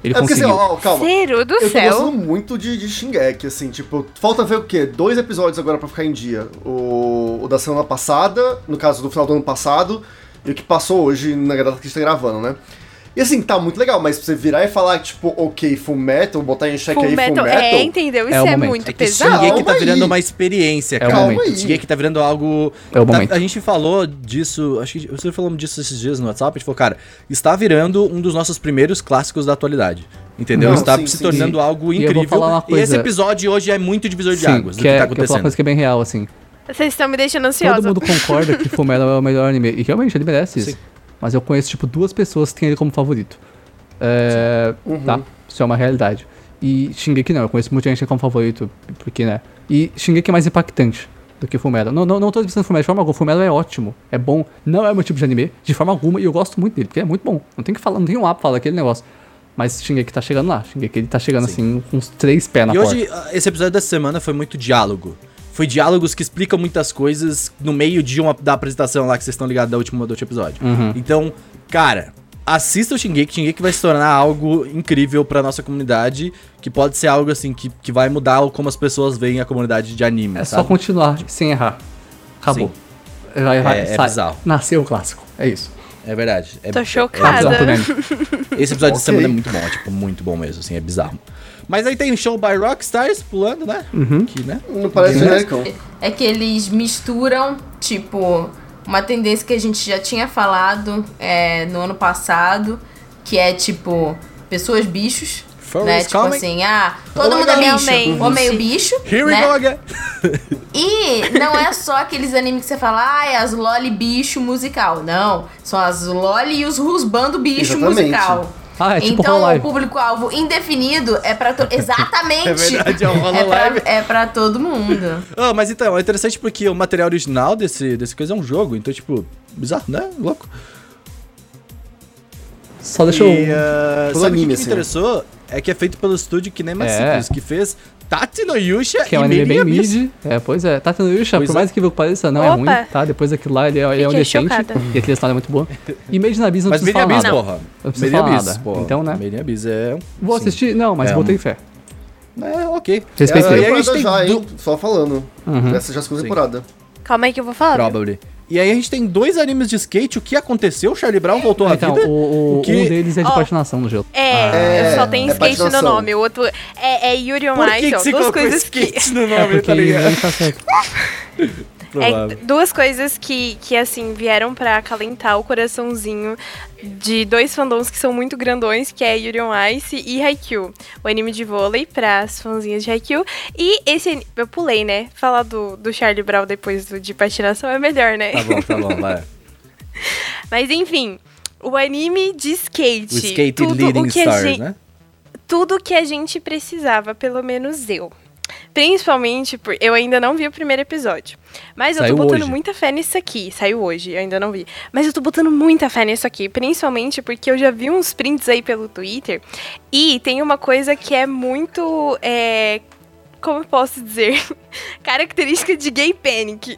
Ele É porque assim, conseguiu. ó, calma. Cero do Eu tô céu. gostando muito de, de Shingeki, assim, tipo, falta ver o quê? Dois episódios agora pra ficar em dia. O, o da semana passada, no caso do final do ano passado, e o que passou hoje na data que a gente tá gravando, né? E assim, tá muito legal, mas pra você virar e falar, tipo, ok, Full Metal, botar em xeque Full aí metal, Full Metal... é, entendeu? Isso É o é, momento. muito É que pesado. Shingeki tá Calma virando aí. uma experiência, É o cara. momento. Calma aí. Shingeki tá virando algo... É o tá- momento. a gente falou disso, acho que você falou disso esses dias no WhatsApp, a gente falou, cara, está virando um dos nossos primeiros clássicos da atualidade. Entendeu? Não, está sim, se sim. tornando E- algo e eu vou incrível. falar uma E esse coisa- episódio hoje é muito divisor de Sim, águas do que, que é, tá que eu falo uma acontecendo. coisa que é bem real, assim. Vocês estão me deixando Todo ansiosa. mundo concorda que Fullmetal é o melhor anime. E realmente, ele merece isso. Sim. Mas eu conheço, tipo, duas pessoas que têm ele como favorito. É... Tá? Isso é uma realidade. E Shingeki não, eu conheço muita gente como favorito, porque, né? E Shingeki é mais impactante do que Fullmetal. Não, não, não tô dizendo Fullmetal de forma alguma. Fullmetal é ótimo, é bom. Não é o meu tipo de anime, de forma alguma, e eu gosto muito dele, porque é muito bom. Não tem que falar, não tem um A pra falar aquele negócio. Mas Shingeki tá chegando lá. Shingeki ele tá chegando, assim, com uns três pés na E porta. hoje, ah, esse episódio dessa semana foi muito diálogo. Foi diálogos que explicam muitas coisas no meio de uma da apresentação lá que vocês estão ligados da última, do último episódio. Uhum. Então, cara, assista o Shingeki. Shingeki vai se tornar algo incrível pra nossa comunidade, que pode ser algo assim, que, que vai mudar como as pessoas veem a comunidade de anime, É sabe? só continuar sem errar. Acabou. Vai, vai, É- é sai. bizarro. Nasceu o clássico. É isso. É verdade. É, Tô é- chocada. Tá bizarro, né? Esse episódio de Ok. semana é muito bom, é, tipo, muito bom mesmo, assim, é bizarro. Mas aí tem Show by Rockstars pulando, né? Uhum. Que, né? Não parece genérico. É que eles misturam, tipo, uma tendência que a gente já tinha falado é, no ano passado, que é, tipo, pessoas bichos, Furries né? Tipo coming. assim, ah, todo Oh my mundo é God. bicho, Realmente. ou meio bicho, Here we né? go again! E não é só aqueles animes que você fala, ah, é as loli bicho musical. Não, são as loli e os rusbando bicho Exatamente. musical. Ah, é tipo então, o Hololive. público-alvo indefinido é pra... To... Exatamente! É verdade, é um é, Hololive. pra, é pra todo mundo. Ah, mas então, é interessante porque o material original desse, desse coisa é um jogo, então, tipo, bizarro, né? Louco. Só deixa eu... E, uh, Todo sabe o que, anime, que me assim, interessou? É que é feito pelo estúdio que nem mais É. simples, que fez Tati no Yusha Que é um e anime Made bem in Abyss. mid. É, pois é. Tá tendo Yusha, Pois por é. mais incrível que pareça, não Opa. é ruim, tá? Depois daquilo lá, ele é, ele é um Fiquei decente. chocada. E aquela história é muito boa. E Made in Abyss não Mas precisa Made in falar Abyss, nada. porra. Não precisa Made in falar Abyss, nada. porra. Então, né? Made in Abyss é... Vou sim. assistir? Não, mas É botei um- fé. É, ok. Respeitei. É, E e aí a aí gente tem já, du- hein? Só falando. Uhum. Essa já é a segunda Sim. temporada. Calma aí que eu vou falar. Probably. E aí a gente tem dois animes de skate. O que aconteceu? O Charlie Brown voltou à Então, vida? o, o- O que- um deles é de Ó. patinação no gelo. É, É, só tem é skate no patinação. nome. O outro é, é Yuri on Por que, Ice, que ó. você Duas colocou coisas que. skate no É nome, porque tá ligado? ele tá certo. É, duas coisas que, que, assim, vieram pra acalentar o coraçãozinho de dois fandoms que são muito grandões, que é Yuri on Ice e Haikyuu. O anime de vôlei pras fãzinhas de Haikyuu. E esse ani- eu pulei, né? Falar do, do Charlie Brown depois do de patinação é melhor, né? Tá bom, tá bom, vai. Mas enfim, o anime de skate. O Skate tudo Leading o que a Stars, gente, né? tudo que a gente precisava, pelo menos eu. Principalmente por. Eu ainda não vi o primeiro episódio. Mas Saiu eu tô botando hoje. muita fé nisso aqui. Saiu hoje, eu ainda não vi. Mas eu tô botando muita fé nisso aqui. Principalmente porque eu já vi uns prints aí pelo Twitter. E tem uma coisa que é muito. É, como eu posso dizer? Característica de Gay Panic.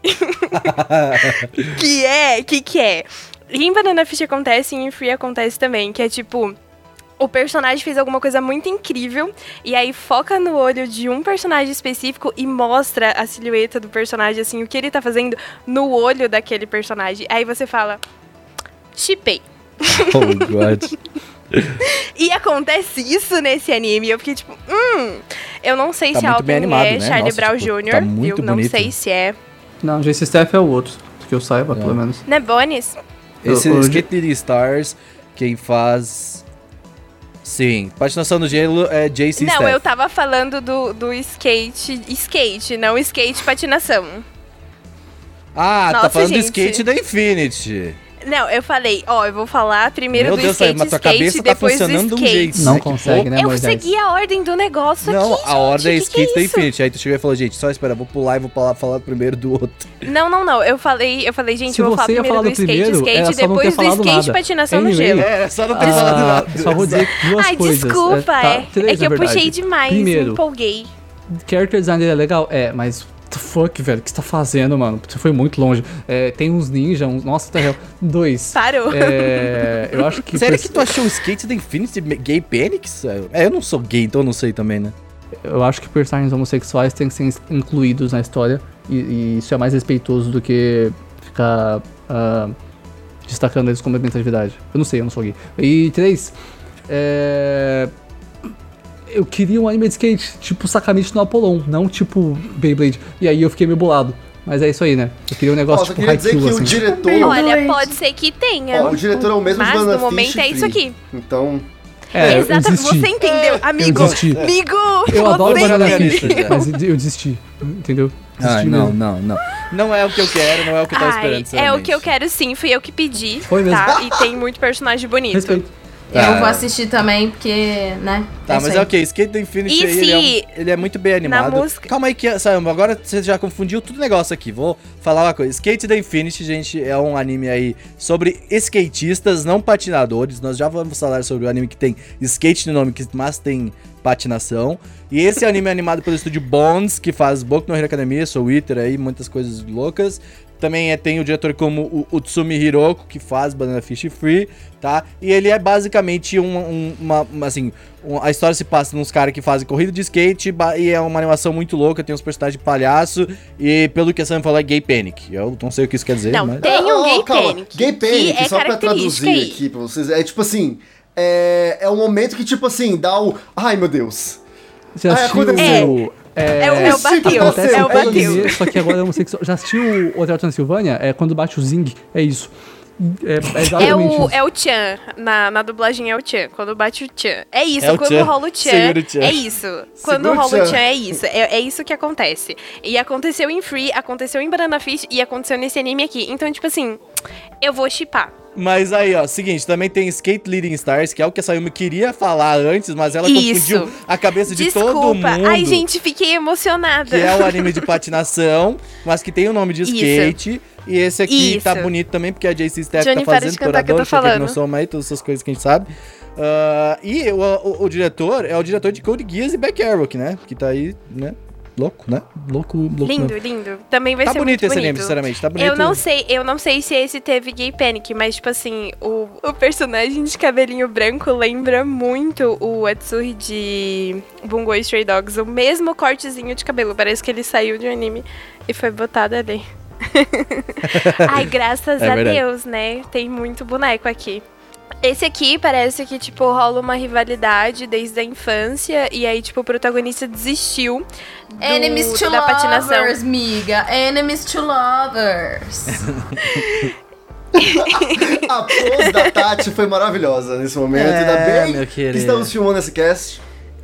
que é. Que que é? Em Banana Fish acontece e em Free acontece também. Que é tipo. O personagem fez alguma coisa muito incrível e aí foca no olho de um personagem específico e mostra a silhueta do personagem, assim, o que ele tá fazendo no olho daquele personagem. Aí você fala, shippei. Oh, God. E acontece isso nesse anime. Eu fiquei tipo, hum, eu não sei Tá se muito alguém bem animado, é né? Charlie Nossa, Brown tipo, Júnior tá muito Eu não bonito. sei se é. Não, J C Staff é o outro. Que eu saiba, pelo menos. Não é Bonis? Esse O- o- Skate Leading Stars, quem faz... Sim, patinação no gelo é J C Não, Staff. eu tava falando do, do skate, skate, não skate patinação. Ah, tá Nossa, falando do gente. skate da Infinity. Não, eu falei, ó, eu vou falar primeiro Meu do Deus, skate, mas tua skate, cabeça e tá depois do funcionando de um skate. jeito. Não né? Que consegue, pouco. né, Eu Moisés? segui a ordem do negócio Não, aqui, a ordem é gente, que skate que da é isso? Infinity. Aí tu chegou e falou, gente, só espera, vou pular e vou falar, falar primeiro do outro. Não, não, não. Eu falei, eu falei, gente, Se eu vou falar você ia primeiro falar do do skate, primeiro, skate, era só não ter depois do falado skate nada. patinação no Anyway, gelo. É, só não ter Ah, falado nada. só vou dizer duas Ai, coisas. desculpa, tá, é. três, É que na eu puxei verdade. demais, me Primeiro, empolguei. character design dele é legal? É, mas the fuck, velho? O que você tá fazendo, mano? Você foi muito longe. É, tem uns ninja, uns... Nossa, tá real. Dois. Parou. É, eu acho que... Sério que tu achou o Skate da Infinity gay Penix? É, eu não sou gay, então eu não sei também, né? Eu acho que personagens homossexuais têm que ser incluídos na história. E, e isso é mais respeitoso do que ficar uh, destacando eles como representatividade. Eu não sei, eu não sou gay. E três... É... Eu queria um anime de skate, tipo Sakamichi no Apollon, não tipo Beyblade. E aí eu fiquei meio bolado. Mas é isso aí, né? Eu queria um negócio Nossa, tipo eu queria dizer Haikyuu, que assim. o diretor... Olha, pode ser que tenha. Ó, o diretor é o mesmo Mas de Banana no momento Fish é isso Free. aqui. Então... É, eu Exatamente, desisti. você entendeu, amigo. Eu desisti. Amigo, Eu você adoro Banana entendeu. Fish, mas eu desisti, entendeu? Desisti Ai, não, mesmo. não, não. Não é o que eu quero, não é o que eu tava Ai, esperando, é o sinceramente. que eu quero sim, fui eu que pedi, Foi mesmo. tá? E tem muito personagem bonito. Respeito. Tá. Eu vou assistir também, porque, né? Tá, isso mas aí. é ok, Skate da Infinity E aí, ele, é se um- ele é muito bem animado. música- Calma aí que, Sayama, agora você já confundiu tudo o negócio aqui. Vou falar uma coisa. Skate da Infinity, gente, é um anime aí sobre skatistas, não patinadores. Nós já vamos falar sobre o anime que tem skate no nome, mas tem patinação. E esse anime é animado pelo estúdio Bones, que faz Boku no Hero Academia, Soul Eater aí, muitas coisas loucas. Também é, tem o diretor como o Utsumi Hiroko, que faz Banana Fish Free, tá? E ele é basicamente um, um, uma, uma, assim, um, a história se passa nos caras que fazem corrida de skate ba- e é uma animação muito louca, tem uns personagens de palhaço e pelo que a Sam falou é gay panic. Eu não sei o que isso quer dizer, Não, mas... tem um Ah, gay calma. panic. Gay Panic, que é só pra característica traduzir aí. aqui pra vocês, é tipo assim, é, é um momento que tipo assim, dá o... Ai, meu Deus. Já Ah, assistiu aconteceu. o... É, É o, é o Sim, bateu, acontece, é o é bateu. isso. Só que agora é homossexual. Já assistiu o Hotel Transilvânia? É quando bate o Zing, é isso. É, é É exatamente o, isso. é o Chan, na, na dublagem é o Chan, quando bate o Chan. É isso, É o quando Chan. rola o Chan, Segura o Chan. é isso. Quando Segura o rola o Chan. Chan, é isso. É, é isso que acontece. E aconteceu em Free, aconteceu em Banana Fish e aconteceu nesse anime aqui. Então, tipo assim, eu vou shippar. Mas aí, ó, seguinte, também tem Skate Leading Stars, que é o que a Sayumi queria falar antes, mas ela Isso. confundiu a cabeça de todo Desculpa. mundo. Ai, gente, fiquei emocionada. Que é o anime de patinação, mas que tem o nome de Isso. skate. E esse aqui Isso. tá bonito também, porque a J C Staff Johnny, tá para de fazendo, cantar que eu tô Torador, Shokugeki no falando. Soma aí, todas essas coisas que a gente sabe. Ah, e o, o, o diretor é o diretor de Code Geass e Back Arrow, que, né? Que tá aí, né? Louco, né? Louco, louco. Lindo, mesmo. lindo. Também vai Tá ser bonito muito esse bonito. anime, sinceramente, tá bonito. Eu não sei, eu não sei se esse teve gay panic, mas tipo assim, o, o personagem de cabelinho branco lembra muito o Atsuri de Bungo Stray Dogs, o mesmo cortezinho de cabelo, parece que ele saiu de um anime e foi botado ali. Ai, graças É a verdade. Deus, né? Tem muito boneco aqui. Esse aqui parece que, tipo, rola uma rivalidade desde a infância e aí, tipo, o protagonista desistiu do, Enemies to da patinação. lovers, miga. Enemies to lovers. A pose da Tati foi maravilhosa nesse momento, É, ainda bem meu que querido. estamos filmando esse cast.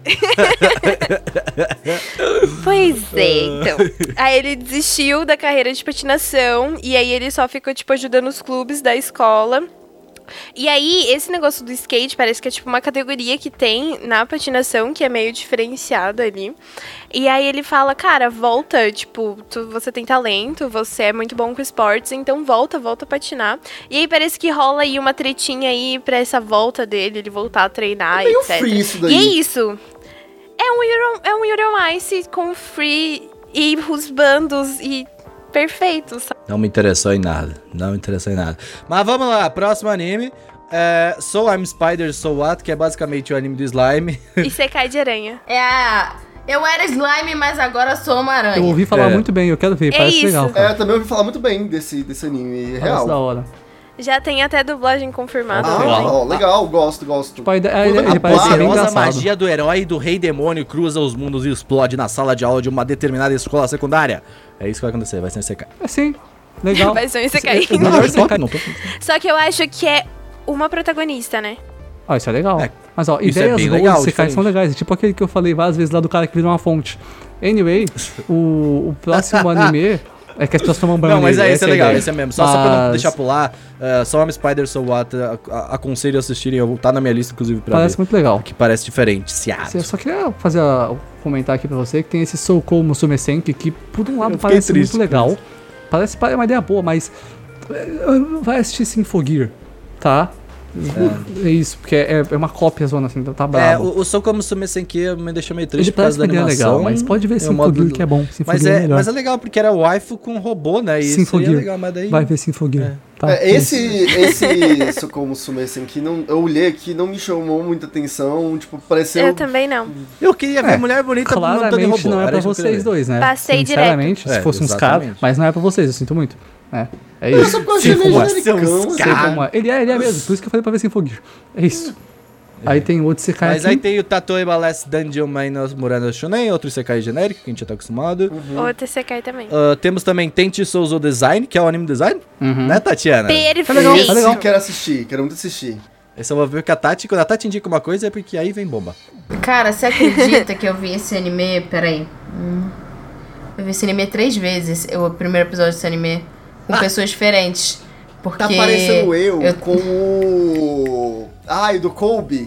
Pois é, então. Aí ele desistiu da carreira de patinação e aí ele só ficou, tipo, ajudando os clubes da escola. E aí, esse negócio do skate parece que é tipo uma categoria que tem na patinação, que é meio diferenciada ali. E aí ele fala, cara, volta, tipo, tu, você tem talento, você é muito bom com esportes, então volta, volta a patinar. E aí parece que rola aí uma tretinha aí pra essa volta dele, ele voltar a treinar, É meio etcétera. free isso daí. E é isso. É um Euro, é um Euro Ice com free e os bandos e perfeito, sabe? Não me interessou em nada. Não me interessou em nada. Mas vamos lá, próximo anime. É So I'm Spider, So What, que é basicamente o anime do slime. E você cai de aranha. É a... Eu era slime, mas agora sou uma aranha. Eu ouvi falar É. muito bem, eu quero ver, É parece isso. legal, É, cara. eu também ouvi falar muito bem desse, desse anime Parece da real. hora. Já tem até dublagem confirmada Ah, também. ó, legal, gosto, gosto. Tipo, a ideia- a Quando ideia- ele a parece A ser bem poderosa engraçado. magia do herói do rei demônio cruza os mundos e explode na sala de aula de uma determinada escola secundária. É isso que vai acontecer, vai ser um Isekai. É sim, legal. Vai ser um Isekai. É o melhor Isekai. Não tô... Só que eu acho que é uma protagonista, né? Ah, isso é legal. É, Mas ó, isso é ideias bem boas legal, de Isekai são diferente. legais. Tipo aquele que eu falei várias vezes lá do cara que virou uma fonte. Anyway, o, o próximo anime é que as pessoas tomam banho Não, mas nele, é, esse essa é a legal, ideia. esse é mesmo. Só, só pra não Mas deixar pular, uh, So I'm Spider, So What, a- a- aconselho a assistirem, eu, tá na minha lista, inclusive, pra Parece ver. muito legal. Que parece diferente, ciado. Eu só queria fazer a, comentar aqui pra você que tem esse Soukou Musume Senki que, por um lado, Eu fiquei parece triste muito com legal. isso. Parece, parece uma ideia boa, mas eh, vai assistir Symphogear, tá? É isso, porque é, é uma cópia zona assim, tá É, bravo. o, o Sou Como Sume Senki me deixou meio triste Ele por causa parece da que ele é animação. legal, mas pode ver É o Sinful modo- Gear que é bom. Sinful Mas Gear é é, melhor. mas é legal, porque era waifu com robô, né? E isso Sinful aí é Gear. legal, mas daí... Vai ver Sinful Gear. Tá, É, é esse, isso. esse Sokomo Sumesen que não, eu olhei aqui, não me chamou muita atenção, tipo, pareceu... Eu também não. Eu queria ver É, Mulher Bonita montando em Claramente robô. não é era pra isso que eu queria vocês ver. dois, né? Passei Sinceramente, direto. se É, fosse uns exatamente. caras, mas não é pra vocês, eu sinto muito. É, é Eu isso. só achei ele Sinful Gear. genericão, Sei Sei assim. como é. Ele é, ele é mesmo, por isso que eu falei pra ver Sinful Gear. É isso. Aí tem outro Isekai Mas aqui. aí tem o Tatoeba Last Dungeon Minus Murano Shonen, outro Isekai genérico, que a gente já tá acostumado. O T C K também. Ah, temos também Tente Souzo Design, que é o anime design, Uhum. né, Tatiana? Perfeito. legal, Esse tá legal. quero assistir, quero muito assistir. Esse eu vou ver com a Tati. Quando a Tati indica uma coisa é porque aí vem bomba. Cara, você acredita que eu vi esse anime? Peraí. Hum. Eu vi esse anime três vezes. Eu, o primeiro episódio desse anime. Com pessoas diferentes. Porque. Tá parecendo eu, eu- com o... Ai, do Kobe.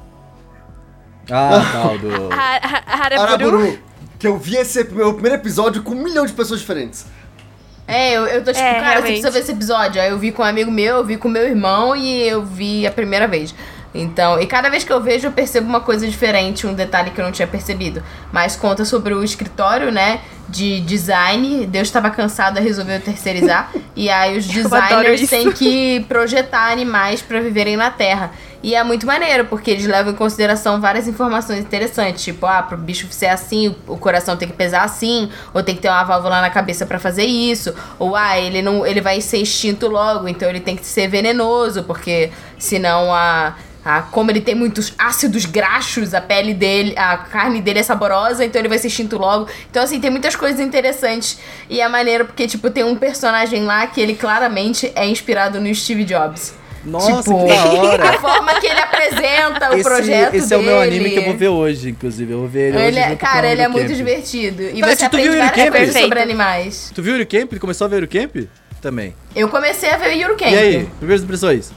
Ah, tal do... Ha- ha- Haraburu. Araburu. Que eu vi esse meu primeiro episódio com um milhão de pessoas diferentes. É, eu, eu tô tipo, É, cara, realmente. você precisa ver esse episódio. Aí eu vi com um amigo meu, eu vi com meu irmão e eu vi a primeira vez. Então, e cada vez que eu vejo eu percebo uma coisa diferente, um detalhe que eu não tinha percebido. Mas conta sobre o escritório, né, de design. Deus estava cansado e resolveu terceirizar. E aí os Eu adoro designers isso. têm que projetar animais pra viverem na Terra. E é muito maneiro, porque eles levam em consideração várias informações interessantes. Tipo, ah, pro bicho ser assim, o coração tem que pesar assim, ou tem que ter uma válvula na cabeça pra fazer isso. Ou, ah, ele, não, ele vai ser extinto logo, então ele tem que ser venenoso, porque senão a... Ah, como ele tem muitos ácidos graxos, a pele dele, a carne dele é saborosa, então ele vai ser extinto logo. Então, assim, tem muitas coisas interessantes. E é maneiro porque, tipo, tem um personagem lá que ele claramente é inspirado no Steve Jobs. Nossa, Tipo, que da hora! a forma que ele apresenta o esse projeto esse é o dele. meu anime que eu vou ver hoje, inclusive. Eu vou ver ele, hoje Ele é, junto cara, com o ele é Eurocamp. muito divertido. E Tati, você tu viu aprende o várias Eurocamp? coisas sobre Perfeito. animais. Tu viu o Eurocamp? Tu começou a ver o Eurocamp? Também. Eu comecei a ver o Eurocamp. E aí, primeiras impressões?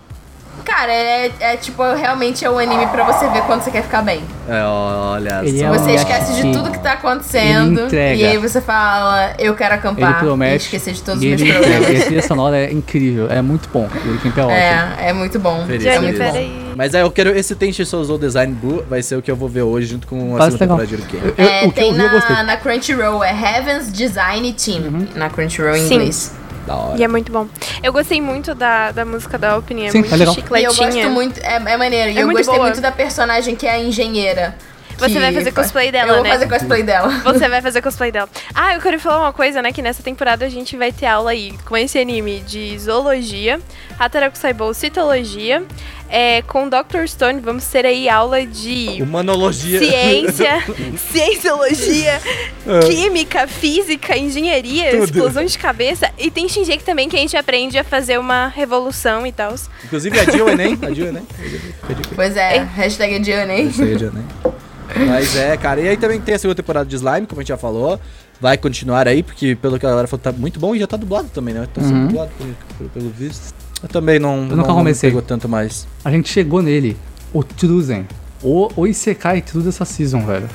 Cara, é, é tipo, realmente é um anime pra você ver quando você quer ficar bem. É, olha Ele só. é um Você esquece de que tudo que tá acontecendo. ele entrega. E aí você fala, eu quero Ele acampar. E promete. esquecer de todos e os ele meus entrega. E a problemas. trilha sonora é incrível, é muito bom. O Eurocamp é ótimo. É, é muito bom. Feliz, é Johnny, muito feliz. bom. peraí. Mas é, eu quero esse Tenchi Souzou Design Blue, vai ser o que eu vou ver hoje junto com a Parece segunda legal. temporada de Eurocamp. Eu- É, o que eu tem vi eu gostei. na, na Crunchyroll, é Heaven's Design Team. Na Crunchyroll em Sim. inglês. Da hora. E é muito bom. Eu gostei muito da, da música da Opening, é Sim, muito é legal. E eu chicletinha. gosto muito, é, é maneiro. E É eu muito gostei boa. muito da personagem que é a engenheira. Você que vai fazer fa- cosplay dela, Eu vou né? fazer cosplay dela. Você vai fazer cosplay dela. Ah, eu quero falar uma coisa, né? Que nessa temporada a gente vai ter aula aí com esse anime de zoologia, Hataraku Saibou citologia, é, com doutor Stone vamos ter aí aula de Humanologia. ciência, cienciologia, química, física, engenharia, Tudo. explosão de cabeça. E tem Shinjeki também que a gente aprende a fazer uma revolução e tal. Inclusive, adia o Enem. Adia o Enem. Pois é, hashtag Johnny. Adia o Enem. Mas é, cara. E aí também tem a segunda temporada de Slime, como a gente já falou. Vai continuar aí, porque pelo que a galera falou, tá muito bom e já tá dublado também, né? Tá sendo Uhum. dublado pelo, pelo, pelo visto. Eu também não, nunca não, não me comecei. pegou tanto mais. A gente chegou nele, o Truzen. O, o Isekai tudo dessa season, velho.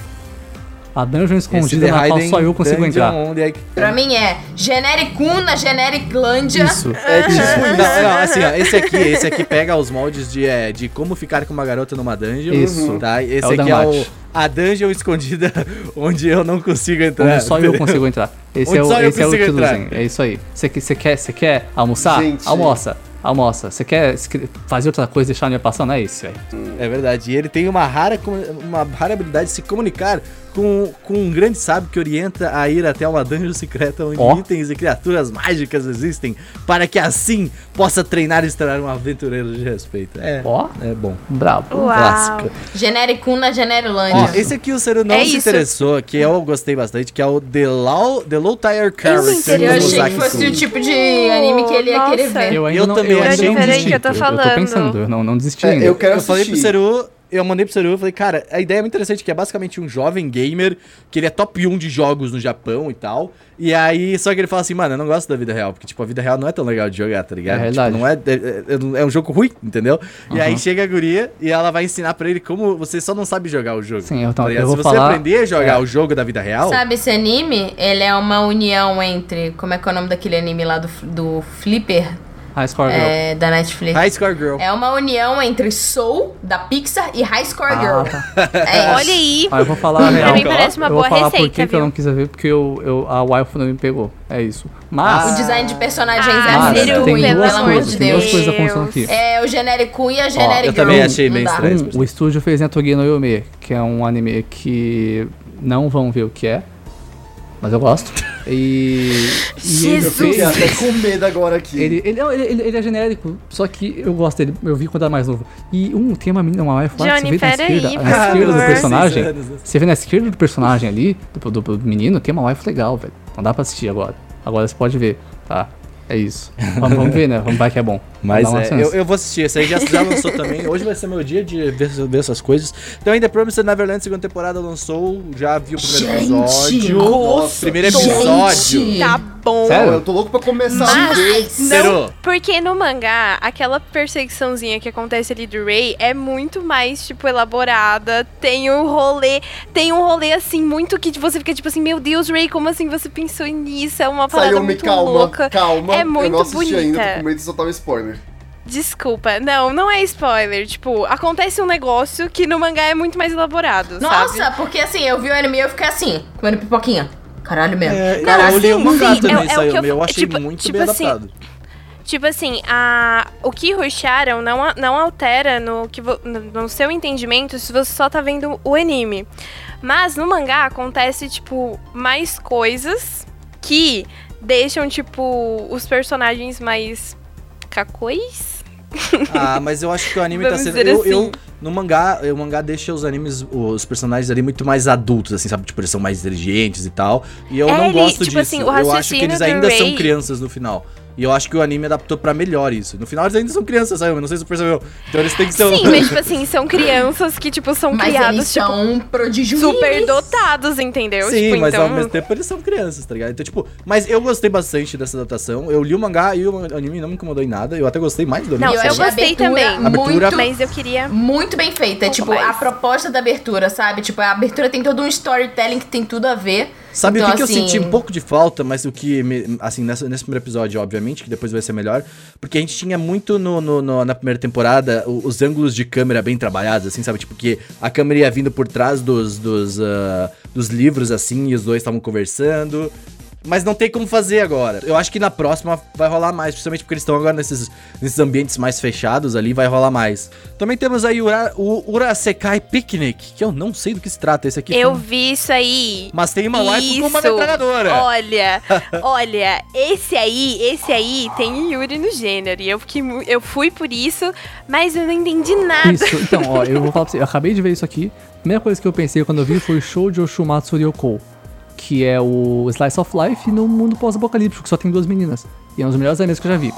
A dungeon escondida na qual só eu consigo Dungeon, entrar. onde é que- Pra mim é Genericuna, Genericlândia. Isso. É tipo, não, não, assim, ó, esse aqui, esse aqui pega os moldes de, é, de como ficar com uma garota numa dungeon. Isso. Tá? Esse É o aqui é o, Danmachi. a dungeon escondida onde eu não consigo entrar. Onde só eu consigo entrar. Esse Onde é o, só eu esse é o consigo Truzen. entrar. É isso aí. Você que- você quer, você quer almoçar? Gente. Almoça. Almoça. Você quer escre- fazer outra coisa e deixar a minha passando? É isso, velho. É verdade. E ele tem uma rara, com- uma rara habilidade de se comunicar com, com um grande sábio que orienta a ir até uma dungeon secreta onde Ó. itens e criaturas mágicas existem, para que assim possa treinar e se tornar um aventureiro de respeito. É, Ó. é bom. Brabo. Uau. Clássico. Genericuna, Ó, Generilândia. esse aqui o Seru não É se isso. interessou, que eu gostei bastante, que é o The Low, The Low Tire Character. interessei. Eu do achei que Mosaki fosse Kun. o tipo de anime que ele ia querer Nossa. ver. Eu ainda Eu não, também eu ainda achei não que- desisti. que eu tô Eu, eu tô falando. pensando, eu não, não desisti É, ainda. eu quero Eu falei pro assistir. Seru, eu mandei pro Seru, eu falei, cara, a ideia é muito interessante, que é basicamente um jovem gamer, que ele é top um de jogos no Japão e tal, e aí, só que ele fala assim, mano, eu não gosto da vida real, porque, tipo, a vida real não é tão legal de jogar, tá ligado? É verdade. Tipo, não é, é, é- é um jogo ruim, entendeu? E aí chega a guria, e ela vai ensinar pra ele como você só não sabe jogar o jogo. Sim, então, tá ligado? eu vou Se você falar- aprender a jogar é. o jogo da vida real, Sabe, esse anime, ele é uma união entre... Como é que é o nome daquele anime lá do, do Flipper? High Score Girl. é, da Netflix. High Score Girl. É uma união entre Soul, da Pixar, e High Score Girl. Ah, tá. É isso. Olha aí. Ah, eu vou falar a Pra real. mim parece uma eu vou boa falar por receita, que que eu viu? não quis ver, porque eu, eu, a waifu não me pegou. É isso. Mas, O design de personagens Ah, é mas muito Zeru, tem ruim, pelo duas pelo amor amor coisas, de tem duas Deus. coisas acontecendo aqui. É o genérico e a genérica eu também achei não bem dá. estranho. Um, o estúdio fez Netoge no Yome, que é um anime que não vão ver o que é, mas eu gosto. E, e ele Eu fiquei fez... até com medo agora aqui. Ele, ele, não, ele, ele, ele é genérico, só que eu gosto dele, eu vi quando era mais novo. E um, tem uma menina, uma waifu lá, que Johnny, você vê na pera aí, esquerda, por na esquerda do favor. personagem, Seis anos. você vê na esquerda do personagem ali, do, do, do menino, tem uma waifu legal, velho. Não dá pra assistir agora. Agora você pode ver, tá? É isso. Vamos, vamos ver, né? Vamos ver que é bom. Mas Vamos dar uma é, eu, chance. eu vou assistir. Esse aí já, já lançou também. Hoje vai ser meu dia de ver, ver essas coisas. Então, ainda Promised Neverland, segunda temporada lançou. Já vi o primeiro episódio. Nossa, primeiro gente. episódio. Tá bom. Sério? Eu tô louco pra começar a Mas ver. não, Zerou. porque no mangá, aquela perseguiçãozinha que acontece ali do Rei é muito mais, tipo, elaborada. Tem um rolê, tem um rolê, assim, muito que você fica, tipo assim, meu Deus, Rei, como assim você pensou nisso? É uma parada Sayumi, muito calma, louca. calma. É muito eu não assisti bonita. ainda, tô com medo de soltar um spoiler. Desculpa, não, não é spoiler. Tipo, acontece um negócio que no mangá é muito mais elaborado, Nossa, sabe? porque assim, eu vi o anime e eu fiquei assim, comendo pipoquinha. Caralho mesmo. É, Caralho. eu li o sim, mangá sim, também, é- é o saiu. que eu- Eu achei tipo- muito tipo bem assim, adaptado. Tipo assim, a, o que rusharam não, a- não altera no, que vo- no, no seu entendimento se você só tá vendo o anime. Mas no mangá acontece, tipo, mais coisas que deixam, tipo, os personagens mais cacões. Ah, mas eu acho que o anime tá Vamos sendo. dizer Eu, assim. eu- no mangá, o mangá deixa os animes, os personagens ali muito mais adultos, assim, sabe? Tipo, eles são mais inteligentes e tal. E eu É, não ele, gosto tipo disso. assim, o eu acho que raciocínio eles do ainda são Rei- crianças no final. E eu acho que o anime adaptou pra melhor isso. No final eles ainda são crianças, sabe? Eu não sei se você percebeu. Então eles têm que ser. Sim, mas, tipo assim, são crianças que, tipo, são Mas criadas, eles tipo, são prodígios. super dotados, entendeu? Sim, tipo, mas então... ao mesmo tempo eles são crianças, tá ligado? Então, tipo, mas eu gostei bastante dessa adaptação. Eu li o mangá e o anime não me incomodou em nada. Eu até gostei mais do anime. Não, eu eu achei a gostei abertura também. Abertura- Muito, Mas eu queria... muito bem feita. Um pouco Tipo, mais. a proposta da abertura, sabe? Tipo, a abertura tem todo um storytelling que tem tudo a ver. Sabe Então, o que, que assim, eu senti um pouco de falta, mas o que, me- assim, nessa, nesse primeiro episódio, obviamente, que depois vai ser melhor, porque a gente tinha muito no, no- no- na primeira temporada o- os ângulos de câmera bem trabalhados, assim, sabe? Tipo, que a câmera ia vindo por trás dos, dos, ah, dos livros, assim, e os dois estavam conversando. Mas não tem como fazer agora. Eu acho que na próxima vai rolar mais, principalmente porque eles estão agora nesses, nesses ambientes mais fechados ali, vai rolar mais. Também temos aí o, Ura, o Urasekai Picnic, que eu não sei do que se trata. Esse aqui Eu foi um- vi isso aí. Mas tem uma waifu com uma Isso. metralhadora. Olha, olha, esse aí, esse aí tem Yuri no gênero. E eu, fiquei, mu- eu fui por isso, mas eu não entendi nada. Isso, então, ó, eu vou falar pra você, eu acabei de ver isso aqui. A primeira coisa que eu pensei quando eu vi foi Shoujo Shumatsu Ryoko, que é o Slice of Life no mundo pós-apocalíptico, que só tem duas meninas. E é um dos melhores animes que eu já vi.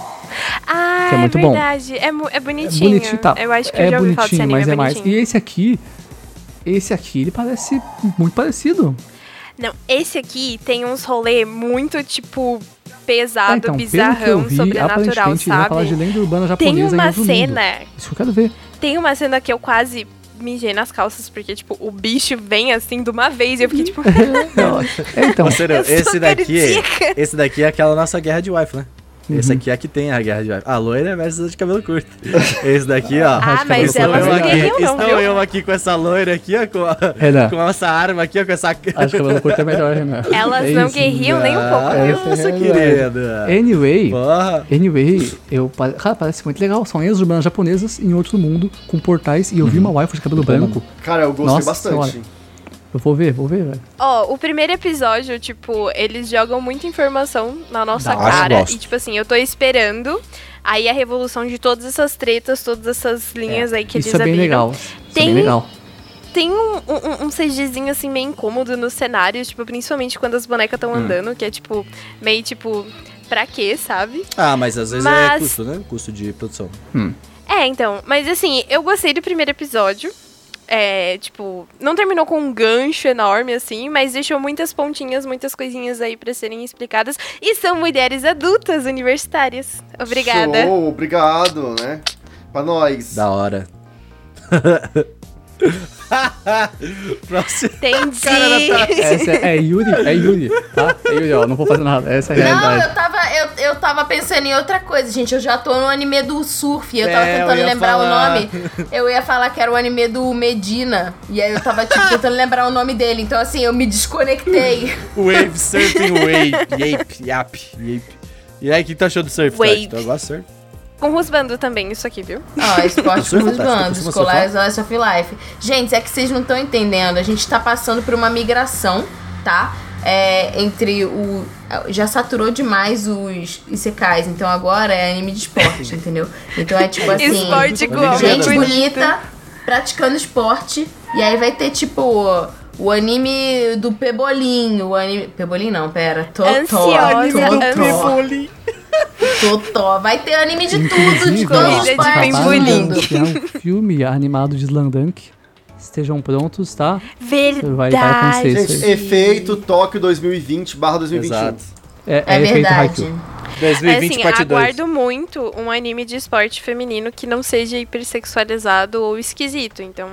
Ah, que é muito bom. verdade. É, mu- é É bonitinho. bonitinho, tá. Eu acho que é eu já ouvi falar desse bonitinho, anime, mas é, é mais. bonitinho. E esse aqui, esse aqui, ele parece muito parecido. Não, esse aqui tem uns rolê muito, tipo, pesado, É, então, pelo que eu bizarrão, vi, sobrenatural, aparentemente ele vai falar de sabe? lenda urbana Tem japonesa em uma outro mundo. cena, Isso que eu quero ver. tem uma cena que eu quase mijei nas calças, porque, tipo, o bicho vem assim de uma vez e eu fiquei, tipo... Não, é, então, Parceiro, Eu sou esse daqui, cardíaca. esse daqui é aquela nossa guerra de wife, né? Uhum. Esse aqui é a que tem a guerra de wife. A loira versus a de cabelo curto. Esse daqui, ó. Ah, de mas cabelo elas eu não curto. aqui, guerreiam não, estou viu? eu aqui com essa loira aqui, ó, com, a, Renan. com essa arma aqui, ó, com essa... acho que cabelo curto é melhor, Renan. Elas É não isso. guerriam nem um pouco, Ah, viu? Nossa, É querida. Anyway, Porra. anyway, eu, pa- cara, parece muito legal. São lendas urbanas japonesas em outro mundo, com portais, e eu vi uma waifu de cabelo branco. Cara, eu gostei Nossa bastante. senhora. Eu vou ver, vou ver, velho. Ó, o primeiro episódio, tipo, eles jogam muita informação na nossa Da hora. cara. Gosto. E, tipo assim, eu tô esperando aí a revolução de todas essas tretas, todas essas linhas aí que Isso eles é bem abriram. legal. Isso é Tem- bem legal. Tem um, um, um CGzinho, assim, meio incômodo nos cenários, tipo, principalmente quando as bonecas estão andando, que é, tipo, meio, tipo, pra quê, sabe? Ah, mas às vezes é Mas- custo, né? Custo de produção. É, então, mas assim, eu gostei do primeiro episódio. É, tipo, não terminou com um gancho enorme, assim, mas deixou muitas pontinhas, muitas coisinhas aí pra serem explicadas. E são mulheres adultas universitárias. Obrigada. Show, obrigado, né? Pra nós. Da hora. Próximo. Entendi. Cara, Natália. Essa é, é Yuri, é Yuri, tá? É Yuri, ó, não vou fazer nada. Essa é a Não, realidade. eu tava, eu, eu tava pensando em outra coisa, gente. Eu já tô no anime do surf. Eu tava É, eu tentando ia lembrar falar. o nome. Eu ia falar que era o anime do Medina. E aí eu tava tipo, tentando lembrar o nome dele. Então, assim, eu me desconectei. Wave Surfing Wave. Yape, yap, yape. E aí, o que tu achou do surf? Wave. Tati? Tu gosta de surf? Com rusbando também, isso aqui, viu? Ó, esporte Surfa, com os Tati, tu bandos, costuma escolar surfar? Slice of Life. Gente, é que vocês não estão entendendo. A gente tá passando por uma migração, tá? É, entre o... Já saturou demais os isekais, então agora é anime de esporte, entendeu? Então é tipo assim... Esporte igual, gente muito bonita praticando esporte. E aí vai ter tipo... O anime do Pebolim, o anime... Pebolim não, pera. Totó. Ansiosa, Totó. ansiosa. Totó. Vai ter anime de tudo, de Inclusive, todos Corrida os de partes do pimbolim. mundo. É um filme animado de Slandunk. Estejam prontos, tá? Verdade. Vai, vai acontecer isso Gente, aí. efeito Tóquio dois mil e vinte barra dois mil e vinte e um. Exato. É, É efeito verdade. Haikyuu. dois mil É e vinte, assim, parte dois. aguardo muito um anime de esporte feminino que não seja hipersexualizado ou esquisito, então...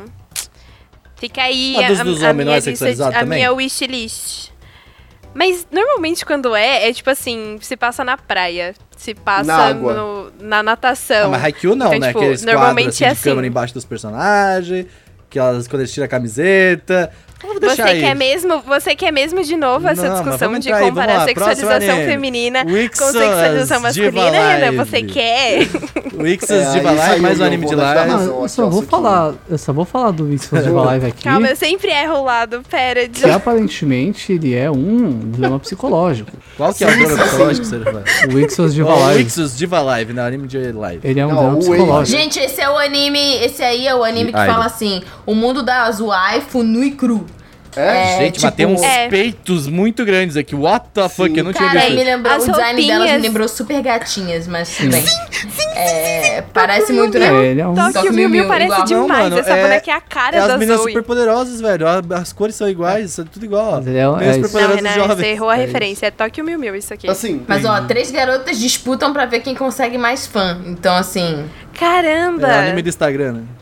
Fica aí Ah, a, dos- a, dos a homens não minha é lista, sexualizado a também? minha wishlist. Mas normalmente quando é, é tipo assim, se passa na praia, se passa Na água. no- na natação. Ah, mas Haikyuu não, Então, né? tipo, Aqueles normalmente quadros assim, é de assim. câmera embaixo dos personagens, que elas, quando eles tiram a camiseta... Vamos Você deixar aí. quer mesmo, você quer mesmo de novo essa Não, mas discussão vamos de entrar aí, vamos comparar lá, sexualização próximo anime. feminina Wixas com sexualização Diva masculina, Ana? Live. Você quer? O Ixas É, Diva aí Live, saiu mais um meu anime de voo da live. Razão, Ah, eu aqui, só ó, vou isso aqui. falar, eu só vou falar do Wixos de Live aqui. Calma, eu sempre erro o lado, pera. De... Que aparentemente ele é um drama psicológico. Qual que é o drama psicológico que você fala? O Wixos de O Live. Wixas Diva Live, né? Anime de live. Ele é um Não, drama o psicológico. Gente, esse é o anime. Esse aí é o anime que Idol. fala assim: o mundo das waifu nu e cru. É? Gente, mas tem uns É. peitos muito grandes aqui. What the fuck? Eu não tinha Cara, visto aí me isso. lembrou, As o design delas me roupinhas. lembrou super gatinhas, mas tudo bem. É, parece muito, né? É, ele é um... Só que Tóquio o Miu Miu Miu parece igual. demais. Não, mano, Essa é- boneca é a cara É as da meninas Zoe. super poderosas, velho. A- As cores são iguais, é tudo igual. Mas ele é- Meninas é isso. super Não, poderosas Renan, jovens. você errou a É referência. É Tóquio Miu Miu isso aqui. Assim, Mas ó, três garotas disputam pra ver quem consegue mais fã. Então, assim. Caramba! É o anime do Instagram, né?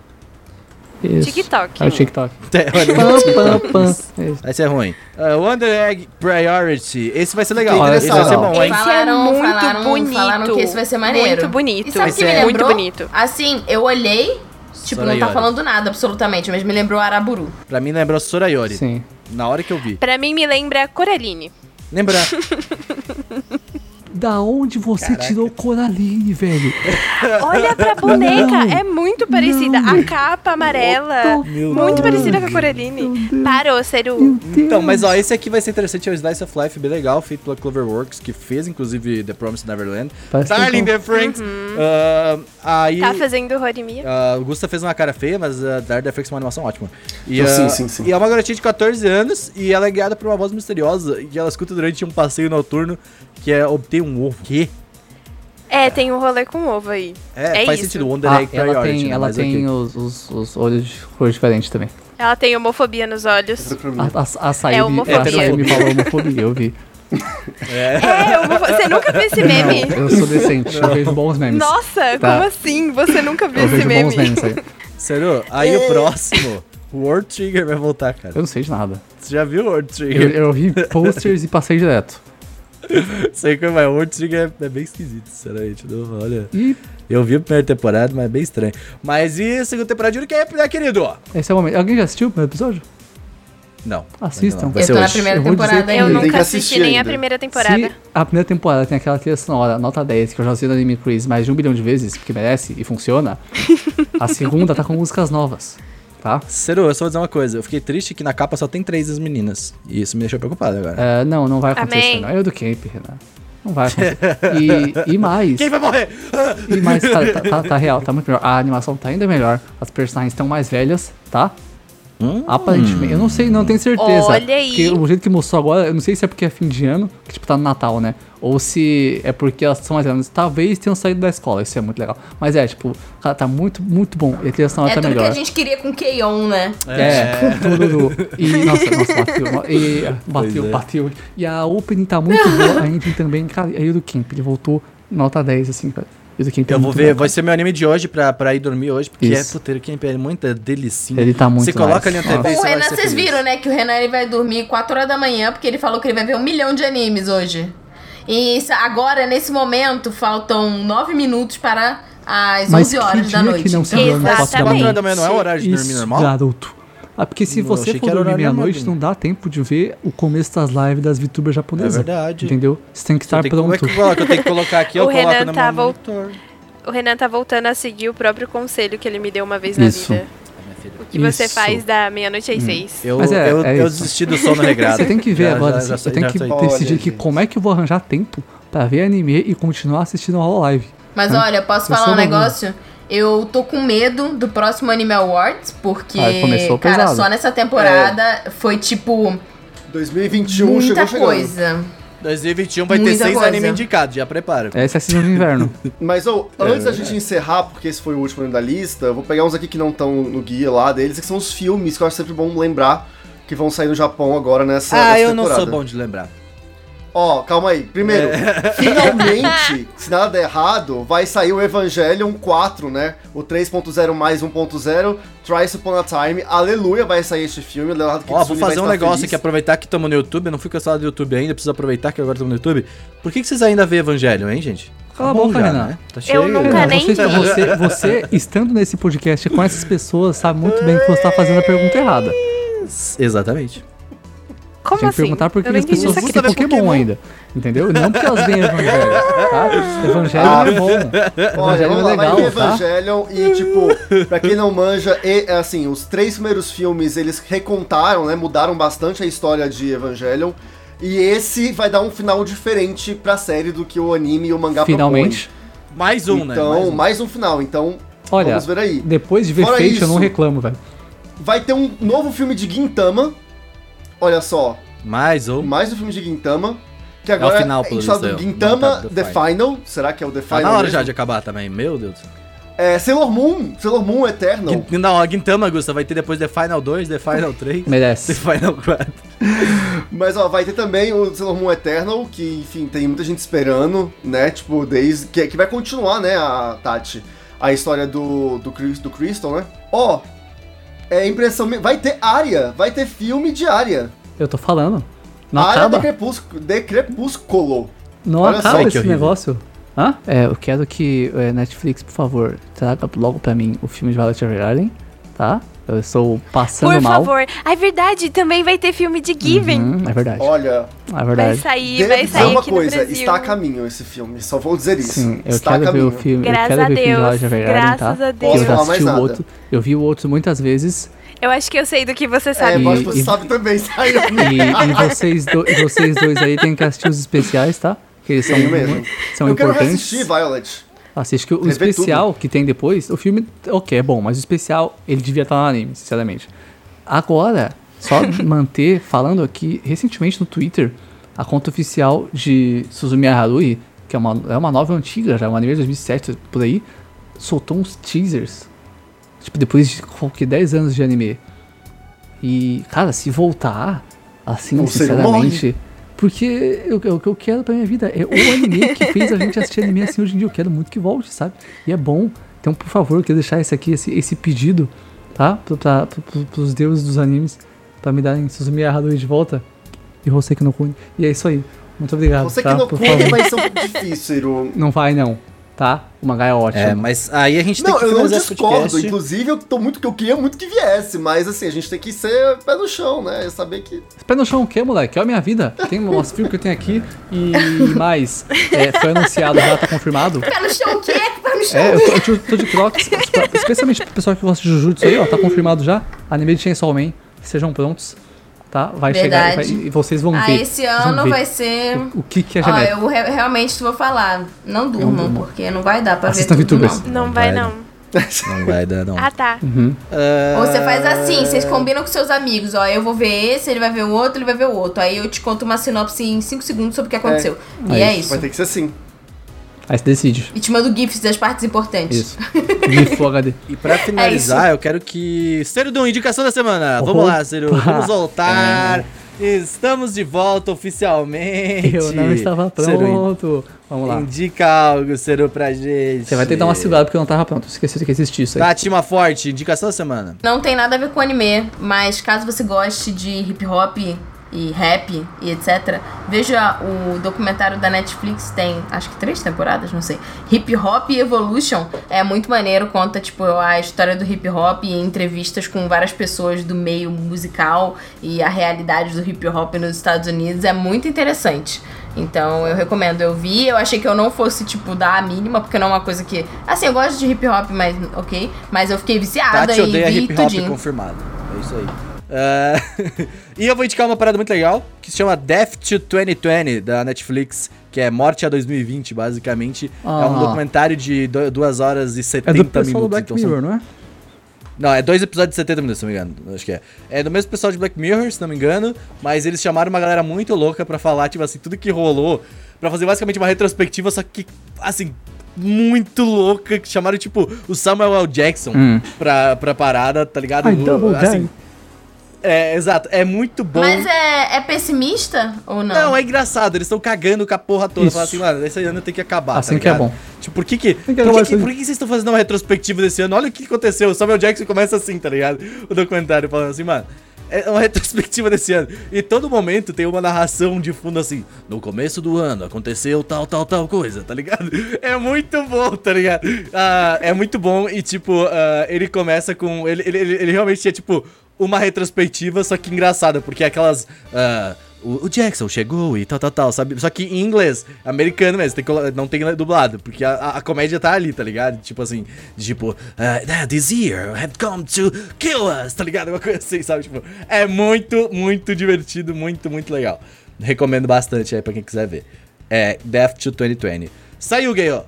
Isso. TikTok. É o TikTok. É, o anime do Pam, TikTok. pam, pam. É isso. Esse é ruim. Uh, Wonder Egg Priority. Esse vai ser legal. Fiquei Esse vai ser interessado. bom, hein? Esse Falaram- é muito falaram- bonito. falaram que esse vai ser maneiro. Muito bonito. E sabe o Esse que me é lembrou? muito bonito. Assim, eu olhei. Tipo, não tá Sorayori. falando nada absolutamente, mas me lembrou Araburu. Pra mim lembrou Sorayori. Sim. Na hora que eu vi. Pra mim, me lembra Coraline. Lembra? Da onde você tirou Coraline, velho? Olha pra boneca, é muito parecida. A capa amarela, Meu muito Deus. parecida com a Coraline. Parou, Seru. Então, mas ó, esse aqui vai ser interessante, é o Slice of Life, bem legal, feito pela Cloverworks, que fez, inclusive, The Promised Neverland. Parece Darling que the Franks. Ah, aí... Tá fazendo Rorimia? Ah, o Gusta fez uma cara feia, mas a Darling the Franks é uma animação ótima. E, Ah, sim, ah, sim, sim. E é uma garotinha de catorze anos, e ela é guiada por uma voz misteriosa, que ela escuta durante um passeio noturno, que é obter um ovo. Quê? É, tem um rolê com ovo aí. É, É faz isso. sentido, Wonder Ah, Egg ela Priority, tem, né? ela Mas tem ok. os, os, os olhos de cor diferente também. Ela tem homofobia nos olhos. A, a, a Saí É a homofobia. Saí me falou homofobia, eu vi. É, homofo... você nunca viu esse meme? Não, eu sou decente, eu vejo bons memes. Nossa, Tá. como assim? Você nunca viu eu esse vejo meme? bons memes aí. Sério? Aí o próximo, o World Trigger vai voltar, cara. Eu não sei de nada. Você já viu o World Eu, Trigger? eu vi posters e passei direto. Sei que vai, o World Trigger é, é bem esquisito, sinceramente. Não, olha, E eu vi a primeira temporada, mas é bem estranho. Mas e a segunda temporada de Yuri, que é, né, querido? esse é o momento. Alguém já assistiu o primeiro episódio? Não. Assistam. ainda não. Vai Eu ser tô na hoje. primeira Eu vou dizer temporada que- Eu ainda. Tem nunca que assisti assistir nem a ainda. primeira temporada. Se a primeira temporada tem aquela trilha sonora, nota dez, que eu já usei no Anime Quiz mais de um bilhão de vezes, porque merece e funciona, a segunda tá com músicas novas, tá? Sério, eu só vou dizer uma coisa. Eu fiquei triste que na capa só tem três das meninas. E isso me deixou preocupado agora. É, não, não vai acontecer. Amém. Não. É o do Camp, Renan. Não vai acontecer. E, e mais. Quem vai morrer? E mais, cara, tá, tá- tá real, tá muito melhor. A animação tá ainda melhor. As personagens estão mais velhas, tá? Hum. Aparentemente. Eu não sei, não tenho certeza. Olha aí. Porque o jeito que mostrou agora, eu não sei se é porque é fim de ano, que tipo tá no Natal, né? Ou se é porque elas são mais velhas. Talvez tenham saído da escola, isso é muito legal. Mas é, tipo, cara, tá muito, muito bom. E a trilha sonora É tá tudo melhor. que a gente queria com K-On, né? É, tudo. E, nossa, nossa, bateu. E, bateu, Pois é. bateu. E a opening tá muito boa. A ending também. Cara, aí o do Camp, ele voltou nota dez, assim, cara. Eu vou ver, vai ser meu anime de hoje pra, pra ir dormir hoje, porque Isso. é, puteiro, Camp é muita delicinha. Ele tá muito Você coloca nice. ali na T V e O você vai Renan, ser vocês feliz. viram, né, que o Renan ele vai dormir quatro horas da manhã, porque ele falou que ele vai ver um milhão de animes hoje. E isso- agora, nesse momento, faltam nove minutos para as Mas onze que horas da dia noite. que não se Então, dorme quatro da Exatamente. quatro manhã? horas da manhã não é horário de dormir Isso, normal? garoto. Ah, porque se Eu você achei for que era dormir horário meia-noite, normal. não dá tempo de ver o começo das lives das VTubers japonesas. É verdade. Entendeu? Você tem que estar Tem que- como é pronto. que coloca? Eu tenho que colocar aqui, eu O coloco Renan no tá meu vol- monitor. O Renan tá voltando a seguir o próprio conselho que ele me deu uma vez na Isso. vida. O que você Isso. faz da meia-noite às seis. Eu, Mas é, eu, é eu isso. desisti do sono regrado. Você tem que ver Já- agora, já- assim, já você sei- tem já que sei. Olha, decidir que gente. como é que eu vou arranjar tempo pra ver anime e continuar assistindo a Hololive. Mas Hã? olha, posso Eu falar sou um maluco. negócio? Eu tô com medo do próximo Anime Awards, porque, Ah, começou cara, pesado. só nessa temporada foi tipo dois mil e vinte e um muita chegou chegando. coisa. dois mil e vinte e um vai ter Muita seis coisa. animes indicados, já prepara. Essa é a season de inverno. Mas, ô, antes da gente encerrar, porque esse foi o último da lista, eu vou pegar uns aqui que não estão no guia lá deles, que são os filmes que eu acho sempre bom lembrar, que vão sair no Japão agora nessa, Ah, nessa eu não temporada. sou bom de lembrar. Ó, calma aí. Primeiro, finalmente, se nada der errado, vai sair o Evangelion quatro, né? O três ponto zero mais um ponto zero, Thrice Upon a Time. Aleluia, vai sair este filme. Leonardo Ó, vou Kitsune vai fazer um estar negócio feliz. aqui, aproveitar que estamos no YouTube, eu não fui cancelado do YouTube ainda, preciso aproveitar que agora estamos no YouTube. Por que, que vocês ainda veem Evangelion, hein, gente? Cala a Bom boca, já, Renan. né? Tá cheio. Eu nunca Não, nem você, vi. você, você, estando nesse podcast com essas pessoas, sabe muito bem que você tá fazendo a pergunta errada. Exatamente. Como Tinha que assim? perguntar por que Eu não as entendi pessoas isso têm aqui. Pokémon, Pokémon ainda. Entendeu? Não porque elas veem Evangelho, tá? Evangelho Ah. é bom. Olha, Evangelho vamos é lá, vai legal, vir tá? Evangelion e, tipo, pra quem não manja, e, assim, os três primeiros filmes, eles recontaram, né, mudaram bastante a história de Evangelion, e esse vai dar um final diferente pra série do que o anime e o mangá Finalmente. Mais um, propõem. né? Então, Mais um. mais um final, então, Olha, vamos ver aí. depois de ver Fora Fate, eu não isso- reclamo, velho. Vai ter um novo filme de Gintama, olha só, Mais um. mais um filme de Gintama, que agora É final, é pelo chamado visto, é o- Gintama não tá The The Final, será que é o The Tá Final na hora mesmo? já de acabar também, meu Deus. É, Sailor Moon, Sailor Moon Eternal. Gin- Não, a Gintama, Gusta, vai ter depois The Final dois, The Final três, The Merece. Final quatro. Mas ó, vai ter também o Sailor Moon Eternal, que enfim, tem muita gente esperando, né? Tipo, desde. Que, que vai continuar, né, a Tati, a história do, do, Chris- do Crystal, né? Ó, é impressão. minha- Vai ter Arya, vai ter filme de Arya. Eu tô falando. Não Arya acaba. de Crepúsculo. De Crepúsculo. Não Olha acaba só, esse que horrível. negócio. Hã? É, eu quero que é, Netflix, por favor, traga logo pra mim o filme de Violet Evergarden, tá? Eu estou passando Por mal. favor. Ah, é verdade, também vai ter filme de Given. Uhum, é verdade. Olha, É Vai verdade. sair, devo vai dizer sair uma aqui coisa, no Brasil. está a caminho esse filme, só vou dizer isso. Sim, eu está a quero ver caminho. o filme. eu Graças quero a ver o filme de Deus, Violet Evergarden, tá? graças a Que eu Deus. já Posso falar mais assisti o nada? outro. Eu vi o outro muitas vezes. Eu acho que eu sei do que você É, sabe. mas você e- sabe também, saiu. E, e vocês, do- e vocês dois aí tem que assistir os especiais, tá? Que eles são, Tenho mesmo. mu- são Eu quero importantes. reassistir Violet. Assiste que o Rever especial que tem depois, o filme, ok, é bom, mas o especial, ele devia estar no anime, sinceramente. Agora, só manter, falando aqui, recentemente no Twitter, a conta oficial de Suzumiya Haruhi, que é uma, é uma novela antiga já, um anime de dois mil e sete, por aí, soltou uns teasers, tipo, depois de qualquer dez anos de anime. E, cara, se voltar, assim, Não, você sinceramente... Porque eu- eu- o que eu quero pra minha vida é o anime que fez a gente assistir anime assim hoje em dia. Eu quero muito que volte, sabe? E é bom. Então, por favor, eu quero deixar esse aqui, esse, esse pedido, tá? Pra, pra, pra, pros deuses dos animes, pra me darem Suzumiya Haruhi de volta. E Hoseki no Kuni. E é isso aí. Muito obrigado, Você tá? que não Por conta favor. vai ser um pouco difícil, Iru. Não vai, não. Tá? O mangá é ótimo. É, mas aí a gente tem Não, que eu não finalizar esse discordo. podcast. Inclusive, eu tô muito que eu queria muito que viesse, mas assim, a gente tem que ser pé no chão, né? Saber que. Pé no chão o quê, moleque? É a minha vida. Tem umas filmes que eu tenho aqui e mais. É, foi anunciado, já tá confirmado. Pé no chão o quê? Pé no chão. É, eu tô, eu tô- tô de crocs, tipo, especialmente pro pessoal que gosta de Jujutsu aí, ó, tá confirmado já. Anime de Chainsaw Man, sejam prontos, tá? Vai chegar e, vai- Verdade. e vocês vão Ah, ver. esse vocês vão ano ver vai ser. O que que é Ó, genético. eu re- realmente vou falar. Não durmam, durmam. porque não vai dar pra Assistam ver tudo, VTubers. não. Não vai, vai, não. Não vai dar, não. Ah, tá. Uhum. Ou você faz assim, vocês combinam com seus amigos, ó, eu vou ver esse, ele vai ver o outro, ele vai ver o outro. Aí eu te conto uma sinopse em cinco segundos sobre o que aconteceu. E É é isso. isso. Vai ter que ser assim. Aí você decide. E te mando gifs das partes importantes. Isso. GIF Full H D. E pra finalizar, eu quero que... Ciro, dê uma indicação da semana. Opa. Vamos lá, Ciro. Vamos voltar Estamos de volta oficialmente. Eu não estava pronto. Vamos lá. Indica algo, Seru, pra gente. Você vai ter que dar uma segurada porque eu não tava pronto. Esqueci que existia isso aí. Tá, Tima Forte, indicação da semana. Não tem nada a ver com anime, mas caso você goste de hip hop e rap e etcétera, veja o documentário da Netflix, tem acho que três temporadas, não sei. Hip Hop Evolution é muito maneiro, conta tipo a história do hip hop e entrevistas com várias pessoas do meio musical e a realidade do hip hop nos Estados Unidos, é muito interessante. Então eu recomendo, eu vi, eu achei que eu não fosse tipo dar a mínima, porque não é uma coisa que, assim, eu gosto de hip hop, mas ok, mas eu fiquei viciada Tati e odeia vi hip hop tudinho. confirmado. É isso aí. Uh, e eu vou indicar uma parada muito legal, que se chama Death to dois mil e vinte, da Netflix, que é Morte a dois mil e vinte, basicamente. Ah. É um documentário de duas horas e É setenta do pessoal do minutos. Black então Mirror, são... não é? Não, é dois episódios de setenta minutos, se não me engano. Acho que é. É do mesmo pessoal de Black Mirror, se não me engano, mas eles chamaram uma galera muito louca pra falar, tipo assim, tudo que rolou, pra fazer basicamente uma retrospectiva, só que, assim... muito louca, que chamaram, tipo, o Samuel L. Jackson Hum. pra, pra parada, tá ligado? I double assim, down. é, exato, é muito bom. Mas é, é pessimista ou não? Não, é engraçado, eles estão cagando com a porra toda. Isso. Falam assim, mano, esse ano tem que acabar, Assim tá que é ligado? bom. Tipo, por que que... Tem Por que que, acabar que, isso aí. por que que vocês estão fazendo uma retrospectiva desse ano? Olha o que aconteceu, o Samuel Jackson começa assim, tá ligado? O documentário falando assim, mano... É uma retrospectiva desse ano. E todo momento tem uma narração de fundo assim. No começo do ano aconteceu tal, tal, tal coisa, tá ligado? É muito bom, tá ligado? Ah, é muito bom e, tipo, ah, ele começa com... Ele, ele, ele, ele realmente tinha, tipo, uma retrospectiva, só que engraçada. Porque aquelas... ah, o, o Jackson chegou e tal, tal, tal, sabe? Só que em inglês, americano mesmo, tem que, não tem dublado, porque a, a, a comédia tá ali, tá ligado? Tipo assim, tipo, uh, this year have come to kill us, tá ligado? Uma coisa assim, sabe? Tipo, é muito, muito divertido, muito, muito legal. Recomendo bastante aí pra quem quiser ver. É Death to dois mil e vinte. Saiu, Gayo!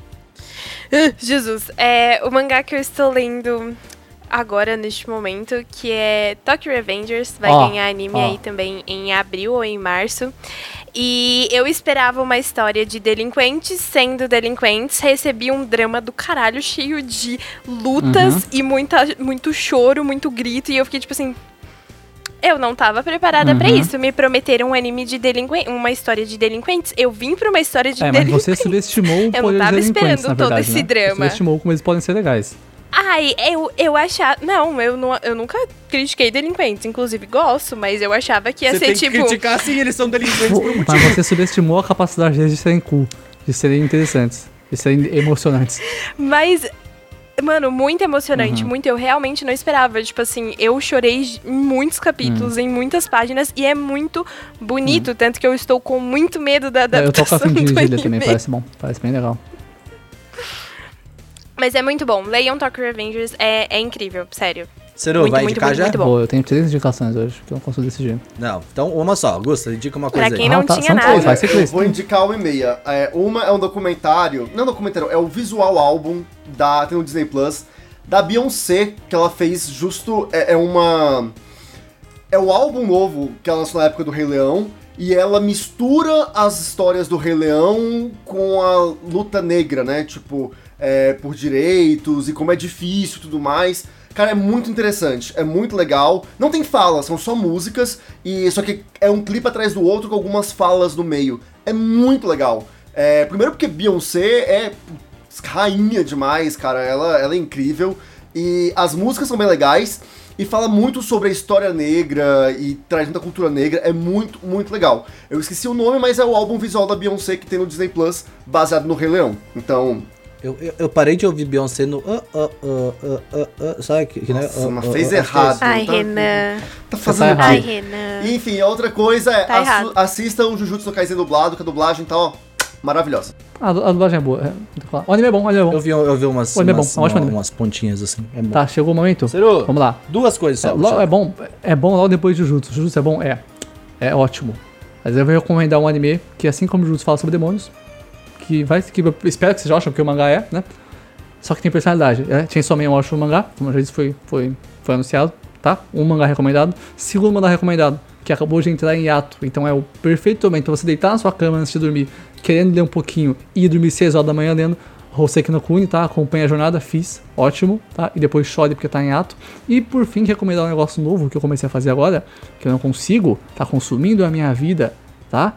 Uh, Jesus, é o mangá que eu estou lendo agora, neste momento, que é Tokyo Revengers, vai Ó, ganhar anime ó. aí também em abril ou em março. E eu esperava uma história de delinquentes sendo delinquentes, recebi um drama do caralho cheio de lutas Uhum. e muita, muito choro, muito grito, e eu fiquei tipo assim... Eu não tava preparada Uhum. pra isso. Me prometeram um anime de delinquentes, uma história de delinquentes. Eu vim pra uma história de É, mas delinquentes. você subestimou o Eu não poder tava dos delinquentes, esperando na todo verdade, esse né? drama. Você subestimou como eles podem ser legais. Ai, eu, eu achava... Não, eu, não, eu nunca critiquei delinquentes. Inclusive, gosto, mas eu achava que ia Você ser tem tipo... que criticar sim, eles são delinquentes por um motivo. Mas você subestimou a capacidade deles de serem cool, de serem interessantes, de serem emocionantes. Mas, mano, muito emocionante, Uhum. muito. Eu realmente não esperava. Tipo assim, eu chorei em muitos capítulos, Uhum. em muitas páginas, e é muito bonito. Tanto que eu estou com muito medo da É, eu tô com a adaptação fim de do Vigília anime. também, parece bom, parece bem legal. Mas é muito bom. Leiam Tokyo Revengers, é, é incrível, sério. Seru, Muito, vai muito, indicar muito, já? muito bom. Boa, eu tenho três indicações hoje, que eu não consigo decidir. Não, então uma só. Augusta, indica uma coisa Pra quem aí. não Ah, tá, tinha são nada. três, vai ser Eu três. vou indicar uma e meia. É, uma é um documentário, não é um documentário, é o visual álbum da, tem no Disney Plus, da Beyoncé, que ela fez justo, é, é uma... É o álbum novo que ela lançou na época do Rei Leão, e ela mistura as histórias do Rei Leão com a luta negra, né? Tipo, é, por direitos e como é difícil e tudo mais. Cara, é muito interessante, é muito legal. Não tem falas, são só músicas, e só que é um clipe atrás do outro com algumas falas no meio. É muito legal. É, primeiro porque Beyoncé é rainha demais, cara, ela, ela é incrível. E as músicas são bem legais, e fala muito sobre a história negra, e traz muita cultura negra, é muito, muito legal. Eu esqueci o nome, mas é o álbum visual da Beyoncé que tem no Disney Plus, baseado no Rei Leão. Então... Eu, eu, eu parei de ouvir Beyoncé no... Uh, uh, uh, uh, uh, uh, sabe que, que Nossa, né? Uh, mas uh, fez uh, errado. Ai, tá- Renan. Tá Você fazendo tá o Ai, quê? Renan. E, enfim, a outra coisa é Tá assu- errado. assistam o Jujutsu no Kaisen dublado, que a dublagem tá, ó, maravilhosa. Ah, a dublagem é boa. É, tem que falar. O anime é bom, o anime é bom. Eu vi, eu vi umas, O anime é bom, umas, é um ótimo uma- anime. umas pontinhas assim. É bom. Tá, chegou o momento. Seru, Vamos lá. duas coisas só. É, lo- é bom, é bom logo depois de Jujutsu. Jujutsu é bom? É. É ótimo. Mas eu vou recomendar um anime que, assim como Jujutsu fala sobre demônios, que vai, que eu espero que vocês acham, porque o mangá é, né? Só que tem personalidade. É, Chainsaw Man é um ótimo mangá, como eu já disse, foi, foi, foi anunciado, tá? Um mangá recomendado. Segundo mangá recomendado, que acabou de entrar em hiato. Então é o perfeito momento pra você deitar na sua cama antes de dormir, querendo ler um pouquinho e dormir seis horas da manhã lendo Hoseki no Kuni, tá? Acompanha a jornada, fiz, ótimo, tá? E depois chore porque tá em ato. E por fim, recomendar um negócio novo que eu comecei a fazer agora, que eu não consigo, tá consumindo a minha vida, tá?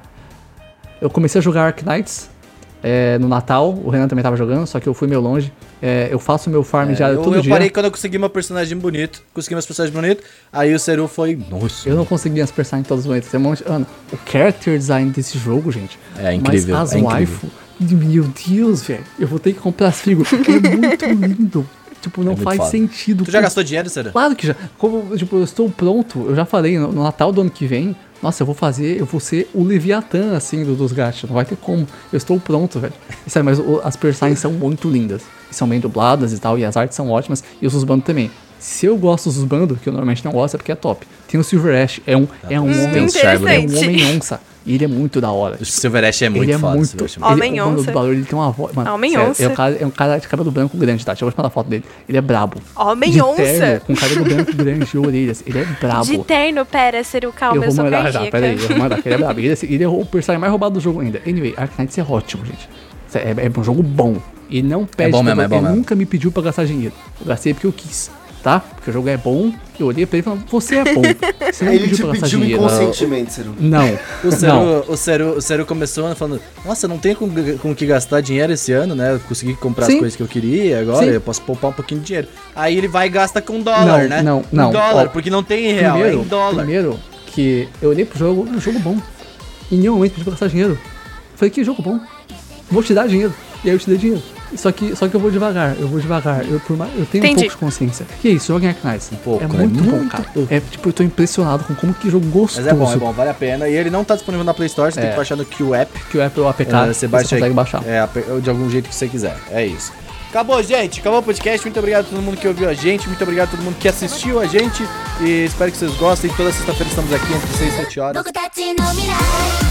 Eu comecei a jogar Arknights é, no Natal, o Renan também tava jogando, só que eu fui meio longe. É, eu faço meu farm É, diário eu, todo eu dia. Eu parei quando eu consegui meu personagem bonito, consegui meus personagens bonitos, aí o Seru foi, nossa. Eu não consegui as personagens todas bonitas, tem um monte... Ana, o character design desse jogo, gente. É incrível, Mas as é incrível. waifu, meu Deus, velho, eu vou ter que comprar as figuras, porque é muito lindo. Tipo, não É muito faz foda. sentido. Tu já gastou dinheiro, Seru? Claro que já. Como, tipo, eu estou pronto, eu já falei, no, no Natal do ano que vem, nossa, eu vou fazer, eu vou ser o Leviatã, assim, do, dos gatos. Não vai ter como. Eu estou pronto, velho. E, sabe, mas o, as personagens são muito lindas. E são bem dubladas e tal, e as artes são ótimas. E os Susbando também. Se eu gosto dos Susbando, que eu normalmente não gosto, é porque é top. Tem o Silver Ash, é um, é um Hum, homem. interessante. É um homem onça. E ele é muito da hora. O Silver Ash é muito ele é foda. muito. Silver Ash é muito Homem ele, o mano onça. do dublador, ele tem uma voz. Mano, Homem sério, onça. É um, cara, é um cara de cabelo branco grande, tá? Deixa eu te mandar a foto dele. Ele é brabo. Homem de onça? terno, com cabelo branco grande e orelhas. Ele é brabo. De terno, pera, Seru, calma, Eu eu, vou sou mandar, já, cardíaca. peraí, eu vou mandar, que ele é brabo. Ele, ele é o personagem mais roubado do jogo ainda. Anyway, Arknights é ótimo, gente. É, é um jogo bom. E não pede, bom mesmo, pra- é bom ele mesmo. nunca me pediu pra gastar dinheiro. Eu gastei porque eu quis, tá? Porque o jogo é bom, eu olhei pra ele e falei, você é bom. Você não Ele pediu te pra gastar pediu dinheiro. inconscientemente, Ciro. Não, O não. Seru, o, Seru, o Seru começou falando, nossa, não tenho com, com que gastar dinheiro esse ano, né? Eu consegui comprar Sim. as coisas que eu queria, agora Sim. eu posso poupar um pouquinho de dinheiro. Aí ele vai e gasta com dólar, Não, né? não, Em não. dólar, Ó, porque não tem em real, primeiro, é em dólar. primeiro que eu olhei pro jogo, um jogo bom. Em nenhum momento pedi pra gastar dinheiro. Falei, que jogo bom. Vou te dar dinheiro. E aí eu te dei dinheiro. Só que, só que eu vou devagar, eu vou devagar. Eu, por mais, eu tenho Entendi. um pouco de consciência. Que é isso, joga em Arknights. Um pouco, é né? muito bom, Muito cara. pouco. É tipo, eu tô impressionado com como que jogo gostoso. Mas é bom, é bom, vale a pena. E ele não tá disponível na Play Store, você É. tem que baixar no Q-App. Que o Apple A P K, É, você, consegue baixar. É, de algum jeito que você quiser. É isso. Acabou, gente. Acabou o podcast. Muito obrigado a todo mundo que ouviu a gente. Muito obrigado a todo mundo que assistiu a gente. E espero que vocês gostem. Toda sexta-feira estamos aqui entre seis e sete horas. 僕たちの未来